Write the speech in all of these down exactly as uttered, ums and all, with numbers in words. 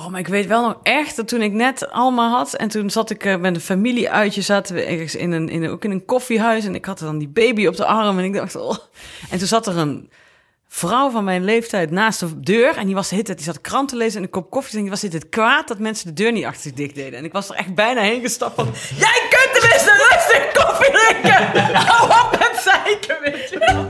Oh, maar ik weet wel nog echt dat toen ik net Alma had... en toen zat ik uh, met een familieuitje... zaten we ergens in een, in een, ook in een koffiehuis... en ik had dan die baby op de arm en ik dacht... Oh. En toen zat er een vrouw van mijn leeftijd naast de deur... en die was de hele tijd, die zat krant te lezen en een kop koffie... en die was het kwaad dat mensen de deur niet achter zich dicht deden. En ik was er echt bijna heen gestapt van... Jij kunt tenminste rustig koffie drinken! Hou op met zeiken, weet je wel.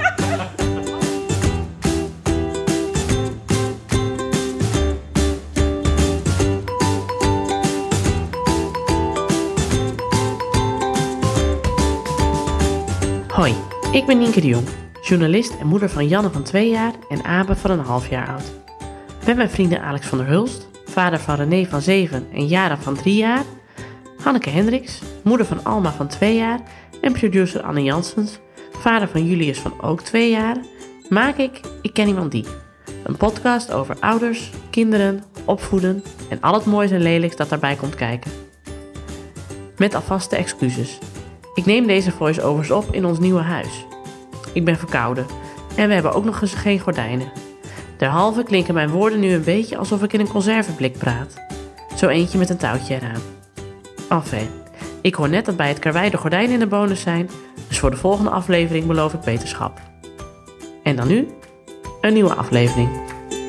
Hoi, ik ben Nienke de Jong, journalist en moeder van Janne van twee jaar en Abe van een half jaar oud. Met mijn vrienden Alex van der Hulst, vader van René van zeven en Jara van drie jaar, Hanneke Hendricks, moeder van Alma van twee jaar en producer Anne Janssens, vader van Julius van ook twee jaar, maak ik Ik Ken Iemand Die. Een podcast over ouders, kinderen, opvoeden en al het moois en lelijks dat daarbij komt kijken. Met alvast de excuses. Ik neem deze voice-overs op in ons nieuwe huis. Ik ben verkouden en we hebben ook nog eens geen gordijnen. Derhalve klinken mijn woorden nu een beetje alsof ik in een conserveblik praat. Zo eentje met een touwtje eraan. Enfin, ik hoor net dat bij het karwei de gordijnen in de bonus zijn, dus voor de volgende aflevering beloof ik beterschap. En dan nu, een nieuwe aflevering.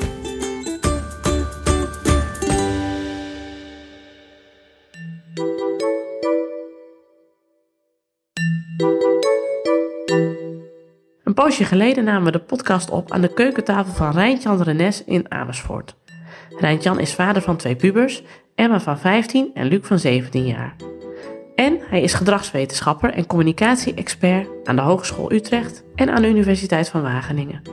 Een poosje geleden namen we de podcast op aan de keukentafel van Rijntjan Renes in Amersfoort. Rijntjan is vader van twee pubers, Emma van vijftien en Luc van zeventien jaar. En hij is gedragswetenschapper en communicatie-expert aan de Hogeschool Utrecht en aan de Universiteit van Wageningen.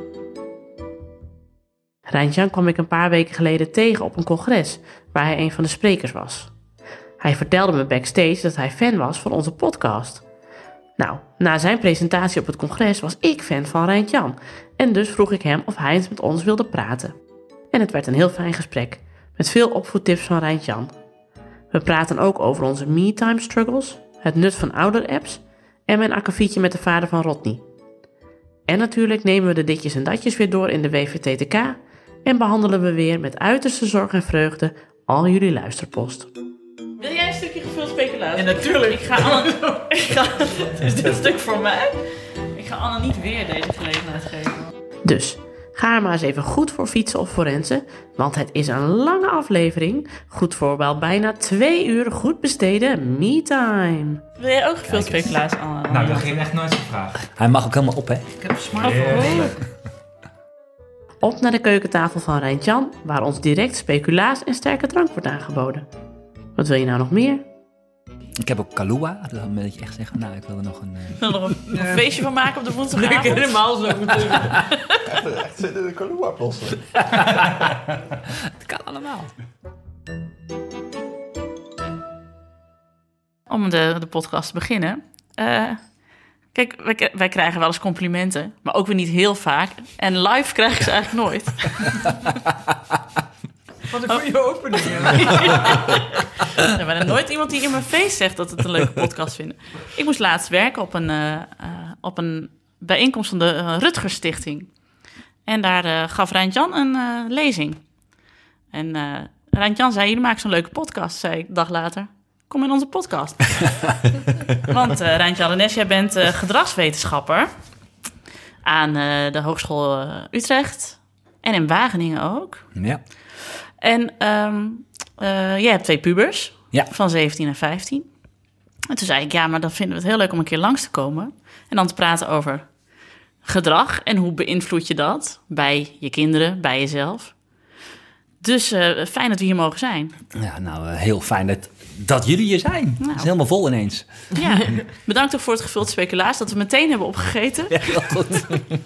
Rijntjan kwam ik een paar weken geleden tegen op een congres waar hij een van de sprekers was. Hij vertelde me backstage dat hij fan was van onze podcast. Nou, na zijn presentatie op het congres was ik fan van Rijntjan en dus vroeg ik hem of hij eens met ons wilde praten. En het werd een heel fijn gesprek, met veel opvoedtips van Rijntjan. We praten ook over onze me-time struggles, het nut van ouderapps en mijn akkefietje met de vader van Rodney. En natuurlijk nemen we de ditjes en datjes weer door in de W V T T K en behandelen we weer met uiterste zorg en vreugde al jullie luisterpost. Wil jij een stukje gevuld speculatie? Ja, natuurlijk. Ik ga Anne... ik ga... Is dit stuk voor mij? Ik ga Anne niet weer deze gelegenheid geven. Dus, ga er maar eens even goed voor fietsen of forensen, want het is een lange aflevering. Goed voor wel bijna twee uur goed besteden me-time. Wil jij ook gevuld speculatie, Anne? Nou, dat ging echt nooit gevraagd. Hij mag ook helemaal op, hè? Ik heb een smartphone. Heerlijk. Op naar de keukentafel van Rijntjan, waar ons direct speculaas en sterke drank wordt aangeboden. Wat wil je nou nog meer? Ik heb ook Kahlua. Dan wil ik echt zeggen, nou, ik wil er nog een... Uh... Wil er nog een, een feestje van maken op de woensdagavond? Ik helemaal zo natuurlijk. Echt zitten de Kahlua-posten. Het kan allemaal. Om de, de podcast te beginnen. Uh, kijk, wij, wij krijgen wel eens complimenten, maar ook weer niet heel vaak. En live krijg ik ze eigenlijk nooit. Wat een goede opening. Er was nooit iemand die in mijn face zegt dat het een leuke podcast vinden. Ik moest laatst werken op een, uh, uh, op een bijeenkomst van de uh, Rutgers Stichting. En daar uh, gaf Rijntjan een uh, lezing. En uh, Rijntjan zei, jullie maken zo'n leuke podcast, zei ik een dag later. Kom in onze podcast. Want uh, Rijntjan Renes, jij bent uh, gedragswetenschapper aan uh, de Hogeschool uh, Utrecht en in Wageningen ook. Ja. En um, uh, jij hebt twee pubers, Ja. van zeventien en vijftien. En toen zei ik, ja, maar dan vinden we het heel leuk om een keer langs te komen. En dan te praten over gedrag en hoe beïnvloed je dat bij je kinderen, bij jezelf. Dus uh, fijn dat we hier mogen zijn. Ja, nou, uh, heel fijn dat, dat jullie hier zijn. Nou. Het is helemaal vol ineens. Ja, bedankt ook voor het gevuld speculaas dat we meteen hebben opgegeten. Ja, heel goed.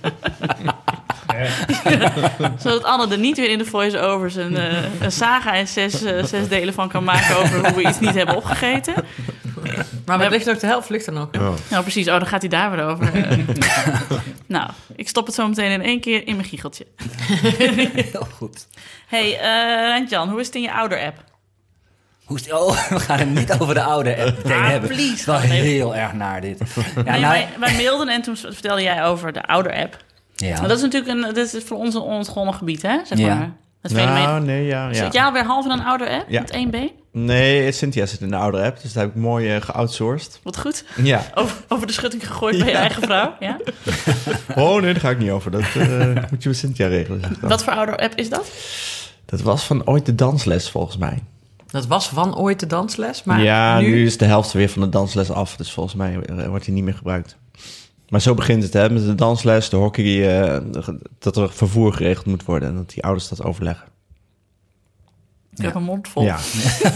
Zodat Anne er niet weer in de voice-overs een, uh, een saga en zes, uh, zes delen van kan maken over hoe we iets niet hebben opgegeten. Maar wat ligt ook de helft ligt er nog. Ja. Nou, precies. Oh, dan gaat hij daar weer over. Uh, nou, ik stop het zo meteen in één keer in mijn giecheltje. Heel goed. Hey, uh, Rijntjan, hoe is het in je ouder-app? Hoe is het? Oh, we gaan het niet over de oude app meteen Ah, hebben. please, Het is wel wacht even. heel erg naar dit. Ja, Nee, nou, wij, wij mailden en toen vertelde jij over de ouder-app. ja. Maar dat is natuurlijk een, dat is voor ons een onontgonnen gebied, hè? Zeg Ja. maar. Het Nou, fenomeen. nee, ja. ja. Zit jij alweer half in een ouder-app Ja. met één B? Nee, Cynthia zit in de oude app, dus dat heb ik mooi uh, geoutsourced. Wat goed. Ja. Over, over de schutting gegooid bij je Ja. eigen vrouw. Ja? Oh nee, daar ga ik niet over. Dat uh, moet je met Cynthia regelen. Zeg dan. Wat voor ouder-app is dat? Dat was van ooit de dansles, volgens mij. Dat was van ooit de dansles, maar ja, nu... nu... is de helft weer van de dansles af. Dus volgens mij uh, wordt die niet meer gebruikt. Maar zo begint het, hè, met de dansles, de hockey... Uh, dat er vervoer geregeld moet worden en dat die ouders dat overleggen. Ik heb een mond vol. Ja.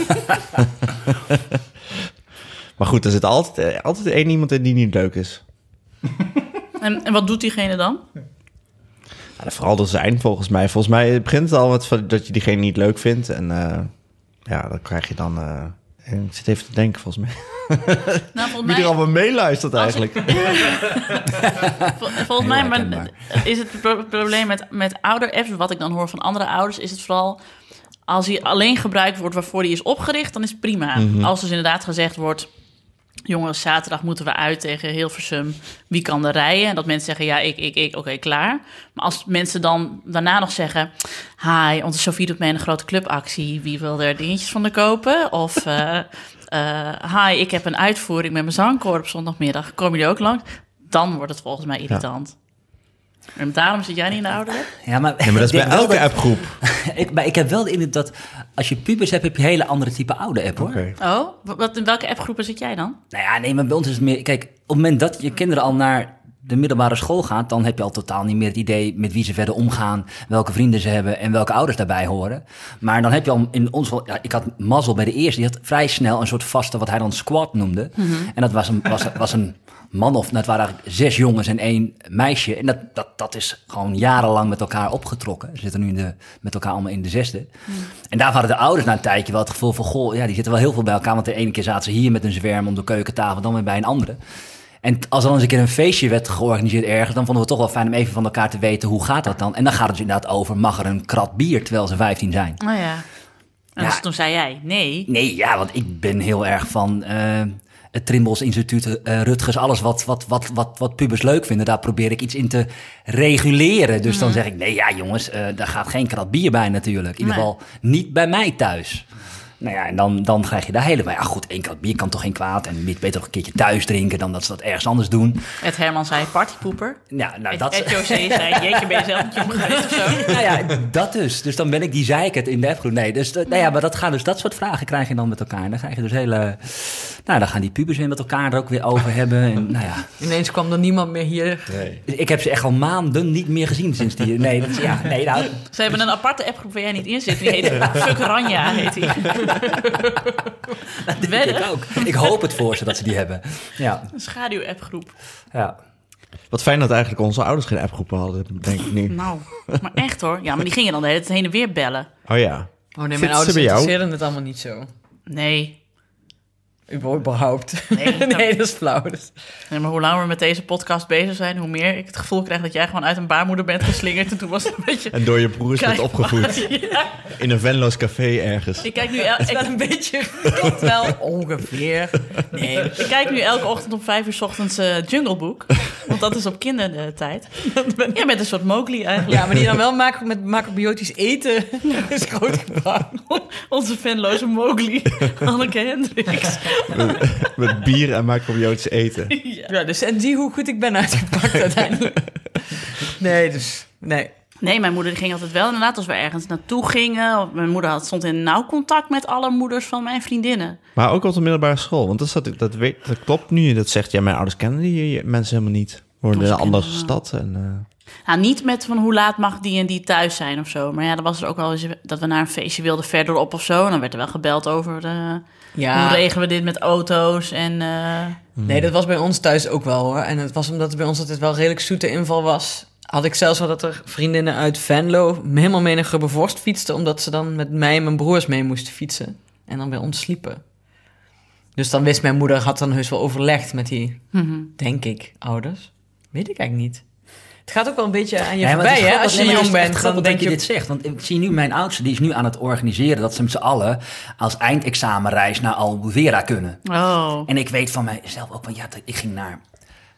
Maar goed, er zit altijd, uh, altijd één iemand in die niet leuk is. En, en wat doet diegene dan? Ja, vooral er zijn, volgens mij. Volgens mij begint het al wat van dat je diegene niet leuk vindt. En uh, ja, dan krijg je dan... Uh, ik zit even te denken, volgens mij. Nou, volgens Wie mij... er allemaal meeluistert eigenlijk. Vol, volgens mij maar, is het pro- probleem met, met ouder-apps... wat ik dan hoor van andere ouders... is het vooral als hij alleen gebruikt wordt waarvoor hij is opgericht... dan is het prima. Mm-hmm. Als dus inderdaad gezegd wordt... jongens, zaterdag moeten we uit tegen Hilversum. Wie kan er rijden? En dat mensen zeggen, ja, ik, ik, ik, oké, okay, klaar. Maar als mensen dan daarna nog zeggen... hi, onze Sophie doet mee een grote clubactie. Wie wil er dingetjes van de kopen? Of... Uh, Uh, hi, ik heb een uitvoering met mijn zangkoor op zondagmiddag. Kom je ook langs? Dan wordt het volgens mij irritant. Ja. En daarom zit jij niet in de ouder? Ja, maar, ja, maar dat is bij elke dat, appgroep. ik, maar ik heb wel de indruk dat als je pubers hebt, heb je een hele andere type oude app, hoor. Okay. Oh, wat, in welke appgroepen zit jij dan? Nou ja, nee, maar bij ons is het meer... Kijk, op het moment dat je kinderen al naar de middelbare school gaat... dan heb je al totaal niet meer het idee met wie ze verder omgaan... welke vrienden ze hebben en welke ouders daarbij horen. Maar dan heb je al in ons... Ja, ik had mazzel bij de eerste, die had vrij snel een soort vaste... wat hij dan squad noemde. Mm-hmm. En dat was een, was, was een man of... Nou, het waren eigenlijk zes jongens en één meisje. En dat, dat, dat is gewoon jarenlang met elkaar opgetrokken. Ze zitten nu in de, met elkaar allemaal in de zesde. Mm. En daar hadden de ouders na een tijdje wel het gevoel van... goh, ja, die zitten wel heel veel bij elkaar... want de ene keer zaten ze hier met een zwerm om de keukentafel... dan weer bij een andere... En als er dan eens een keer een feestje werd georganiseerd ergens... dan vonden we het toch wel fijn om even van elkaar te weten... hoe gaat dat dan? En dan gaat het dus inderdaad over... mag er een krat bier terwijl ze vijftien zijn? Oh ja. En ja. Dus toen zei jij nee. Nee, ja, want ik ben heel erg van... Uh, het Trimbos Instituut, uh, Rutgers... alles wat, wat, wat, wat, wat pubers leuk vinden... daar probeer ik iets in te reguleren. Dus mm. dan zeg ik... nee, ja jongens, uh, daar gaat geen krat bier bij natuurlijk. In ieder geval niet bij mij thuis. Nou ja, en dan, dan krijg je daar helemaal... Ja goed, één krat bier kan toch geen kwaad... en beter nog een keertje thuis drinken... dan dat ze dat ergens anders doen. Het Herman zei partypoeper. Ja, nou het, dat... Het José zei, jeetje, ben je zelf niet jong geweest of zo? Nou ja, dat dus. Dus dan ben ik die zeikert in de appgroep. Nee, dus, nou ja, maar dat gaan dus... dat soort vragen krijg je dan met elkaar. En dan krijg je dus hele... Nou, dan gaan die pubers weer met elkaar er ook weer over hebben. En, nou ja. Ineens kwam er niemand meer hier. Nee. Ik heb ze echt al maanden niet meer gezien sinds die... Nee, dat, ja, nee nou... Ze hebben een aparte appgroep waar jij niet in zit. Die heet Fuck Ranja, heet die. Dat denk ik ook. Ik hoop het voor ze dat ze die hebben. Ja. Een schaduw-appgroep. Ja. Wat fijn dat eigenlijk onze ouders geen appgroepen hadden, denk ik nu. Nou, maar echt hoor. Ja, maar die gingen dan de hele tijd heen en weer bellen. Oh ja. Oh nee, mijn ouders interesseerden het allemaal niet zo. Nee. Überhaupt. Nee, nee, dat is flauw. Dus. Nee, maar hoe langer we met deze podcast bezig zijn, hoe meer ik het gevoel krijg dat jij gewoon uit een baarmoeder bent geslingerd. En toen was het een beetje... En door je broers werd opgevoed. Ja. In een Venlo's café ergens. Ik kijk nu... El- Het is ik... wel een beetje... Klopt wel. Ongeveer. Nee. Ik kijk nu elke ochtend om vijf uur 's ochtends uh, Jungle Book. Want dat is op kindertijd. Jij bent een soort Mowgli eigenlijk. Ja, maar die dan wel macro- met macrobiotisch eten is grootgebracht. Onze fanloze Mowgli. Anneke Hendricks. Met, met bier en macrobiotisch eten. Ja. Ja, dus en zie hoe goed ik ben uitgepakt uiteindelijk. Nee, dus... Nee. Nee, mijn moeder ging altijd wel inderdaad als we ergens naartoe gingen. Of mijn moeder had, stond in nauw contact met alle moeders van mijn vriendinnen. Maar ook op de middelbare school. Want dat, dat, dat, weet, dat klopt nu. Dat zegt, ja, mijn ouders kennen die mensen helemaal niet. Worden in een andere stad. En, uh... nou, niet met van hoe laat mag die en die thuis zijn of zo. Maar ja, dan was er ook wel eens dat we naar een feestje wilden verderop of zo. En dan werd er wel gebeld over de, Ja. hoe regelen we dit met auto's en... Uh... Nee, dat was bij ons thuis ook wel hoor. En het was omdat het bij ons altijd wel redelijk zoete inval was. Had ik zelfs wel dat er vriendinnen uit Venlo helemaal mee naar Grubbevorst fietsten, omdat ze dan met mij en mijn broers mee moesten fietsen. En dan bij ons sliepen. Dus dan wist mijn moeder, had dan heus wel overlegd met die, Mm-hmm. denk ik, ouders. Weet ik eigenlijk niet. Het gaat ook wel een beetje aan je Ja, maar voorbij, het is hè? grappig- Als je nee, maar jong het is bent, echt dan grappig denk dat je... je dit zegt. Want ik zie nu mijn oudste, die is nu aan het organiseren... dat ze met z'n allen als eindexamenreis naar Albufeira kunnen. Oh. En ik weet van mijzelf ook van... ja, ik ging naar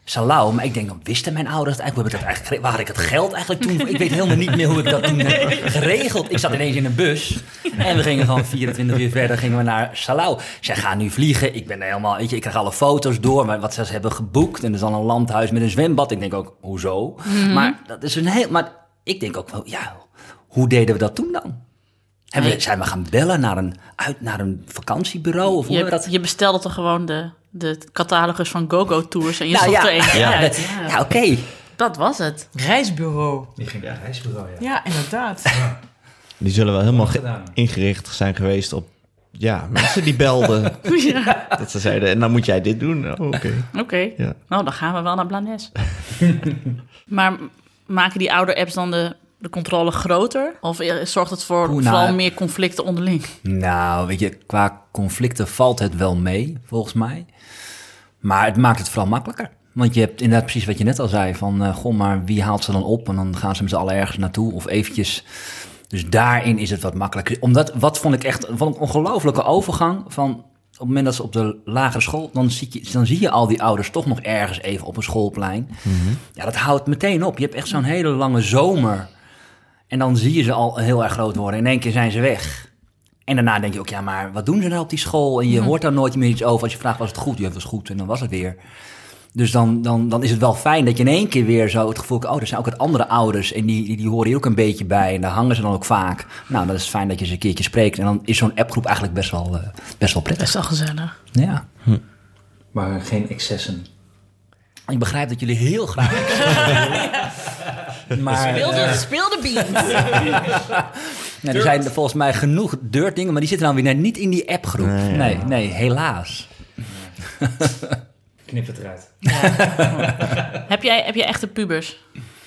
Salau. Maar ik denk, dan wisten mijn ouders het eigenlijk. Hoe heb ik dat eigenlijk, waar had ik het geld eigenlijk toen? Ik weet helemaal niet meer hoe ik dat toen heb geregeld. Ik zat ineens in een bus. En we gingen gewoon vierentwintig uur verder gingen we naar Salau. Zij gaan nu vliegen. Ik ben helemaal, weet je, ik krijg alle foto's door. Maar wat ze hebben geboekt. En er is dan een landhuis met een zwembad. Ik denk ook, hoezo? Mm-hmm. Maar dat is een heel... Maar ik denk ook wel, ja, hoe deden we dat toen dan? Hebben we, zijn we gaan bellen naar een, uit, naar een vakantiebureau? Of hoe je, we dat... je bestelde toch gewoon de, de catalogus van GoGo Tours en je nou, zocht ja. er eentje ja, uit. Ja, ja oké. Okay. Dat was het. Reisbureau. Die ging naar reisbureau, ja. Ja, inderdaad. Ja. Die zullen wel helemaal ge- ingericht zijn geweest op ja, mensen die belden. ja. Dat ze zeiden, en dan moet jij dit doen. Oh, Oké. Okay. Oké, okay. ja. Nou dan gaan we wel naar Blanes. Maar maken die oude apps dan de... de controle groter? Of zorgt het voor Oeh, nou, vooral meer conflicten onderling? Nou, weet je, qua conflicten valt het wel mee, volgens mij. Maar het maakt het vooral makkelijker. Want je hebt inderdaad precies wat je net al zei. Van, uh, goh, maar wie haalt ze dan op? En dan gaan ze met z'n allen ergens naartoe. Of eventjes... Dus daarin is het wat makkelijker. Omdat, wat vond ik echt vond ik een ongelofelijke overgang van... Op het moment dat ze op de lagere school... Dan zie, je, dan zie je al die ouders toch nog ergens even op een schoolplein. Mm-hmm. Ja, dat houdt meteen op. Je hebt echt zo'n hele lange zomer... En dan zie je ze al heel erg groot worden. In één keer zijn ze weg. En daarna denk je ook, ja, maar wat doen ze nou op die school? En je hoort daar nooit meer iets over. Als je vraagt, was het goed? Ja, het was goed. En dan was het weer. Dus dan, dan, dan is het wel fijn dat je in één keer weer zo het gevoel hebt... oh, er zijn ook het andere ouders en die, die, die horen hier ook een beetje bij. En daar hangen ze dan ook vaak. Nou, dat is fijn dat je ze een keertje spreekt. En dan is zo'n appgroep eigenlijk best wel, uh, best wel prettig. Best wel gezellig. Ja. Hm. Maar geen excessen. Ik begrijp dat jullie heel graag... Maar, speel, de, uh, speel de beans. nou, er zijn volgens mij genoeg dirt dingen, maar die zitten dan weer net niet in die appgroep. Nee, nee, nee helaas. Nee. Knip het eruit. Ja. heb, jij, heb jij echte pubers?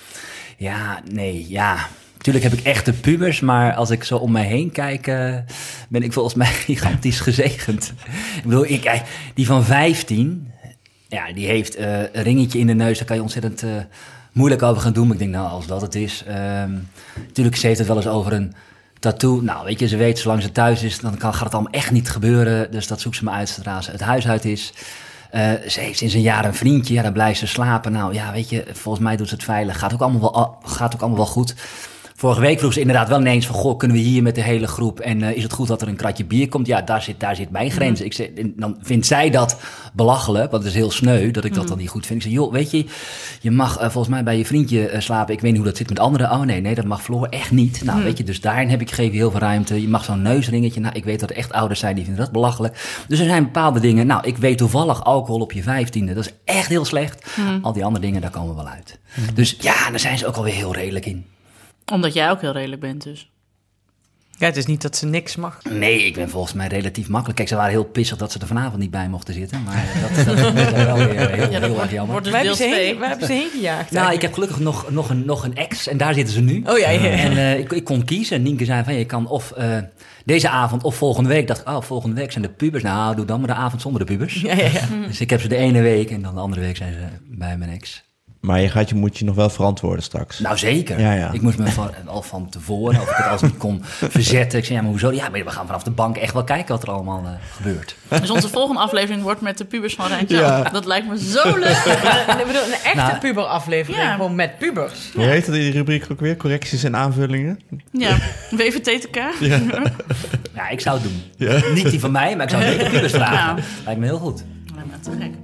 Ja, nee, ja. Natuurlijk heb ik echte pubers, maar als ik zo om mij heen kijk, uh, ben ik volgens mij gigantisch gezegend. Ik bedoel, ik, die van vijftien, ja, die heeft uh, een ringetje in de neus, daar kan je ontzettend... Uh, moeilijk over gaan doen, maar ik denk, nou, als dat het is... Um, natuurlijk, ze heeft het wel eens over een tattoo. Nou, weet je, ze weet, zolang ze thuis is... dan kan, gaat het allemaal echt niet gebeuren. Dus dat zoekt ze maar uit zodra ze het huis uit is. Uh, ze heeft sinds een jaar een vriendje, ja, daar blijft ze slapen. Nou, ja, weet je, volgens mij doet ze het veilig. Gaat ook allemaal wel, gaat ook allemaal wel goed. Vorige week vroeg ze inderdaad wel ineens van... goh, kunnen we hier met de hele groep... en uh, is het goed dat er een kratje bier komt? Ja, daar zit, daar zit mijn grens. Mm. Ik zeg, dan vindt zij dat belachelijk, want het is heel sneu... dat ik dat mm. dan niet goed vind. Ik zeg, joh, weet je... je mag uh, volgens mij bij je vriendje uh, slapen... ik weet niet hoe dat zit met anderen. Oh nee, nee, dat mag Floor echt niet. Nou, mm. weet je, dus daarin heb ik gegeven heel veel ruimte. Je mag zo'n neusringetje... nou, ik weet dat er echt ouders zijn, die vinden dat belachelijk. Dus er zijn bepaalde dingen... nou, ik weet toevallig alcohol op je vijftiende... dat is echt heel slecht. Mm. Al die andere dingen, daar komen we wel uit. Mm. Dus ja, daar zijn ze ook alweer heel redelijk in. Omdat jij ook heel redelijk bent, dus. Ja, het is niet dat ze niks mag. Nee, ik ben volgens mij relatief makkelijk. Kijk, ze waren heel pissig dat ze er vanavond niet bij mochten zitten. Maar dat, dat, dat is wel weer heel, ja, heel erg jammer. Wordt dus waar, hebben ze heen, waar hebben ze heen gejaagd? Nou, eigenlijk? Ik heb gelukkig nog, nog, een, nog een ex en daar zitten ze nu. Oh ja, ja. En uh, ik, ik kon kiezen. Nienke zei van, je kan of uh, deze avond of volgende week. Ik dacht, oh, volgende week zijn de pubers. Nou, doe dan maar de avond zonder de pubers. Ja, ja, ja. Dus ik heb ze de ene week en dan de andere week zijn ze bij mijn ex. Maar je gaat je, moet je nog wel verantwoorden straks. Nou, zeker. Ja, ja. Ik moest me van, al van tevoren, of ik het als niet kon verzetten. Ik zei, ja, maar hoezo? Ja, maar we gaan vanaf de bank echt wel kijken wat er allemaal uh, gebeurt. Dus onze volgende aflevering wordt met de pubers van Rijntje. Ja. Dat lijkt me zo leuk. Ik bedoel, een echte nou, puberaflevering, ja. Gewoon met pubers. Hoe heet dat die rubriek ook weer? Correcties en aanvullingen? Ja, W V T T K. Ja. Ja, ik zou het doen. Ja. Niet die van mij, maar ik zou zeker pubers vragen. Ja. Lijkt me heel goed. Lijkt me te gek.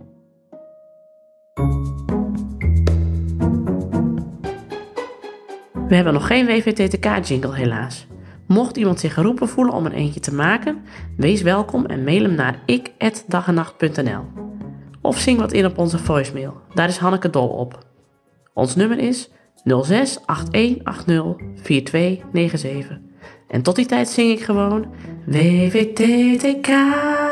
We hebben nog geen W V T T K-jingle helaas. Mocht iemand zich geroepen voelen om er eentje te maken, wees welkom en mail hem naar ik at dag en nacht punt n l. Of zing wat in op onze voicemail, daar is Hanneke dol op. Ons nummer is nul zes acht een acht nul vier twee negen zeven. En tot die tijd zing ik gewoon W V T T K.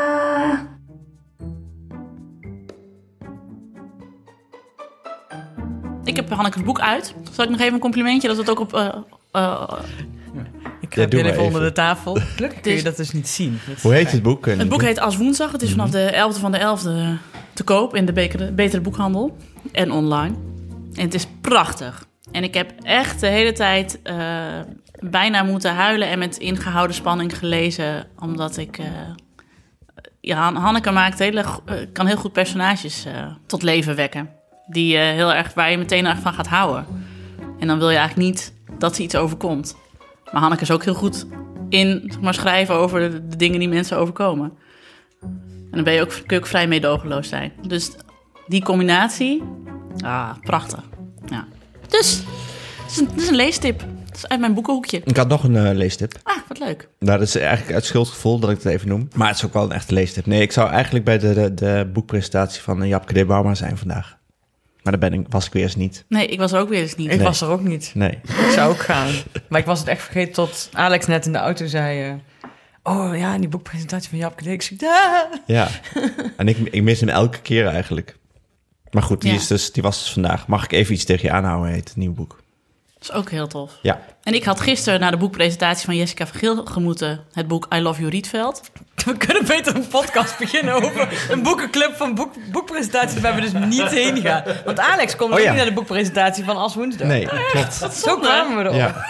Ik heb Hanneke's boek uit. Zal ik nog even een complimentje? Dat het ook op... Uh, uh, ik ga ja, even onder de tafel. Gelukkig kun je dat dus niet zien. Hoe heet het boek? Het boek heet Als Woensdag. Het is vanaf de elfde van de elfde te koop in de betere, betere boekhandel. En online. En het is prachtig. En ik heb echt de hele tijd uh, bijna moeten huilen en met ingehouden spanning gelezen. Omdat ik... Uh, ja, Hanneke maakt hele, uh, kan heel goed personages uh, tot leven wekken. Die uh, heel erg, waar je meteen erg van gaat houden. En dan wil je eigenlijk niet dat ze iets overkomt. Maar Hanneke is ook heel goed in zeg maar, schrijven over de, de dingen die mensen overkomen. En dan ben je ook, kun je ook vrij meedogenloos zijn. Dus die combinatie, ah, prachtig. Ja. Dus, het is, een, het is een leestip. Het is uit mijn boekenhoekje. Ik had nog een uh, leestip. Ah, wat leuk. Nou, dat is eigenlijk uit schuldgevoel dat ik het even noem. Maar het is ook wel een echte leestip. Nee, ik zou eigenlijk bij de, de, de boekpresentatie van Japke D. Bauma zijn vandaag. Maar daar ben ik, was ik weer eens niet. Nee, ik was er ook weer eens niet. Ik Nee. was er ook niet. Nee. Ik zou ook gaan. Maar ik was het echt vergeten tot Alex net in de auto zei... Uh, oh ja, en die boekpresentatie van Japke D. Ik zei, ah. Ja. En ik, ik mis hem elke keer eigenlijk. Maar goed, die, Ja. is dus, die was dus vandaag. Mag ik even iets tegen je aanhouden, heet het nieuwe boek. Dat is ook heel tof. Ja. En ik had gisteren naar de boekpresentatie van Jessica Vergeel gemoeten... het boek I Love You Rietveld. We kunnen beter een podcast beginnen over een boekenclub van boek, boekpresentaties... waar we dus niet heen gaan. Want Alex komt Oh, ook ja. niet naar de boekpresentatie van As Woensdag. Nee, klopt. Zo kwamen we erop. Ja.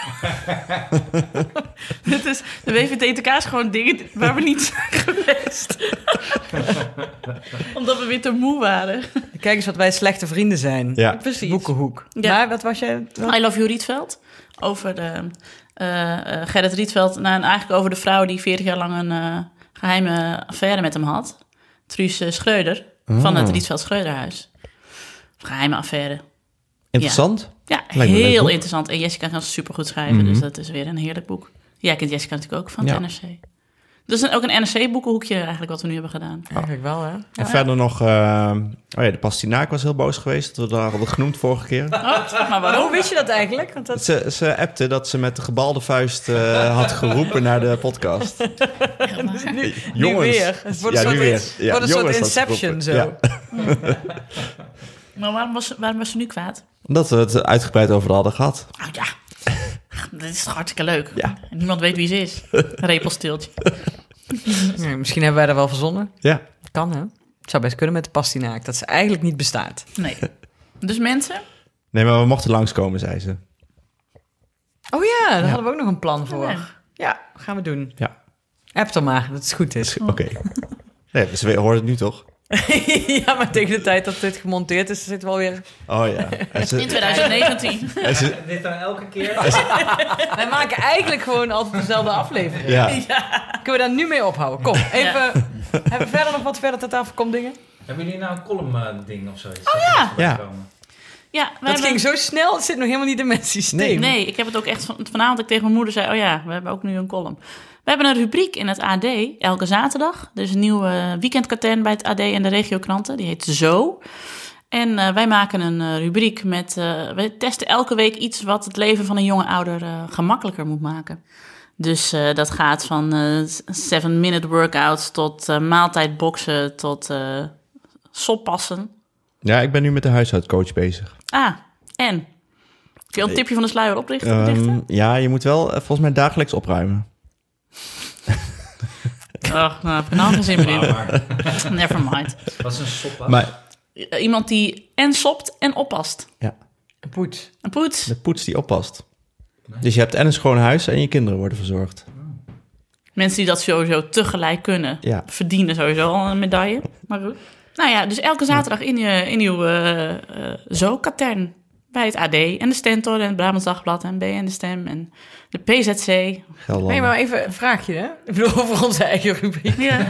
Dit is, de W V T T K is gewoon dingen waar we niet zijn geweest. Omdat we weer te moe waren. Kijk eens wat wij slechte vrienden zijn. Ja. Precies. Boekenhoek. Ja. Maar wat was jij... wat? I Love You Rietveld. Over de, uh, uh, Gerrit Rietveld. Nou, en eigenlijk over de vrouw die veertig jaar lang een uh, geheime affaire met hem had. Truus uh, Schreuder. Oh. Van het Rietveld Schreuderhuis. Geheime affaire. Interessant. Ja, Lijkt me een leuk heel boek. interessant. En Jessica kan supergoed goed schrijven. Mhm. Dus dat is weer een heerlijk boek. Jij kent Jessica natuurlijk ook van Ja. het N R C. Dus ook een N R C-boekenhoekje eigenlijk wat we nu hebben gedaan. Eigenlijk wel, hè? En verder nog... Uh, oh ja, de pastinaak was heel boos geweest. Dat we daar hadden genoemd vorige keer. Oh, maar Hoe waarom? wist je dat eigenlijk? Want dat... Ze, ze appte dat ze met de gebalde vuist uh, had geroepen naar de podcast. Nu, Jongens. nu weer. Het wordt Ja, een nu soort, weer. Ja, wordt een soort jongens had ze Inception zo. geroepen. Ja. Maar waarom was, waarom was ze nu kwaad? Omdat we het uitgebreid over hadden gehad. Oh ja, dit is toch hartstikke leuk. Ja. En niemand weet wie ze is. Een repelsteeltje. Ja, misschien hebben wij dat wel verzonnen. Ja. Kan, hè? Het zou best kunnen met de pastinaak. Dat ze eigenlijk niet bestaat. Nee. Dus mensen, Nee, maar we mochten langskomen, zei ze. Oh ja, daar Ja. hadden we ook nog een plan voor. Ja. Ja, gaan we doen. Ja. App dan maar, dat het goed is. Oké. Nee, ze hoort het nu toch? Ja, maar tegen de tijd dat dit gemonteerd is, zit wel weer... Oh ja. En ze, in twintig negentien. en ze- Dit dan elke keer? Wij maken eigenlijk gewoon altijd dezelfde aflevering. ja. Kunnen we daar nu mee ophouden? Kom, even... Hebben we verder nog wat verder ter tafel komt dingen? Hebben jullie nou een column-ding of zoiets? Oh ja. Ja. Ja, we Dat hebben- ging zo snel, het zit nog helemaal niet in mijn systeem. Nee, ik heb het ook echt van, vanavond dat ik tegen mijn moeder zei... oh ja, we hebben ook nu een column. We hebben een rubriek in het A D, elke zaterdag. Er is een nieuwe weekendkatern bij het A D en de regiokranten. Die heet Zo. En uh, wij maken een uh, rubriek met... Uh, we testen elke week iets wat het leven van een jonge ouder uh, gemakkelijker moet maken. Dus uh, dat gaat van uh, seven-minute workouts tot uh, maaltijdboksen tot uh, soppassen. ja, ik ben nu met de huishoudcoach bezig. Ah, en? Kun je een tipje van de sluier oprichten? Um, ja, je moet wel uh, volgens mij dagelijks opruimen. Oh, nou, heb ik nou geen zin meer in. Maar, Never mind. wat is een soppas? Maar Iemand die en sopt en oppast. ja, Een poets. Een poets. de poets die oppast. Dus je hebt en een schoon huis en je kinderen worden verzorgd. Mensen die dat sowieso tegelijk kunnen, Ja. verdienen sowieso al een medaille. Maar goed. Nou ja, dus elke zaterdag in, je, in uw uh, uh, zo-katern. Bij het A D en de Stentor en het Brabants Dagblad en B N De Stem en de P Z C. Gelderland. Nee, maar even een vraagje, hè? Ik bedoel, over onze eigen rubriek. Ja.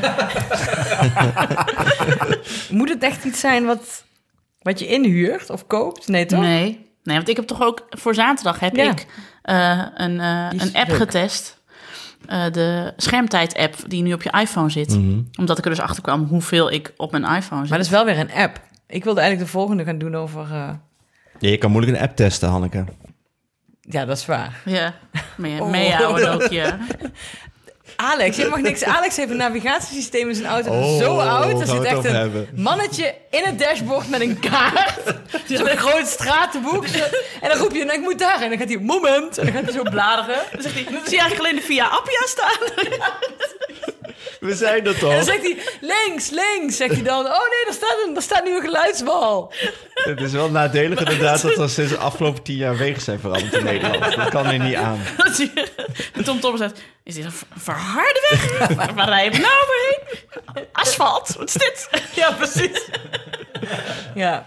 Moet het echt iets zijn wat, wat je inhuurt of koopt? Nee, toch? Nee. nee, want ik heb toch ook voor zaterdag heb Ja. ik uh, een, uh, Die is een app leuk. getest. Uh, de schermtijd-app die nu op je iPhone zit. Mhm. Omdat ik er dus achter kwam hoeveel ik op mijn iPhone zit. Maar dat is wel weer een app. Ik wilde eigenlijk de volgende gaan doen over... uh, Ja, je kan moeilijk een app testen, Hanneke. Ja, dat is waar. Ja, maar ja, Oh. meehouden ook, ja. Alex, je mag niks. Alex heeft een navigatiesysteem in zijn auto. Dat is Oh, zo oud. Er gaan we zit het echt over een hebben. mannetje in het dashboard met een kaart. Zo'n groot stratenboek. En dan roep je, nou, ik moet daar. En dan gaat hij, moment. En dan gaat hij zo bladeren. Dan zegt hij, dan zie je eigenlijk alleen de Via Appia staan. We zijn er En dan toch? zegt hij, links, links. Zegt hij dan, oh nee, daar staat, een, daar staat nu een geluidsbal. Het is wel nadelig inderdaad dat er sinds de afgelopen tien jaar wegen zijn veranderd in Nederland. Dat kan er niet aan. Dan zie je, en Tom Tom zegt, is dit een ver- verharde weg? waar, waar rijden we nou overheen? Asfalt, wat is dit? Ja, precies. Ja.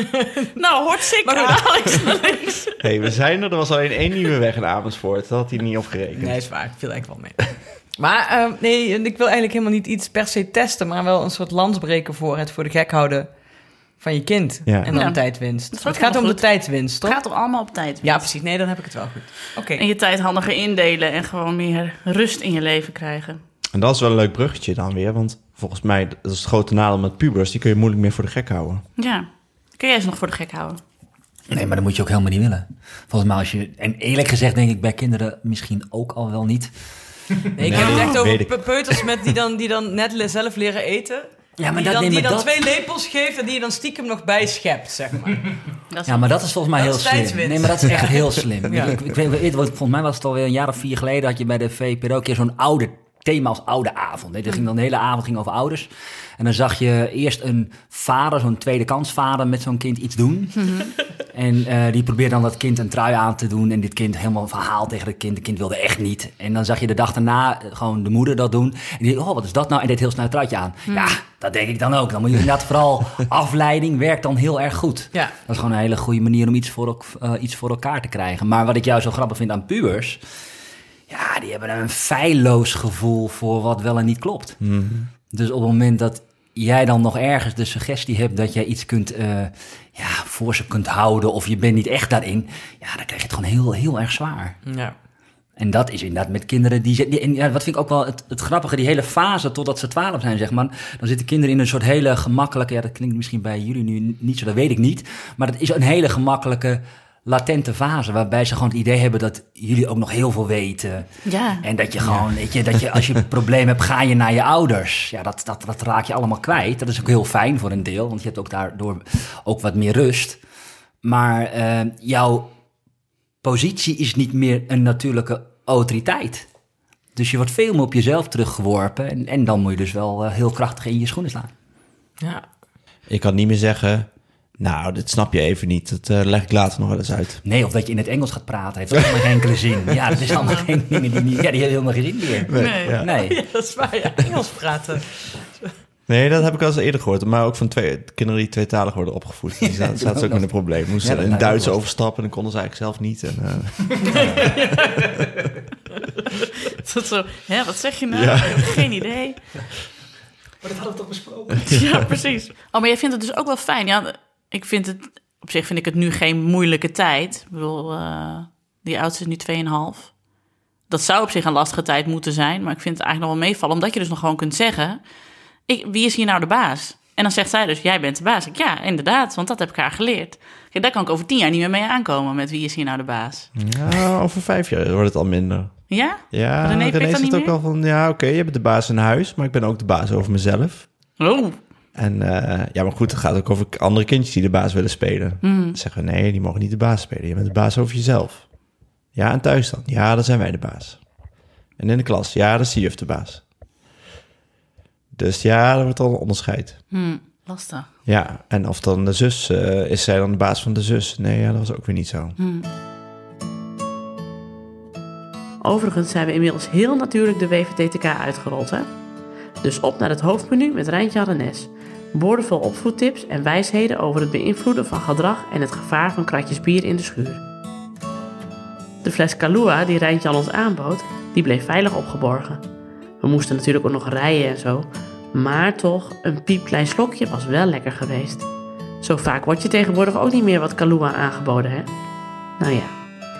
Nou, hartstikke, Alex. Alex. hey, we zijn er. Er was alleen één nieuwe weg in Amersfoort. Dat had hij niet opgerekend. Nee, is waar. Ik viel eigenlijk wel mee. Maar uh, nee, ik wil eigenlijk helemaal niet iets per se testen... maar wel een soort lans breken voor het voor de gek houden van je kind. Ja. En dan Ja. tijdwinst. Dat is Het ook gaat om wel de goed. tijdwinst, Het toch? gaat toch allemaal op tijd. Ja, precies. Nee, dan heb ik het wel goed. Oké. En je tijd handiger indelen en gewoon meer rust in je leven krijgen. En dat is wel een leuk bruggetje dan weer. Want volgens mij, dat is het grote nadeel met pubers. Die kun je moeilijk meer voor de gek houden. Ja. Kun jij ze nog voor de gek houden? Nee, maar dat moet je ook helemaal niet willen. Volgens mij als je... En eerlijk gezegd denk ik bij kinderen misschien ook al wel niet. Nee, ik Nee, heb het echt weet over ik. pe- peuters met die, dan, die dan net le- zelf leren eten. Ja, maar die dat, dan, nee, die maar dan dat, twee lepels geeft en die je dan stiekem nog bijschept, zeg maar. Dat is ja, maar dat is volgens mij Dat heel is slim. tijdswinst. Nee, maar dat is echt heel slim. Ja. ik, ik, ik weet, wat- volgens mij was het alweer een jaar of vier geleden... had je bij de V P R O een keer zo'n oude thema als oude avond. Hè. Dat ging dan de hele avond ging over ouders. En dan zag je eerst een vader, zo'n tweede kansvader... met zo'n kind iets doen. En eh, die probeerde dan dat kind een trui aan te doen... en dit kind helemaal een verhaal tegen het kind. Het kind wilde echt niet. En dan zag je de dag daarna eh, gewoon de moeder dat doen. En die oh, wat is dat nou? En deed heel snel een truitje aan. Ja, dat denk ik dan ook. Dan moet je inderdaad vooral... afleiding werkt dan heel erg goed. Ja. Dat is gewoon een hele goede manier om iets voor, elk- uh, iets voor elkaar te krijgen. Maar wat ik juist zo grappig vind aan pubers... ja, die hebben een feilloos gevoel voor wat wel en niet klopt. Dus op het moment dat jij dan nog ergens de suggestie hebt... dat jij iets kunt, uh, ja, voor ze kunt houden of je bent niet echt daarin... ja, dan krijg je het gewoon heel, heel erg zwaar. Ja. En dat is inderdaad met kinderen die... die en ja, wat vind ik ook wel het, het grappige, die hele fase totdat ze twaalf zijn, zeg maar. Dan zitten kinderen in een soort hele gemakkelijke... ja, dat klinkt misschien bij jullie nu niet zo, dat weet ik niet. Maar dat is een hele gemakkelijke, latente fase... waarbij ze gewoon het idee hebben dat jullie ook nog heel veel weten. Ja. En dat je gewoon, weet je, dat je als je een probleem hebt, ga je naar je ouders. Ja, dat, dat, dat raak je allemaal kwijt. Dat is ook heel fijn voor een deel, want je hebt ook daardoor ook wat meer rust. Maar uh, jouw positie is niet meer een natuurlijke autoriteit. Dus je wordt veel meer op jezelf teruggeworpen. En, en dan moet je dus wel uh, heel krachtig in je schoenen slaan. Ja. Ik kan niet meer zeggen... nou, dit snap je even niet. Dat uh, leg ik later nog wel eens uit. Nee, of dat je in het Engels gaat praten, heeft ook helemaal geen enkele zin. Ja, dat is allemaal geen dingen die, niet, ja, die hebben helemaal geen zin meer. Nee. Ja. Nee. Ja, dat is waar. Ja. Engels praten. Nee, dat heb ik al eens eerder gehoord. Maar ook van twee, kinderen die tweetalig worden opgevoed. Die zaten, zaten ze ook met een probleem. Moesten Ja, dat in lijkt me Duits ook overstappen en dan konden ze eigenlijk zelf niet. En, uh, Dat zo, hè, wat zeg je nou? Ja. Ik heb geen idee. Maar dat hadden we toch besproken? Ja, precies. Oh, maar jij vindt het dus ook wel fijn. Ja, ik vind het... Op zich vind ik het nu geen moeilijke tijd. Ik bedoel, uh, die oudste is nu tweeënhalf. Dat zou op zich een lastige tijd moeten zijn. Maar ik vind het eigenlijk nog wel meevallen. Omdat je dus nog gewoon kunt zeggen... Ik, wie is hier nou de baas? En dan zegt zij dus, jij bent de baas. Ik, ja, inderdaad, want dat heb ik haar geleerd. Kijk, daar kan ik over tien jaar niet meer mee aankomen... met wie is hier nou de baas. ja, over vijf jaar wordt het al minder. Ja? Ja, René René, pikt dan zegt niet ook meer? al van... ja, oké, okay, je bent de baas in huis... maar ik ben ook de baas over mezelf. Oh, En uh, ja, maar goed, het gaat ook over andere kindjes die de baas willen spelen. mm. Dan zeggen we, nee, die mogen niet de baas spelen. Je bent de baas over jezelf. Ja, en thuis dan? Ja, dan zijn wij de baas. En in de klas? Ja, dan is de juf de baas. Dus ja, er wordt al een onderscheid. Hm, lastig. Ja, en of dan de zus, uh, is zij dan de baas van de zus? Nee, ja, dat was ook weer niet zo. Hm. Overigens zijn we inmiddels heel natuurlijk de W V T T K uitgerold, hè? Dus op naar het hoofdmenu met Rijntje Arrenes. Boordevol opvoedtips en wijsheden over het beïnvloeden van gedrag en het gevaar van kratjes bier in de schuur. De fles Kahlua die Rijntje aan ons aanbood, die bleef veilig opgeborgen. We moesten natuurlijk ook nog rijden en zo, maar toch, een piepklein slokje was wel lekker geweest. Zo vaak wordt je tegenwoordig ook niet meer wat Kahlua aangeboden, hè? Nou ja.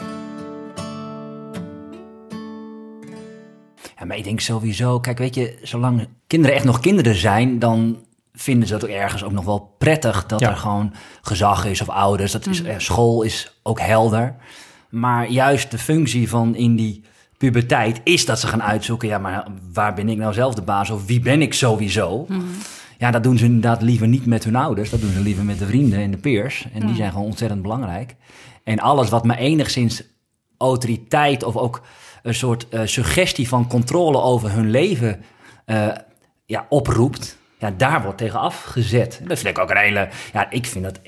Ja, maar ik denk sowieso, kijk, weet je, zolang kinderen echt nog kinderen zijn, dan vinden ze dat ook ergens ook nog wel prettig dat Ja. er gewoon gezag is of ouders. Dat is, eh, school is ook helder. Maar juist de functie van in die puberteit is dat ze gaan uitzoeken, ja, maar waar ben ik nou zelf de baas of wie ben ik sowieso? Mm. Ja, dat doen ze inderdaad liever niet met hun ouders. Dat doen ze liever met de vrienden en de peers. En die Mm. zijn gewoon ontzettend belangrijk. En alles wat maar enigszins autoriteit of ook een soort uh, suggestie van controle over hun leven uh, ja, oproept, ja, daar wordt tegen afgezet. Dat vind ik ook een hele... Ja, ik vind dat echt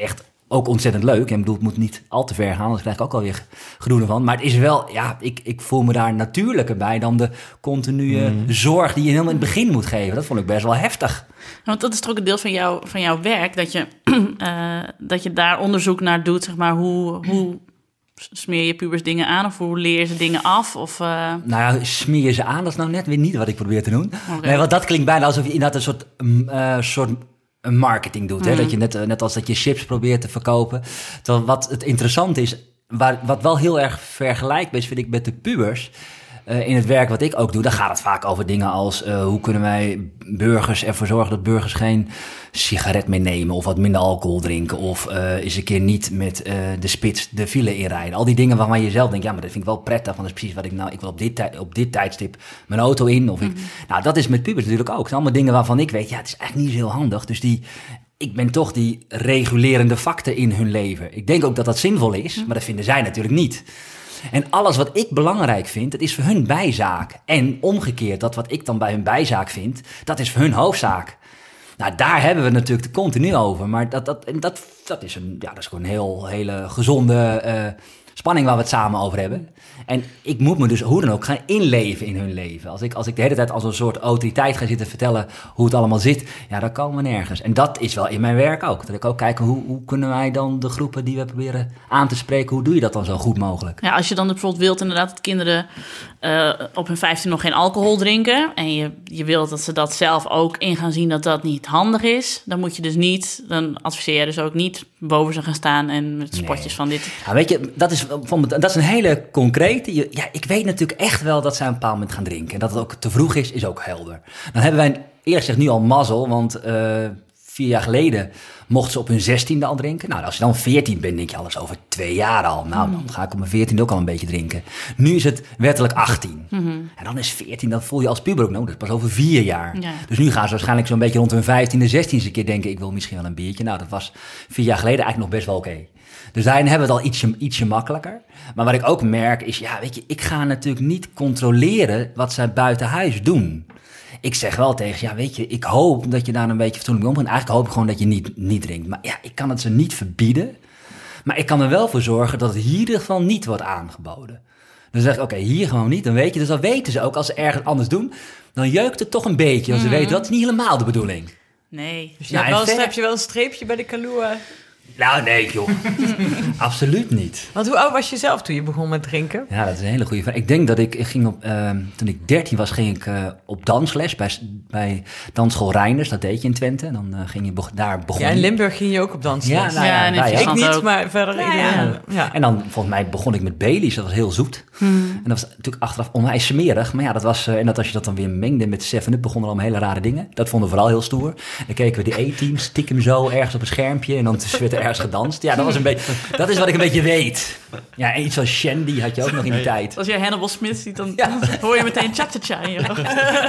ook ontzettend leuk. En ik bedoel, het moet niet al te ver gaan, anders krijg ik ook alweer gedoe ervan. Maar het is wel, ja, ik, ik voel me daar natuurlijker bij dan de continue mm. zorg die je helemaal in het begin moet geven. Dat vond ik best wel heftig. Want dat is toch ook een deel van, jou, van jouw werk, dat je, uh, dat je daar onderzoek naar doet, zeg maar, hoe... hoe smeer je pubers dingen aan of hoe leer je ze dingen af? Of, uh... Nou ja, smeer je ze aan, dat is nou net weer niet wat ik probeer te doen. Okay. Nee, want dat klinkt bijna alsof je inderdaad een soort, uh, soort marketing doet. Mm-hmm. Hè? Dat je net, uh, net als dat je chips probeert te verkopen. Terwijl wat het interessante is, waar, wat wel heel erg vergelijkbaar is, vind ik, met de pubers... Uh, in het werk wat ik ook doe, dan gaat het vaak over dingen als... Uh, hoe kunnen wij burgers ervoor zorgen dat burgers geen sigaret meer nemen... of wat minder alcohol drinken... of uh, eens een keer niet met uh, de spits de file inrijden. Al die dingen waarvan je zelf denkt... ja, maar dat vind ik wel prettig, want dat is precies wat ik nou... ik wil op dit, tij- op dit tijdstip mijn auto in. Of ik, mm-hmm. Nou, dat is met pubers natuurlijk ook. Het zijn allemaal dingen waarvan ik weet... ja, het is eigenlijk niet zo heel handig. Dus die... ik ben toch die regulerende factor in hun leven. Ik denk ook dat dat zinvol is, maar dat vinden zij natuurlijk niet... En alles wat ik belangrijk vind, dat is voor hun bijzaak. En omgekeerd, dat wat ik dan bij hun bijzaak vind, dat is voor hun hoofdzaak. Nou, daar hebben we het natuurlijk continu over. Maar dat, dat, dat, dat, is, een, ja, dat is gewoon een heel, hele gezonde uh, spanning waar we het samen over hebben. En ik moet me dus hoe dan ook gaan inleven in hun leven. Als ik, als ik de hele tijd als een soort autoriteit ga zitten vertellen hoe het allemaal zit, ja, dan komen we nergens. En dat is wel in mijn werk ook. Dat ik ook kijk, hoe, hoe kunnen wij dan de groepen die we proberen aan te spreken, hoe doe je dat dan zo goed mogelijk? Ja, als je dan bijvoorbeeld wilt inderdaad dat kinderen uh, op hun vijftien nog geen alcohol drinken en je, je wilt dat ze dat zelf ook in gaan zien dat dat niet handig is, dan moet je dus niet, dan adviseer je dus ook niet boven ze gaan staan en met spotjes nee. van dit. Ja, weet je, dat is, dat is een hele concrete. Ja, ik weet natuurlijk echt wel dat zij een bepaald moment gaan drinken. En dat het ook te vroeg is, is ook helder. Dan hebben wij eerlijk gezegd nu al mazzel, want uh, vier jaar geleden mochten ze op hun zestiende al drinken. Nou, als je dan veertien bent, denk je alles over twee jaar al. Nou, dan ga ik op mijn veertiende ook al een beetje drinken. Nu is het wettelijk achttien. Mm-hmm. En dan is veertien, dan voel je als puber ook, nou, dat is pas over vier jaar. Ja. Dus nu gaan ze waarschijnlijk zo'n beetje rond hun vijftiende, zestiende een keer denken, ik wil misschien wel een biertje. Nou, dat was vier jaar geleden eigenlijk nog best wel oké. Okay. Dus daarin hebben we het al ietsje, ietsje makkelijker. Maar wat ik ook merk is, ja, weet je, ik ga natuurlijk niet controleren wat zij buiten huis doen. Ik zeg wel tegen, ja, weet je, ik hoop dat je daar een beetje fatsoenlijk mee omgaat. Eigenlijk hoop ik gewoon dat je niet, niet drinkt. Maar ja, ik kan het ze niet verbieden. Maar ik kan er wel voor zorgen dat het hier in ieder geval niet wordt aangeboden. Dan zeg ik, oké, okay, hier gewoon niet. Dan weet je, dus dan weten ze ook, als ze ergens anders doen, dan jeukt het toch een beetje. Want ze mm. weten, dat is niet helemaal de bedoeling. Nee. Dus ja, wel, ver... heb je wel een streepje bij de Kahlua? Nou, nee, joh. Absoluut niet. Want hoe oud was je zelf toen je begon met drinken? Ja, dat is een hele goede vraag. Ik denk dat ik, ik ging op... Uh, toen ik dertien was, ging ik uh, op dansles bij, bij dansschool Reinders. Dat deed je in Twente. En dan uh, ging je be- daar begonnen. Ja, in Limburg ging je ook op dansles. Ja, nou ja, ja, ja, ja ik niet, ook. maar verder ja, iedereen. Ja. Ja. En dan, volgens mij, begon ik met Baileys. Dat was heel zoet. Hmm. En dat was natuurlijk achteraf onwijs smerig. Maar ja, dat was... Uh, en dat als je dat dan weer mengde met seven up, begonnen er allemaal hele rare dingen. Dat vonden we vooral heel stoer. Dan keken we die A-team stiekem zo ergens op een schermpje. En dan werd er ergens gedanst. Ja, dat was een beetje... Dat is wat ik een beetje weet. Ja, en iets als Shandy had je ook nog in die tijd. Als jij Hannibal Smith ziet, dan, ja. dan hoor je meteen cha-cha-cha in je hoofd.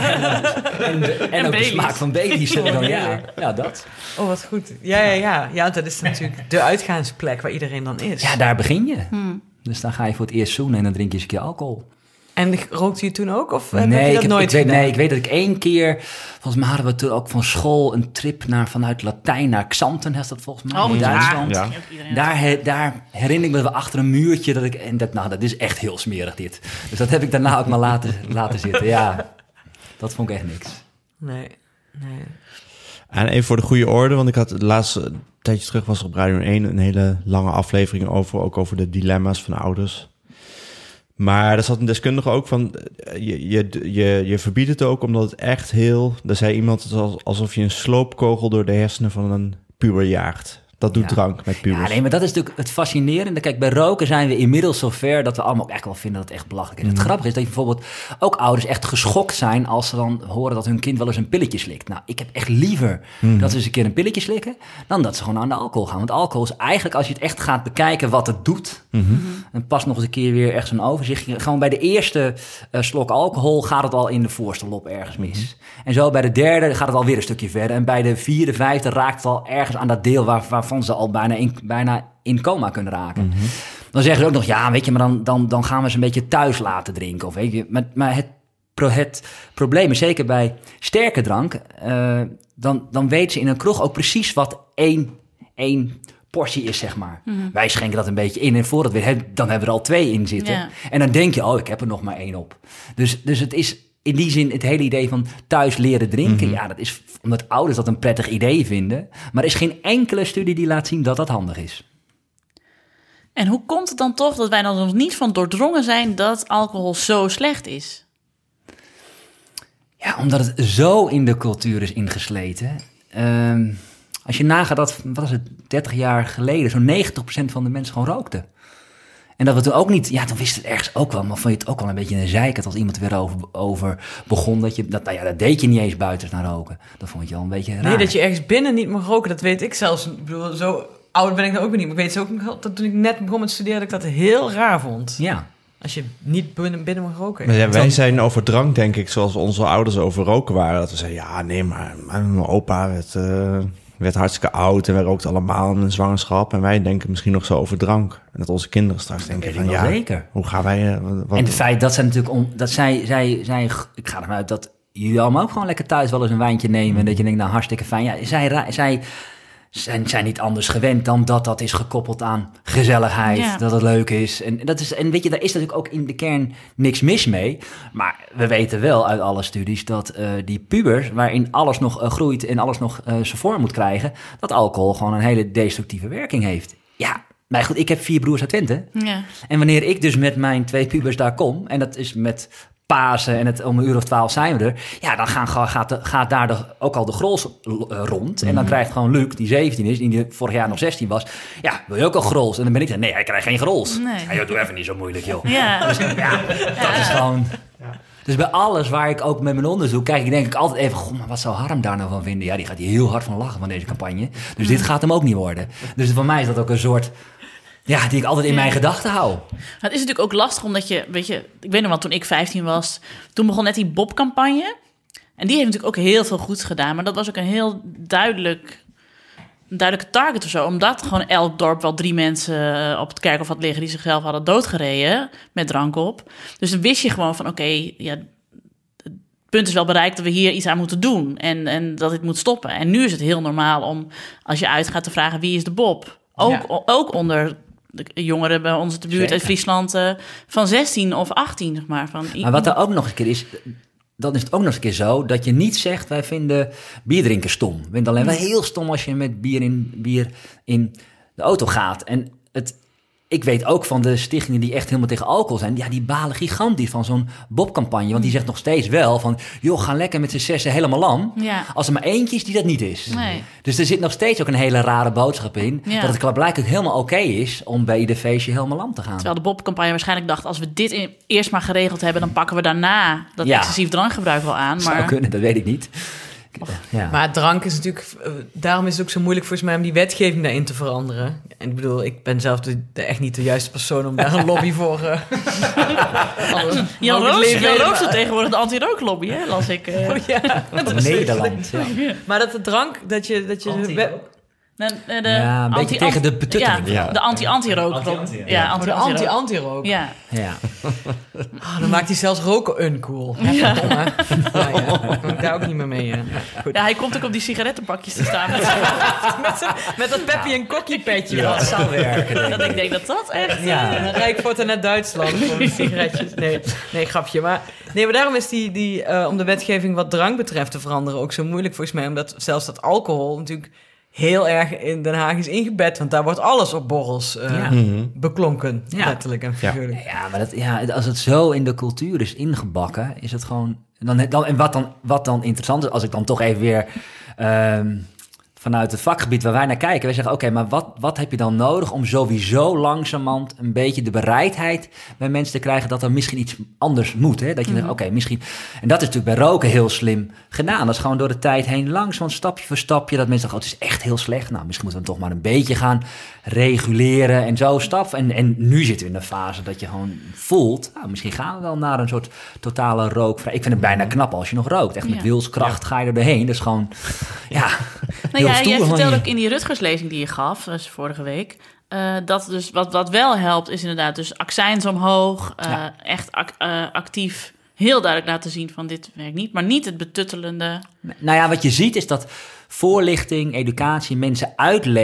En, de, en, en ook Baileys. De smaak van Baileys. Dan, ja, ja, dat. Oh, wat goed. Ja, ja, ja. Ja, dat is natuurlijk de uitgaansplek waar iedereen dan is. Ja, daar begin je. Hmm. Dus dan ga je voor het eerst zoenen en dan drink je eens een keer alcohol. En rookte je toen ook? Of nee, heb je dat ik heb, nooit ik weet, gedaan? Nee, ik weet dat ik één keer... Volgens mij hadden we toen ook van school een trip naar, vanuit Latijn naar Xanten. Is dat volgens mij? Oh, in ja. Duitsland. Ja. Daar, he, daar herinner ik me dat we achter een muurtje... Dat ik, en dat, nou, dat is echt heel smerig dit. Dus dat heb ik daarna ook maar laten, laten zitten. Ja, dat vond ik echt niks. Nee, nee. En even voor de goede orde, want ik had het laatste tijdje terug... was er op Radio één een hele lange aflevering over... ook over de dilemma's van ouders... Maar er zat een deskundige ook van, je, je, je, je verbiedt het ook omdat het echt heel... Daar zei iemand, het is alsof je een sloopkogel door de hersenen van een puber jaagt. Dat doet ja. drank met pubers. Ja, nee, maar dat is natuurlijk het fascinerende. Kijk, bij roken zijn we inmiddels zover dat we allemaal ook echt wel vinden dat het echt belachelijk is. Mm. Het grappige is dat je bijvoorbeeld ook ouders echt geschokt zijn als ze dan horen dat hun kind wel eens een pilletje slikt. Nou, ik heb echt liever mm. dat ze eens een keer een pilletje slikken dan dat ze gewoon aan de alcohol gaan. Want alcohol is eigenlijk, als je het echt gaat bekijken wat het doet, mm-hmm. en pas nog eens een keer weer echt zo'n overzicht. Gewoon bij de eerste uh, slok alcohol gaat het al in de voorste lop ergens mis. Mm-hmm. En zo bij de derde gaat het alweer een stukje verder. En bij de vierde, vijfde raakt het al ergens aan dat deel waar, waarvan ze al bijna in, bijna in coma kunnen raken. Mm-hmm. Dan zeggen ze ook nog, ja, weet je, maar dan, dan, dan gaan we ze een beetje thuis laten drinken. Of weet je, maar, maar het, het probleem is zeker bij sterke drank, uh, dan, dan weten ze in een kroeg ook precies wat één, één portie is, zeg maar. Mm-hmm. Wij schenken dat een beetje in en voordat we hebben, dan hebben we er al twee in zitten. Ja. En dan denk je, oh, ik heb er nog maar één op. Dus, dus het is in die zin het hele idee van thuis leren drinken. Mm-hmm. Ja, dat is omdat ouders dat een prettig idee vinden. Maar er is geen enkele studie die laat zien dat dat handig is. En hoe komt het dan toch dat wij dan nog niet van doordrongen zijn dat alcohol zo slecht is? Ja, omdat het zo in de cultuur is ingesleten. Um, als je nagaat dat, wat was het, dertig jaar geleden, zo'n negentig procent van de mensen gewoon rookten. En dat we toen ook niet, ja, toen wist het ergens ook wel, maar vond je het ook wel een beetje een zeikert als iemand er weer over, over begon. Dat je, dat, nou ja, dat deed je niet eens buiten naar roken. Dat vond je wel een beetje raar. Nee, dat je ergens binnen niet mag roken, dat weet ik zelfs. Ik bedoel, zo oud ben ik dan ook weer niet. Maar ik weet ook nog dat toen ik net begon met studeren, dat ik dat heel raar vond. Ja. Als je niet binnen, binnen mag roken. Maar ja, wij zijn over drank, denk ik, zoals onze ouders over roken waren. Dat we zeiden, ja, nee, maar, maar mijn opa werd, uh, werd hartstikke oud en wij rookten allemaal in een zwangerschap. En wij denken misschien nog zo over drank. En dat onze kinderen straks denken van, ja, zeker. Hoe gaan wij... Uh, wat, en het feit dat zij natuurlijk, om, dat zij, zij, zij, ik ga ervan uit dat jullie allemaal ook gewoon lekker thuis wel eens een wijntje nemen. En dat je denkt, nou, hartstikke fijn. Ja, zij... zij zijn, zijn niet anders gewend dan dat dat is gekoppeld aan gezelligheid, ja. Dat het leuk is. En, dat is. en weet je, daar is natuurlijk ook in de kern niks mis mee. Maar we weten wel uit alle studies dat uh, die pubers, waarin alles nog uh, groeit en alles nog uh, zijn vorm moet krijgen, dat alcohol gewoon een hele destructieve werking heeft. Ja, maar goed, ik heb vier broers uit Twente. Ja. En wanneer ik dus met mijn twee pubers daar kom, en dat is met Pasen en het om een uur of twaalf zijn we er. Ja, dan gaan, gaat, de, gaat daar de, ook al de grols uh, rond. En dan krijgt gewoon Luc, die zeventien is, die vorig jaar nog zestien was. Ja, wil je ook al grols? En dan ben ik er, nee, hij krijgt geen grols. Nee. Ja, joh, doe even niet zo moeilijk, joh. Ja. Dus, ja, dat is gewoon... Ja. Dus bij alles waar ik ook met mijn onderzoek kijk, ik denk ik altijd even, goh, maar wat zou Harm daar nou van vinden? Ja, die gaat hier heel hard van lachen van deze campagne. Dus dit gaat hem ook niet worden. Dus voor mij is dat ook een soort... Ja, die ik altijd in mijn gedachten hou. Het is natuurlijk ook lastig, omdat je, weet je... Ik weet nog wel, toen ik vijftien was, toen begon net die Bob-campagne. En die heeft natuurlijk ook heel veel goeds gedaan. Maar dat was ook een heel duidelijk, een duidelijke target of zo. Omdat gewoon elk dorp wel drie mensen op het kerkhof had liggen die zichzelf hadden doodgereden met drank op. Dus dan wist je gewoon van, oké, okay, ja, het punt is wel bereikt dat we hier iets aan moeten doen. En, en dat dit moet stoppen. En nu is het heel normaal om, als je uitgaat, te vragen wie is de Bob? Ook, ja. ook onder... de jongeren bij ons in de buurt Zeker. Uit Friesland uh, van zestien of achttien, zeg maar. Van maar wat er ook nog eens een keer is, dan is het ook nog eens een keer zo dat je niet zegt, wij vinden bierdrinken stom. We vinden alleen wel heel stom als je met bier in, bier in de auto gaat. En het, ik weet ook van de stichtingen die echt helemaal tegen alcohol zijn, ja, die balen gigantisch van zo'n Bob-campagne. Want die zegt nog steeds wel van, joh, ga lekker met z'n zessen helemaal lam. Ja. Als er maar eentje is die dat niet is. Nee. Dus er zit nog steeds ook een hele rare boodschap in. Ja. Dat het klaarblijkelijk helemaal oké okay is om bij ieder feestje helemaal lam te gaan. Terwijl de Bob-campagne waarschijnlijk dacht, als we dit in, eerst maar geregeld hebben, dan pakken we daarna dat ja. excessief drankgebruik wel aan. Maar... Zou kunnen, dat weet ik niet. Ja. Maar drank is natuurlijk... Daarom is het ook zo moeilijk volgens mij om die wetgeving daarin te veranderen. En ik bedoel, ik ben zelf de, de echt niet de juiste persoon om daar een lobby voor... Uh, alle, Jan Roos, Jan Roos doet tegenwoordig de anti-rooklobby, hè, las ik. Uh. Oh, ja. Nederland, ja. Maar dat de drank, dat je... Dat je De, de, ja, een beetje tegen de betutteling. Ja, ja. De anti-anti-rook. Anti -anti, ja. Ja, anti -anti, oh, de anti-anti-rook. Ja. ja. Oh, dan maakt hij zelfs roken uncool. Ja. Ja, ja. Dan kan ik daar ook niet meer mee. Ja. Goed. Ja, hij komt ook op die sigarettenpakjes te staan. Met, met, met dat Peppy en Kokkie petje. Ja, dat zou werken. Dat ik denk dat dat echt... Ja, dan rijd ik voortaan naar Duitsland voor die sigaretjes. Nee, nee, grapje. Maar, nee, maar daarom is die, die uh, om de wetgeving wat drank betreft te veranderen ook zo moeilijk volgens mij. Omdat zelfs dat alcohol natuurlijk... heel erg in Den Haag is ingebed. Want daar wordt alles op borrels uh, ja. beklonken. Ja. Letterlijk en figuurlijk. Ja, maar dat, ja, als het zo in de cultuur is ingebakken, is het gewoon... Dan, dan, en wat dan, wat dan interessant is, als ik dan toch even weer... Um, vanuit het vakgebied waar wij naar kijken. Wij zeggen, oké, okay, maar wat, wat heb je dan nodig om sowieso langzamerhand een beetje de bereidheid bij mensen te krijgen dat er misschien iets anders moet. Hè? Dat je mm-hmm. denkt, oké, okay, misschien... En dat is natuurlijk bij roken heel slim gedaan. Dat is gewoon door de tijd heen langzaam, stapje voor stapje, dat mensen zeggen, oh, het is echt heel slecht. Nou, misschien moeten we hem toch maar een beetje gaan reguleren en zo stap. En, en nu zitten we in een fase dat je gewoon voelt, nou, misschien gaan we wel naar een soort totale rookvrij. Ik vind het bijna knap als je nog rookt. Echt met ja. wilskracht ja. ga je er doorheen. Dat is gewoon, ja... Nou ja, jij vertelde ook in die Rutgerslezing die je gaf, dus vorige week, uh, dat dus wat, wat wel helpt is inderdaad dus accijns omhoog, uh, ja. echt ac- uh, actief heel duidelijk laten zien van dit werkt niet, maar niet het betuttelende. Nou ja, wat je ziet is dat voorlichting, educatie, mensen uitleggen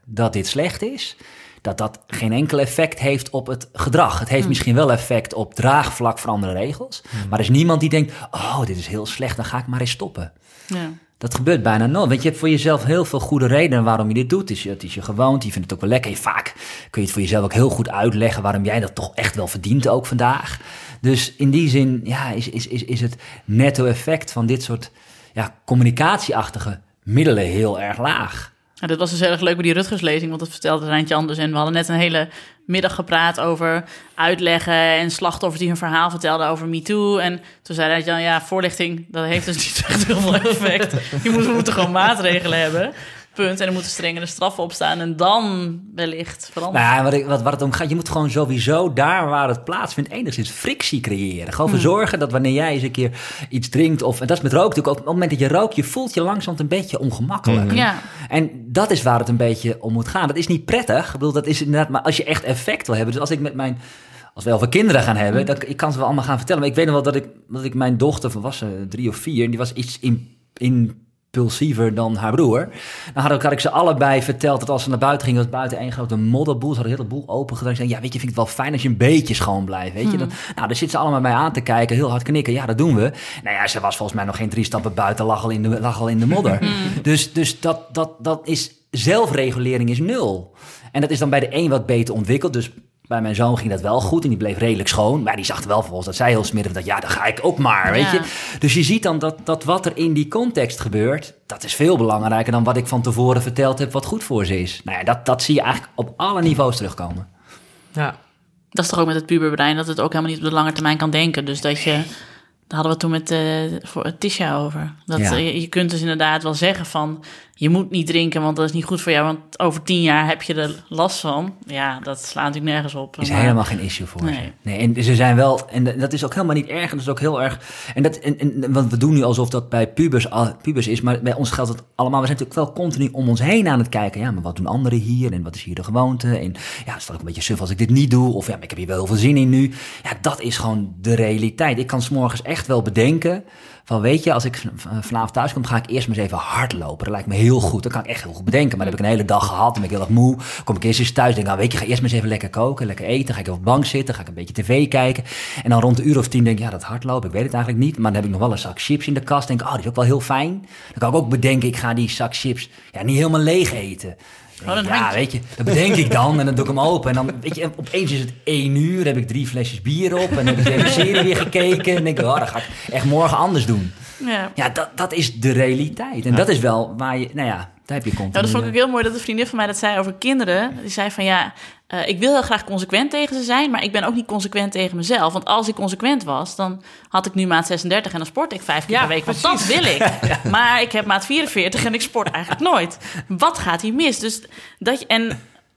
dat dit slecht is, dat dat geen enkel effect heeft op het gedrag. Het heeft mm. misschien wel effect op draagvlak voor andere regels. Mm. Maar er is niemand die denkt, oh, dit is heel slecht, dan ga ik maar eens stoppen. Ja. Dat gebeurt bijna nooit. Want je hebt voor jezelf heel veel goede redenen waarom je dit doet. Het is, het is je gewoonte, je vindt het ook wel lekker. En vaak kun je het voor jezelf ook heel goed uitleggen waarom jij dat toch echt wel verdient ook vandaag. Dus in die zin ja, is, is, is, is het netto-effect van dit soort ja, communicatieachtige middelen heel erg laag. Ja, dit was dus heel erg leuk bij die Rutgerslezing, want dat vertelde Rijntje anders. En we hadden net een hele middag gepraat over uitleggen en slachtoffers die hun verhaal vertelden over MeToo. En toen zei Rijntje, ja, voorlichting, dat heeft dus niet echt heel veel effect. Je moet, we moeten gewoon maatregelen hebben. Punt. En er moeten strengere straffen op staan. En dan wellicht veranderen. Nou ja, wat, ik, wat, wat het om gaat, je moet gewoon sowieso daar waar het plaatsvindt enigszins frictie creëren. Gewoon voor hmm. zorgen dat wanneer jij eens een keer iets drinkt, of en dat is met rook natuurlijk ook, op het moment dat je rookt, je voelt je langzaam een beetje ongemakkelijk. Hmm. Ja. En dat is waar het een beetje om moet gaan. Dat is niet prettig. Ik bedoel, dat is inderdaad, maar als je echt effect wil hebben. Dus als ik met mijn Als we over kinderen gaan hebben, mm. dat, ik kan ze wel allemaal gaan vertellen. Maar ik weet nog wel dat ik, dat ik mijn dochter, van was ze drie of vier, en die was iets in, impulsiever dan haar broer. Dan had ik, had ik ze allebei verteld dat als ze naar buiten gingen, was buiten één grote modderboel. Ze hadden de hele boel open gedaan. Ik zei, ja, weet je, vind ik het wel fijn als je een beetje schoon blijft. Weet je? Mm. Dan, nou, daar zitten ze allemaal bij aan te kijken, heel hard knikken. Ja, dat doen we. Nou ja, ze was volgens mij nog geen drie stappen buiten, lag al in de, lag al in de modder. Mm. Dus, dus dat, dat, dat is, zelfregulering is nul. En dat is dan bij de een wat beter ontwikkeld, dus bij mijn zoon ging dat wel goed en die bleef redelijk schoon. Maar die zag wel volgens dat zij heel smerig dat ja, dan ga ik ook maar, weet ja. je. Dus je ziet dan dat, dat wat er in die context gebeurt, dat is veel belangrijker dan wat ik van tevoren verteld heb wat goed voor ze is. Nou ja, dat, dat zie je eigenlijk op alle niveaus terugkomen. Ja. Dat is toch ook met het puberbrein, dat het ook helemaal niet op de lange termijn kan denken. Dus dat je, daar hadden we toen met uh, voor Tisha over. Dat ja. je, je kunt dus inderdaad wel zeggen van, je moet niet drinken, want dat is niet goed voor jou. Want over tien jaar heb je er last van. Ja, dat slaat natuurlijk nergens op. Is maar helemaal geen issue voor nee. ze. Nee, en ze zijn wel, en dat is ook helemaal niet erg. En dat is ook heel erg. En dat, en, en, want we doen nu alsof dat bij pubers, pubers is, maar bij ons geldt het allemaal. We zijn natuurlijk wel continu om ons heen aan het kijken. Ja, maar wat doen anderen hier? En wat is hier de gewoonte? En ja, het is toch ook een beetje suf als ik dit niet doe. Of ja, maar ik heb hier wel heel veel zin in nu. Ja, dat is gewoon de realiteit. Ik kan 's morgens echt wel bedenken van, weet je, als ik vanavond thuis kom, ga ik eerst maar eens even hardlopen. Dat lijkt me heel goed. Dat kan ik echt heel goed bedenken. Maar dan heb ik een hele dag gehad, dan ben ik heel erg moe. Kom ik eerst eens thuis, denk ik, nou, weet je, ga eerst maar eens even lekker koken, lekker eten. Ga ik even op de bank zitten, ga ik een beetje tv kijken. En dan rond de uur of tien denk ik, ja, dat hardlopen, ik weet het eigenlijk niet. Maar dan heb ik nog wel een zak chips in de kast. Denk ik, oh, die is ook wel heel fijn. Dan kan ik ook bedenken, ik ga die zak chips ja, niet helemaal leeg eten. Oh, ja, hangt. Weet je, dat bedenk ik dan en dan doe ik hem open. En dan, weet je, opeens is het één uur, heb ik drie flesjes bier op en dan heb ik de serie weer gekeken. En denk ik, oh, dat ga ik echt morgen anders doen. Ja, ja dat, dat is de realiteit. En ja. dat is wel waar je, nou ja, daar heb je continu. Ja, dat vond ik ook heel mooi dat een vriendin van mij dat zei over kinderen. Die zei van ja, uh, ik wil heel graag consequent tegen ze zijn, maar ik ben ook niet consequent tegen mezelf. Want als ik consequent was, dan had ik nu maat zesendertig en dan sport ik vijf keer ja, per week. Want precies. Dat wil ik. Ja. Maar ik heb maat vierenveertig en ik sport eigenlijk nooit. Wat gaat hier mis? Dus dat je, en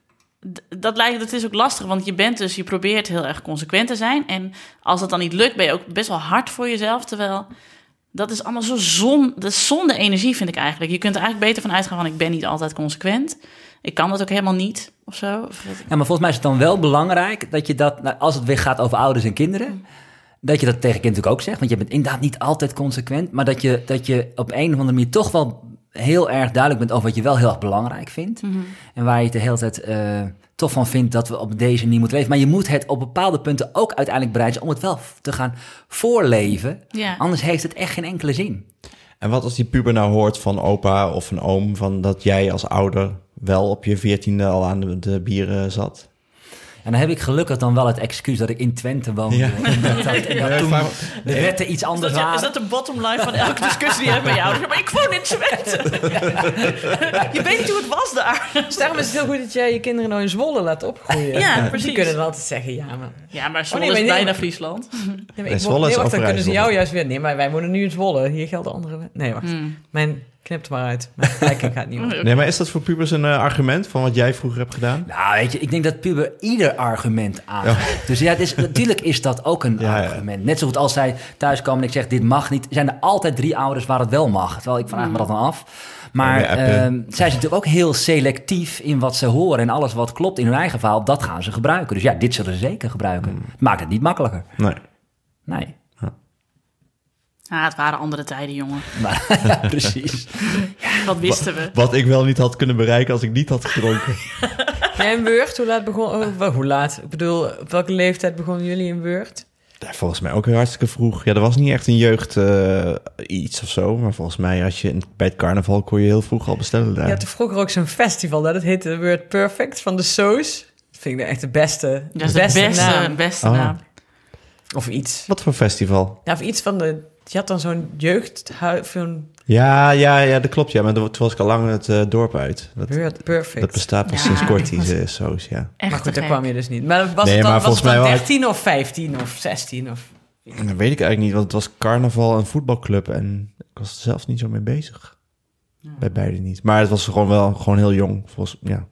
dat lijkt, dat is ook lastig, want je bent dus, je probeert heel erg consequent te zijn. En als dat dan niet lukt, ben je ook best wel hard voor jezelf, terwijl dat is allemaal zo zon, dat is zonde energie, vind ik eigenlijk. Je kunt er eigenlijk beter van uitgaan van, ik ben niet altijd consequent. Ik kan dat ook helemaal niet, of zo. Ja, maar volgens mij is het dan wel belangrijk dat je dat, nou, als het weer gaat over ouders en kinderen, mm. dat je dat tegen kind natuurlijk ook zegt. Want je bent inderdaad niet altijd consequent, maar dat je, dat je op een of andere manier toch wel heel erg duidelijk bent over wat je wel heel erg belangrijk vindt. Mm-hmm. En waar je het de hele tijd uh, toch van vindt dat we op deze manier moeten leven. Maar je moet het op bepaalde punten ook uiteindelijk bereid zijn om het wel te gaan voorleven. Ja. Anders heeft het echt geen enkele zin. En wat als die puber nou hoort van opa of een oom, van dat jij als ouder wel op je veertiende al aan de, de bieren zat? En dan heb ik gelukkig dan wel het excuus dat ik in Twente woonde. Ja. En dat, dat, en dat toen de wetten iets anders is dat, waren. Is dat de bottom line van elke discussie die je hebt met je ouders? Maar ik woon in Twente. Je weet niet hoe het was daar. Dus daarom is het heel goed dat jij je kinderen nou in Zwolle laat opgroeien. Ja, precies. Die kunnen dan altijd zeggen, ja, maar... Ja, maar Zwolle oh, nee, is bijna nee, Friesland. Nee, maar ik Zwolle is nee, wacht, dan kunnen ze jou juist weer... Nee, maar wij wonen nu in Zwolle. Hier gelden andere... Nee, wacht. Hmm. Mijn... Knip het maar uit. Mijn gelijking gaat niet om. Nee, maar is dat voor pubers een uh, argument van wat jij vroeger hebt gedaan? Nou, weet je, ik denk dat puber ieder argument aangeeft. Ja. Dus ja, het is, natuurlijk is dat ook een ja, argument. Ja. Net zoals als zij thuiskomen en ik zeg, dit mag niet. Zijn er altijd drie ouders waar het wel mag. Terwijl ik vraag me dat dan af. Maar uh, zij zijn natuurlijk ook heel selectief in wat ze horen. En alles wat klopt in hun eigen verhaal, dat gaan ze gebruiken. Dus ja, dit zullen ze zeker gebruiken. Hmm. Maakt het niet makkelijker. Nee. Nee. Ah, het waren andere tijden, jongen. Maar, ja, precies. Wat wisten we? Wat ik wel niet had kunnen bereiken als ik niet had gedronken. Jij in Wurt, hoe laat begon... Oh, wel, hoe laat? Ik bedoel, op welke leeftijd begonnen jullie in Wurt? Ja, volgens mij ook heel hartstikke vroeg. Ja, er was niet echt een jeugd uh, iets of zo. Maar volgens mij, als je in, bij het carnaval kon je heel vroeg al bestellen daar. Je had vroeger ook zo'n festival, hè? Dat heette Word Perfect van de Soos. Dat vind ik echt de beste, Dat is de beste, de beste naam. naam. Beste Oh. naam. Of iets. Wat voor festival? Ja, of iets van de... Je had dan zo'n jeugdhuis, zo'n Ja, ja, ja, dat klopt. Ja, maar toen was ik al lang het uh, dorp uit. Dat, Word Perfect. dat bestaat pas Ja, sinds kort, ik was- die uh, soos, ja. Echt Maar goed, te daar gek. kwam je dus niet. Maar was Nee, het dan, maar was het volgens mij dan wel- dertien of vijftien of zestien? Of... Dat weet ik eigenlijk niet, want het was carnaval en voetbalclub. En ik was er zelf niet zo mee bezig. Ja. Bij beide niet. Maar het was gewoon wel gewoon heel jong. Volgens, ja.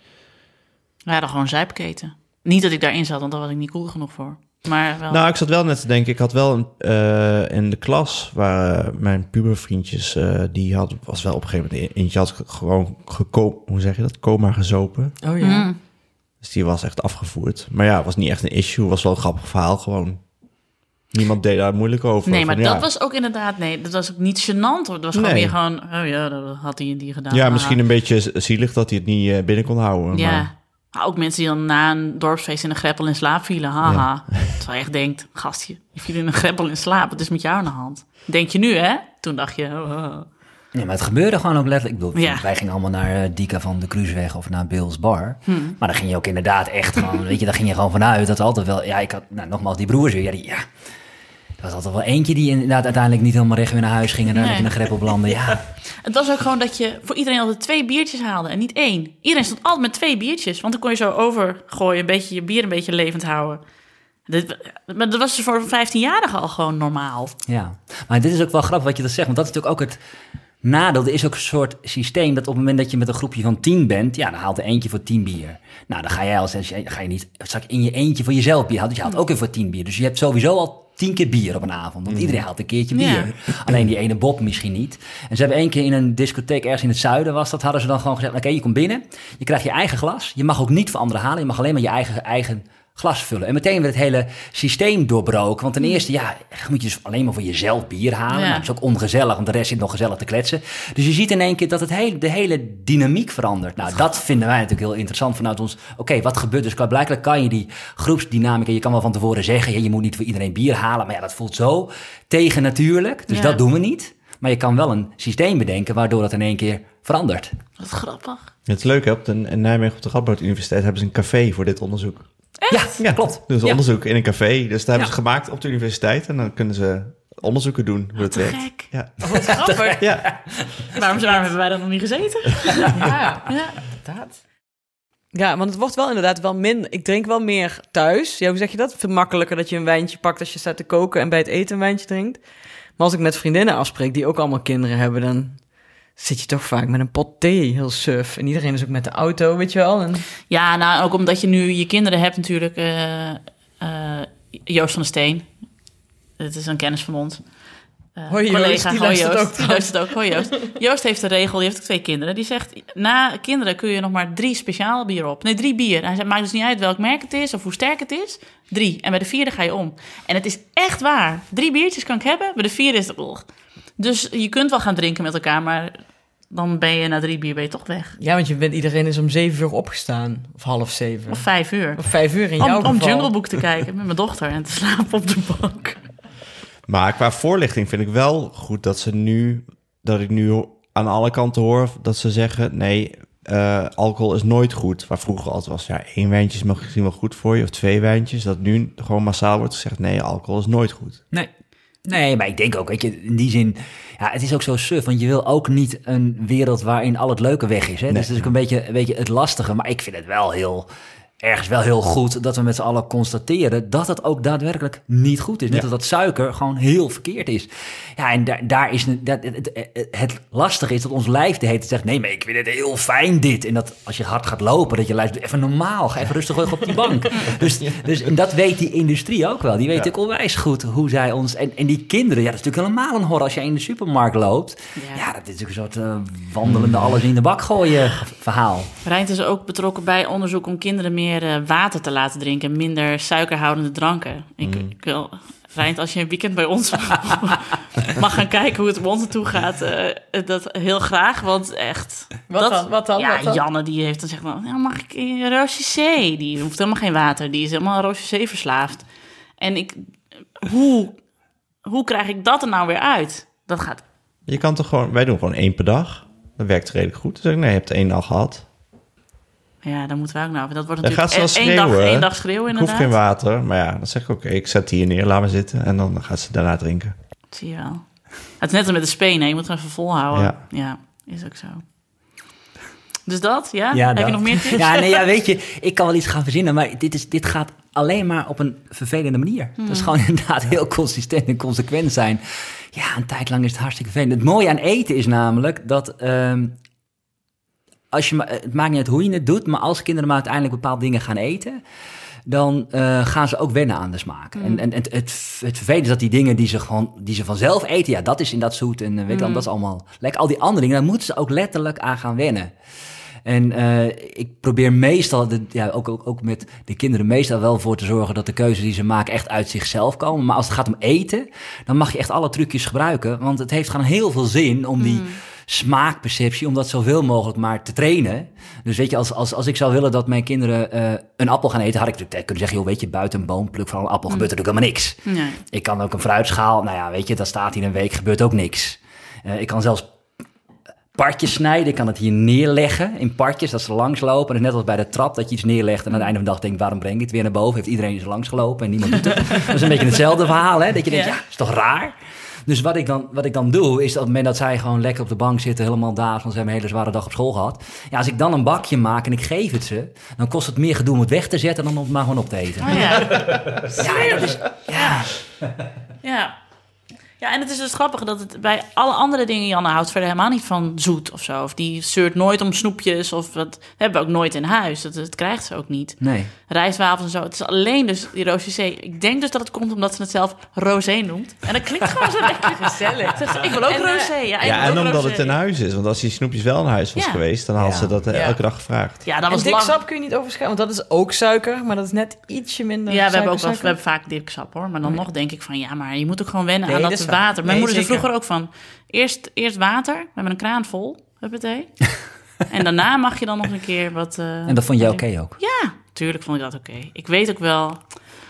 We hadden gewoon een zuipketen. Niet dat ik daarin zat, want daar was ik niet cool genoeg voor. Maar wel... Nou, ik zat wel net te denken. Ik had wel een, uh, in de klas waar uh, mijn pubervriendjes, uh, die had, was wel op een gegeven moment eentje had gewoon geko- hoe zeg je dat? Coma gezopen. Oh ja. Mm. Dus die was echt afgevoerd. Maar ja, het was niet echt een issue. Was wel een grappig verhaal gewoon. Niemand deed daar moeilijk over. Nee, maar Van, dat ja, was ook inderdaad... Nee, dat was ook niet gênant. Dat was gewoon Nee. weer gewoon... Oh ja, dat had hij en die gedaan. Ja, Ah. misschien een beetje zielig dat hij het niet uh, binnen kon houden. Ja. Maar, Maar ook mensen die dan na een dorpsfeest in een greppel in slaap vielen. Haha. Terwijl je echt denkt... Gastje, je viel in een greppel in slaap. Wat is met jou aan de hand? Denk je nu, hè? Toen dacht je... Oh, oh. Ja, maar het gebeurde gewoon ook letterlijk. Ik bedoel, Ja. wij gingen allemaal naar uh, Dika van de Cruiseweg of naar Bill's Bar. Hmm. Maar dan ging je ook inderdaad echt gewoon, weet je, daar ging je gewoon vanuit. Dat altijd wel, ja, ik had, nou, nogmaals, die broers weer, ja, die, ja. Er was altijd wel eentje die inderdaad uiteindelijk niet helemaal recht weer naar huis ging en daar Nee. in een greppel belandde, ja. Het was ook gewoon dat je voor iedereen altijd twee biertjes haalde en niet één. Iedereen stond altijd met twee biertjes. Want dan kon je zo overgooien, een beetje je bier een beetje levend houden. Dit, maar dat was dus voor een vijftienjarige al gewoon normaal. Ja, maar dit is ook wel grappig wat je dat zegt, want dat is natuurlijk ook het nadeel. Er is ook een soort systeem dat op het moment dat je met een groepje van tien bent, ja, dan haalt er eentje voor tien bier. Nou, dan ga jij als dan ga je niet straks in je eentje voor jezelf bier halen, dus je haalt ook weer voor tien bier. Dus je hebt sowieso al tien keer bier op een avond, want iedereen haalt een keertje bier. Ja. Alleen die ene Bob misschien niet. En ze hebben één keer in een discotheek ergens in het zuiden was dat, hadden ze dan gewoon gezegd, oké, je komt binnen, je krijgt je eigen glas, je mag ook niet voor anderen halen, je mag alleen maar je eigen, eigen glas vullen. En meteen werd het hele systeem doorbroken. Want ten eerste, ja, moet je dus alleen maar voor jezelf bier halen. Ja. Nou, dat is ook ongezellig, want de rest zit nog gezellig te kletsen. Dus je ziet in één keer dat het hele, de hele dynamiek verandert. Nou, dat vinden wij natuurlijk heel interessant vanuit ons. Oké, okay, wat gebeurt dus? Blijkbaar kan je die groepsdynamica, je kan wel van tevoren zeggen, ja, je moet niet voor iedereen bier halen. Maar ja, dat voelt zo tegennatuurlijk. Dus Ja. dat doen we niet. Maar je kan wel een systeem bedenken waardoor dat in één keer verandert. Wat grappig. het is leuk, hè? Op de, in Nijmegen op de Radboud Universiteit hebben ze een café voor dit onderzoek. Ja, ja, klopt. Dus Ja. onderzoek in een café. Dus daar hebben Ja. ze gemaakt op de universiteit. En dan kunnen ze onderzoeken doen hoe het Te werkt. gek. Ja. Wat grappig. Ja. Waarom, waarom hebben wij dat nog niet gezeten? Ja, Ja. inderdaad. Ja, want het wordt wel inderdaad wel minder. Ik drink wel meer thuis. Ja, hoe zeg je dat? Veel makkelijker dat je een wijntje pakt als je staat te koken en bij het eten een wijntje drinkt. Maar als ik met vriendinnen afspreek die ook allemaal kinderen hebben, dan zit je toch vaak met een pot thee, heel suf. En iedereen is ook met de auto, weet je wel. En... Ja, nou, ook omdat je nu je kinderen hebt natuurlijk. eh, eh, Joost van der Steen. Het is een kennis van ons. Uh, Hoi, Joost, die hoi luistert Joost. ook Die luistert ook. Hoi Joost. Joost heeft een regel, die heeft ook twee kinderen. Die zegt, na kinderen kun je nog maar drie speciaal bier op. Nee, drie bier. Hij zegt, maakt dus niet uit welk merk het is of hoe sterk het is. Drie. En bij de vierde ga je om. En het is echt waar. Drie biertjes kan ik hebben. Bij de vierde is het... Oh. Dus je kunt wel gaan drinken met elkaar, maar dan ben je na drie bier ben je toch weg. Ja, want je bent, iedereen is om zeven uur opgestaan. Of half zeven. Of vijf uur. Of vijf uur in Om, jouw om geval. Jungle Book te kijken met mijn dochter en te slapen op de bank. Maar qua voorlichting vind ik wel goed dat ze nu, dat ik nu aan alle kanten hoor dat ze zeggen, nee, uh, alcohol is nooit goed. Waar vroeger altijd was, ja, één wijntje is misschien wel goed voor je, of twee wijntjes. Dat nu gewoon massaal wordt gezegd, nee, alcohol is nooit goed. Nee. Nee, maar ik denk ook, weet je, in die zin, ja, het is ook zo suf, want je wil ook niet een wereld waarin al het leuke weg is. Hè? Nee. Dus dat is ook een beetje, een beetje het lastige, maar ik vind het wel heel, ergens wel heel goed dat we met z'n allen constateren dat het ook daadwerkelijk niet goed is. Net Ja. als dat suiker gewoon heel verkeerd is. Ja, en daar, daar is dat, het, het, het lastige is dat ons lijf de hele tijd zegt, nee, maar ik vind het heel fijn dit. En dat als je hard gaat lopen, dat je lijf doet, even normaal, ga even rustig op die bank. Dus, dus en dat weet die industrie ook wel. Die weet Ja. ook onwijs goed hoe zij ons, en, en die kinderen, ja, dat is natuurlijk helemaal een horror als je in de supermarkt loopt. Ja. Ja, dat is natuurlijk een soort uh, wandelende alles in de bak gooien verhaal. Rijnt is ook betrokken bij onderzoek om kinderen meer uh, water te laten drinken, minder suikerhoudende dranken. Ik, Mm. ik wil, Rijnd, als je een weekend bij ons mag gaan kijken hoe het bij ons naartoe gaat, uh, dat heel graag, want echt... Wat dat, dan? Wat dan? Ja, Wat dan? Janne die heeft dan zegt dan, ja, mag ik een Rocher? Die hoeft helemaal geen water, die is helemaal Rocher verslaafd. En ik, hoe, hoe krijg ik dat er nou weer uit? Dat gaat... Je kan toch gewoon... Wij doen gewoon één per dag. Dat werkt redelijk goed. Dus ik, nee, je hebt één al gehad. Ja, daar moeten we ook nou over. Dat wordt Dan gaat natuurlijk ze wel één dag, schreeuwen. één dag schreeuwen, Ik hoef inderdaad. geen water. Maar ja, dan zeg ik, oké, ik zet die hier neer, laat me zitten. En dan gaat ze daarna drinken. Zie je wel. Het is net als met de spenen, je moet er even volhouden. Ja. Ja, is ook zo. Dus dat, ja? Ja, Heb dat. je nog meer tips? Ja, nee, ja, weet je, ik kan wel iets gaan verzinnen, maar dit, is, dit gaat alleen maar op een vervelende manier. Hmm. Dat is gewoon inderdaad heel consistent en consequent zijn. Ja, een tijd lang is het hartstikke vervelend. Het mooie aan eten is namelijk dat... Um, als je, ma- het maakt niet uit hoe je het doet, maar als kinderen maar uiteindelijk bepaalde dingen gaan eten, dan uh, gaan ze ook wennen aan de smaak. Mm. En, en het, het, het vervelende is dat die dingen die ze, gewoon, die ze vanzelf eten, ja, dat is in dat zoet en uh, weet je wel, Mm. dat is allemaal lekker. Al die andere dingen, daar moeten ze ook letterlijk aan gaan wennen. En uh, ik probeer meestal, de, ja, ook, ook, ook met de kinderen, meestal wel voor te zorgen dat de keuzes die ze maken echt uit zichzelf komen. Maar als het gaat om eten, dan mag je echt alle trucjes gebruiken. Want het heeft gewoon heel veel zin om die... Mm. smaakperceptie, om dat zoveel mogelijk maar te trainen. Dus weet je, als, als, als ik zou willen dat mijn kinderen uh, een appel gaan eten, had ik natuurlijk kunnen zeggen, joh, weet je, buiten een boom, pluk van een appel, mm. gebeurt er natuurlijk helemaal niks. Nee. Ik kan ook een fruitschaal, nou ja, weet je, dat staat hier een week, gebeurt ook niks. Uh, ik kan zelfs partjes snijden, ik kan het hier neerleggen in partjes, dat ze langslopen. En het is net als bij de trap, dat je iets neerlegt en aan het einde van de dag denkt, waarom breng ik het weer naar boven? Heeft iedereen eens langsgelopen en niemand doet het. Dat is een beetje hetzelfde verhaal, hè? Dat je denkt, ja, ja is toch raar? Dus wat ik, dan, wat ik dan doe, is dat op het moment dat zij gewoon lekker op de bank zitten, helemaal dagen, want ze hebben een hele zware dag op school gehad. Ja, als ik dan een bakje maak en ik geef het ze, dan kost het meer gedoe om het weg te zetten dan om het maar gewoon op te eten. Oh, ja. Ja, dat is... Ja. Ja. Ja, en het is dus grappig dat het bij alle andere dingen... Janne houdt verder helemaal niet van zoet of zo. Of die zeurt nooit om snoepjes. Of dat hebben we ook nooit in huis. Dat, dat krijgt ze ook niet. Nee. Rijstwafels en zo. Het is alleen dus die Rocher. Ik denk dus dat het komt omdat ze het zelf rosé noemt. En dat klinkt gewoon zo lekker gezellig. Zegt ze, ik wil ook En, uh, rosé. Ja, ik Ja, wil en ook omdat rosé. het in huis is. Want als die snoepjes wel in huis was Ja. geweest, dan had Ja. ze dat uh, Ja. elke dag gevraagd. Ja, dat En was dik lang... sap kun je niet overschrijven, want dat is ook suiker, maar dat is net ietsje minder Ja, we hebben ook suiker, wel, we hebben vaak dik sap hoor. Maar dan nog denk ik van ja, maar je moet ook gewoon wennen Nee, aan dat dat is waar. water. Mijn Nee, moeder zei zeker. vroeger ook van eerst, eerst water. We hebben een kraan vol. Huppatee. En daarna mag je dan nog een keer wat... Uh, En dat vond jij oké okay ook? Ja, tuurlijk vond ik dat oké. Okay. Ik weet ook wel...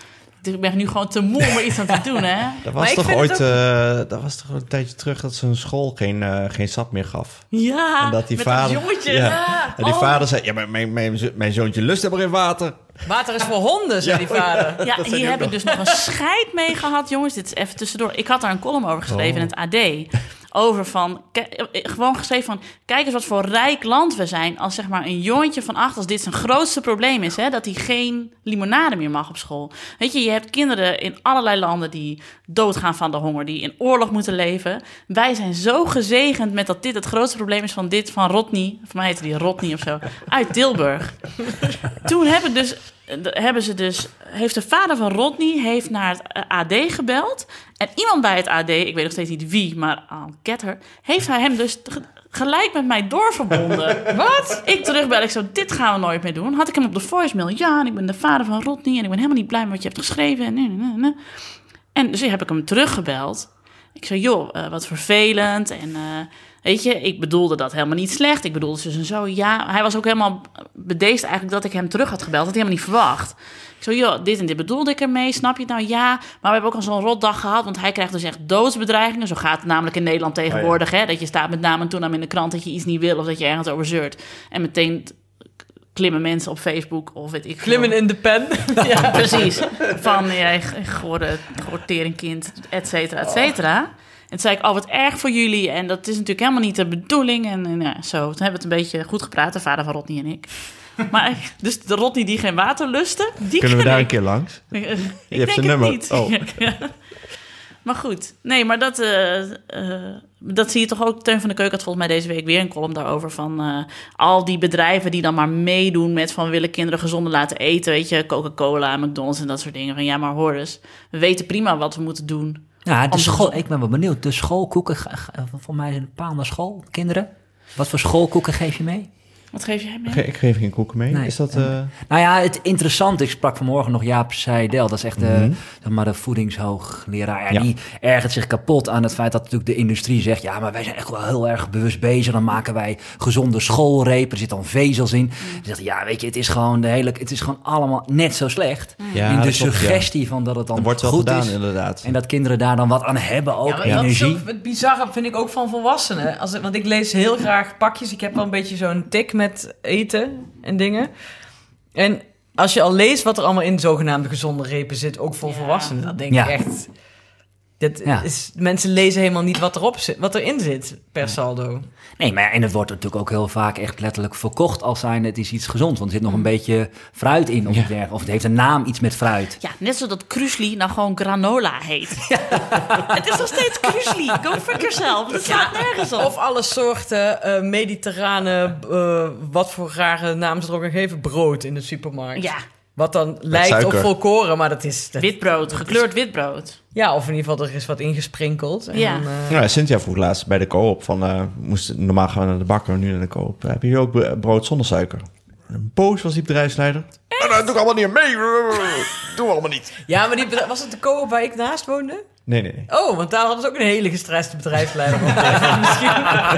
Ik ben nu gewoon te moe om er iets aan te doen, hè? Dat Maar was ik toch vind ooit het ook- uh, dat was toch een tijdje terug dat zijn school geen, uh, geen sap meer gaf. Ja, En dat die met vader, dat jongetje. Ja. Ja. En die Oh. vader zei, ja, maar mijn, mijn, mijn zoontje lust helemaal geen water. Water is voor honden, zei die vader. Ja, Dat zei hier hij heb ook ik dus nog een scheid mee gehad, jongens. Dit is even tussendoor. Ik had daar een column over geschreven Oh. in het A D. Over van, ke- gewoon geschreven van... Kijk eens wat voor rijk land we zijn... als zeg maar een jongetje van acht... als dit zijn grootste probleem is... Hè, dat hij geen limonade meer mag op school. Weet je, je hebt kinderen in allerlei landen... die doodgaan van de honger... die in oorlog moeten leven. Wij zijn zo gezegend met dat dit het grootste probleem is... van dit van Rodney... voor mij heette die Rodney of zo... uit Tilburg. Toen heb ik dus... hebben ze dus, heeft de vader van Rodney heeft naar het A D gebeld. En iemand bij het A D, ik weet nog steeds niet wie, maar I'll get her, heeft hij hem dus ge- gelijk met mij doorverbonden. Wat? Ik terugbel, ik zo, dit gaan we nooit meer doen. Had ik hem op de voicemail, ja, en ik ben de vader van Rodney... en ik ben helemaal niet blij met wat je hebt geschreven. En, nee, nee, nee. En dus heb ik hem teruggebeld. Ik zei, joh, uh, wat vervelend en... Uh, Weet je, ik bedoelde dat helemaal niet slecht. Ik bedoelde dus en zo, ja. Hij was ook helemaal bedeesd eigenlijk dat ik hem terug had gebeld. Dat had hij helemaal niet verwacht. Ik zo, joh, dit en dit bedoelde ik ermee. Snap je het nou? Ja. Maar we hebben ook al zo'n rotdag gehad. Want hij krijgt dus echt doodsbedreigingen. Zo gaat het namelijk in Nederland tegenwoordig. Oh ja. Hè? Dat je staat met naam en toenaam in de krant dat je iets niet wil. Of dat je ergens over zeurt. En meteen klimmen mensen op Facebook of weet ik Klimmen veel. in de pen. Ja, precies. Van, ja, gehoorde teringkind, et cetera, et cetera. En toen zei ik, oh, wat erg voor jullie. En dat is natuurlijk helemaal niet de bedoeling. En, en ja, zo. Toen hebben we het een beetje goed gepraat, de vader van Rodney en ik. Maar dus de Rodney die geen water lustte, die Kunnen we daar ik. een keer langs? Ik, ik hebt denk zijn het nummer. niet. Oh. Ja. Maar goed. Nee, maar dat, uh, uh, dat zie je toch ook. Teun van de Keuken had volgens mij deze week weer een column daarover. Van uh, al die bedrijven die dan maar meedoen met van willen kinderen gezonder laten eten. Weet je, Coca-Cola, McDonald's en dat soort dingen. Van ja, maar hoor eens. We weten prima wat we moeten doen. Ja, de Om school, te- ik ben wel benieuwd. De schoolkoeken, ga- ga- voor mij zijn een paal naar school, kinderen. Wat voor schoolkoeken geef je mee? Wat geef jij mee? Ge- ik geef geen koeken mee. Nee. Is dat... Uh... Nou ja, het interessante, ik sprak vanmorgen nog Jaap Seidel, dat is echt de, Mm-hmm. zeg maar de voedingshoogleraar. Ja, Ja. Die ergert zich kapot aan het feit dat natuurlijk de industrie zegt, ja, maar wij zijn echt wel heel erg bewust bezig. Dan maken wij gezonde schoolrepen, er zitten dan vezels in. Ze zegt, ja, weet je, het is gewoon de hele, het is gewoon allemaal net zo slecht. Ja, in de dat klopt, ja. suggestie van dat het dan Dat wordt wel goed gedaan, is. inderdaad. En dat kinderen daar dan wat aan hebben, ook Ja, maar dat is energie. ook het bizarre, vind ik ook van volwassenen. Als, want ik lees heel graag pakjes. Ik heb wel een beetje zo'n tik met eten en dingen. En als je al leest wat er allemaal in zogenaamde gezonde repen zit, ook voor Ja. volwassenen, dan denk Ja. ik echt... Dat Ja. is, mensen lezen helemaal niet wat, erop zit, wat erin zit per saldo. Nee, maar ja, en het wordt natuurlijk ook heel vaak echt letterlijk verkocht als zijn het is iets gezonds. Want er zit nog een beetje fruit in of Ja. iets dergelijks. Of het heeft een naam, iets met fruit. Ja, net zoals dat Krusli nou gewoon granola heet. Het is nog steeds Krusli. Go fuck yourself. Dat slaat nergens op. Of alle soorten eh, mediterrane, eh, wat voor rare naam ze er ook aan geven, brood in de supermarkt. Ja, Wat dan lijkt op suiker. volkoren, maar dat is... Dat, witbrood, gekleurd witbrood. ja, of in ieder geval er is wat ingesprinkeld. En Ja. dan, eh, Ja, Cynthia vroeg laatst bij de Coop van... Uh, moest, normaal gaan we naar de bakker, nu naar de Coop. Heb je hier ook b- brood zonder suiker? Een poos was die bedrijfsleider. Oh, dat doe ik allemaal niet mee. Doen we allemaal niet. Ja, maar die, bedrijf- was het de Coop waar ik naast woonde? Nee, nee, nee. Oh, want daar hadden ze ook een hele gestreste bedrijfsleider op tegen. Misschien.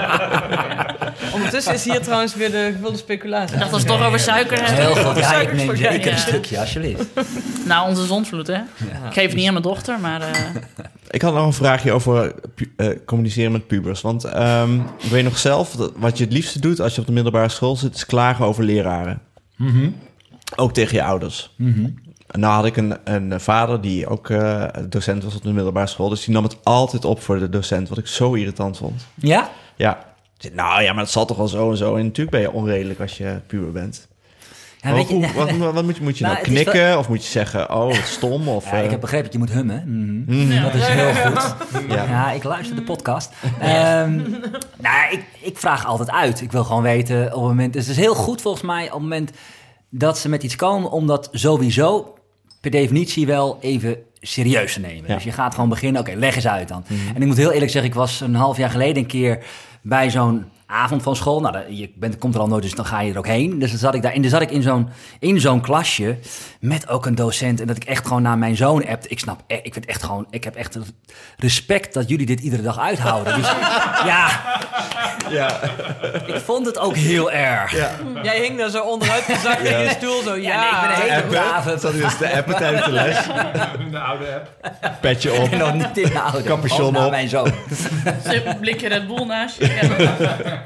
Ondertussen is hier trouwens weer de gevulde speculatie. Ik dacht dat we het toch over suiker hebben. Heel goed. Ja, ik Suikers neem voor zeker jij. een Ja. stukje, alsjeblieft. Nou, onze zondvloed, hè? Ik geef het niet aan mijn dochter, maar... eh, Ik had nog een vraagje over pu- eh, communiceren met pubers. Want um, ik weet nog zelf, dat wat je het liefste doet als je op de middelbare school zit, is klagen over leraren. Ook tegen je ouders. En nou had ik een, een vader die ook uh, docent was op de middelbare school. Dus die nam het altijd op voor de docent, wat ik zo irritant vond. Ja? Ja. Ik zei, nou ja, maar dat zal toch wel zo en zo. En natuurlijk ben je onredelijk als je puber bent. Ja, Maar weet je, hoe- wat, wat, wat moet je, moet je Nou, nou, het is knikken? Of moet je zeggen, oh, wat stom? Of, ja, ik eh, heb begrepen dat je moet hummen. Mhm. mhm. Dat is heel goed. Ja. Ja, ik luister de podcast. Ehm, nou, ik, ik vraag altijd uit. Ik wil gewoon weten op het moment... Dus het is heel goed volgens mij op het moment dat ze met iets komen... om dat sowieso per definitie wel even serieus te nemen. Ja. Dus je gaat gewoon beginnen, oké, leg eens uit dan. En ik moet heel eerlijk zeggen, ik was een half jaar geleden een keer bij zo'n avond van school. Nou, dat- je bent, komt er al nooit, dus dan ga je er ook heen. Dus dan zat ik daar, en dan zat ik in zo'n, in zo'n klasje met ook een docent. En dat ik echt gewoon naar mijn zoon appte. Ik snap, eh, ik vind echt gewoon, ik heb echt respect dat jullie dit iedere dag uithouden. Dus ja, Ja. ik vond het ook heel erg. Ja, Jij hing daar zo onderuit gezakt in je stoel. Zo, ja, nee, ik ben een hele Appen. brave. Zat hij dus de appen tijdens de les. De oude app. Petje op. En nog niet in de auto. Capuchon Ook naar op. mijn zoon. een blikje Red Bull naast je. Ja.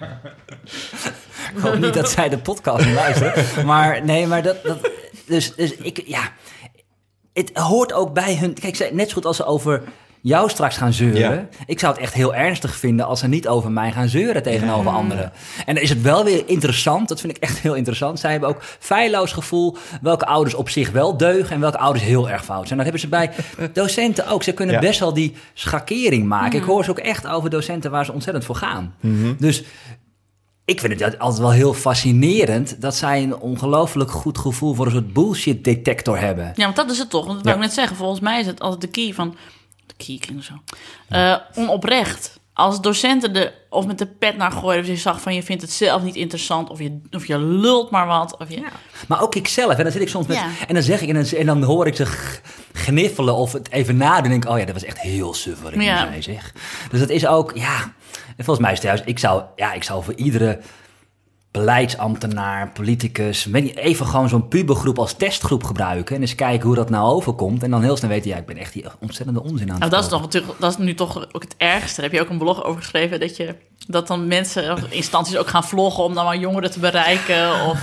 Ik hoop niet dat zij de podcast niet luisteren. Maar nee, maar dat... dat dus, dus ik, ja... Het hoort ook bij hun... Kijk, ze- net zo goed als ze over jou straks gaan zeuren. Ja. Ik zou het echt heel ernstig vinden als ze niet over mij gaan zeuren tegenover anderen. En dan is het wel weer interessant. Dat vind ik echt heel interessant. Zij hebben ook feilloos gevoel welke ouders op zich wel deugen en welke ouders heel erg fout zijn. Dat hebben ze bij docenten ook. Ze kunnen Ja. best wel die schakering maken. Ik hoor ze ook echt over docenten waar ze ontzettend voor gaan. Dus... Ik vind het altijd wel heel fascinerend dat zij een ongelooflijk goed gevoel voor een soort bullshit detector hebben. Ja, want dat is het toch. Dat wou ik net zeggen. Volgens mij is het altijd de key van... De key klinkt zo. Eh, onoprecht. Als docenten er of met de pet naar gooien... of je zag van je vindt het zelf niet interessant... of je, of je lult maar wat. Of je, Maar ook ikzelf. En dan zit ik soms met... Ja. En dan zeg ik... En dan, en dan hoor ik ze g- gniffelen of het even nadenken. En denk ik, oh ja, dat was echt heel suf wat ik nu Ja. zei, zeg. Dus dat is ook... Ja, en volgens mij is het juist... Ik zou, ja, ik zou voor iedere beleidsambtenaar, politicus... weet niet, even gewoon zo'n pubergroep als testgroep gebruiken... en eens kijken hoe dat nou overkomt. En dan heel snel weten... Ja, ik ben echt die ontzettende onzin aan het Nou, dat is, verkopen. toch, natuurlijk- dat is nu toch ook het ergste. Daar heb je ook een blog over geschreven... dat, je, dat dan mensen of instanties ook gaan vloggen... om dan maar jongeren te bereiken. Of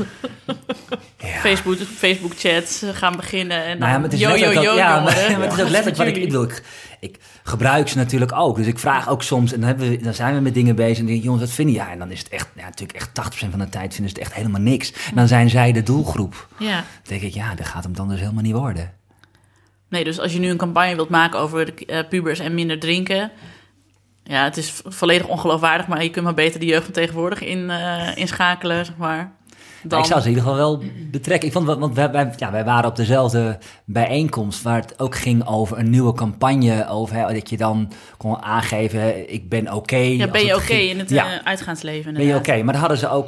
Ja. Facebook, Facebook chats gaan beginnen. En dan Nou ja, maar het is yo, yo, letterlijk yo, ook, ja, jongeren. maar, maar het is ook letterlijk wat ik, ik Jullie. bedoel, ik, ik gebruik ze natuurlijk ook. Dus ik vraag ook soms, en dan, hebben we, dan zijn we met dingen bezig en denk ik, jongens, wat vinden je? Ja, en dan is het echt, ja, natuurlijk echt tachtig procent van de tijd vinden ze het echt helemaal niks. En dan zijn zij de doelgroep. Ja. Dan denk ik, ja, dat gaat hem dan dus helemaal niet worden. Nee, dus als je nu een campagne wilt maken over de eh, pubers en minder drinken... Ja, het is vo- volledig ongeloofwaardig... maar je kunt maar beter de jeugd van tegenwoordig in, eh, inschakelen, zeg maar. Dan... Ik zou ze in ieder geval wel betrekken. Ik vond, want wij, wij, ja, wij waren op dezelfde bijeenkomst waar het ook ging over een nieuwe campagne. Over hè, dat je dan kon aangeven, hè, ik ben oké. Ja, als ben je het oké ging- in het Ja. eh, uitgaansleven? Ben je oké? inderdaad. Maar daar hadden ze ook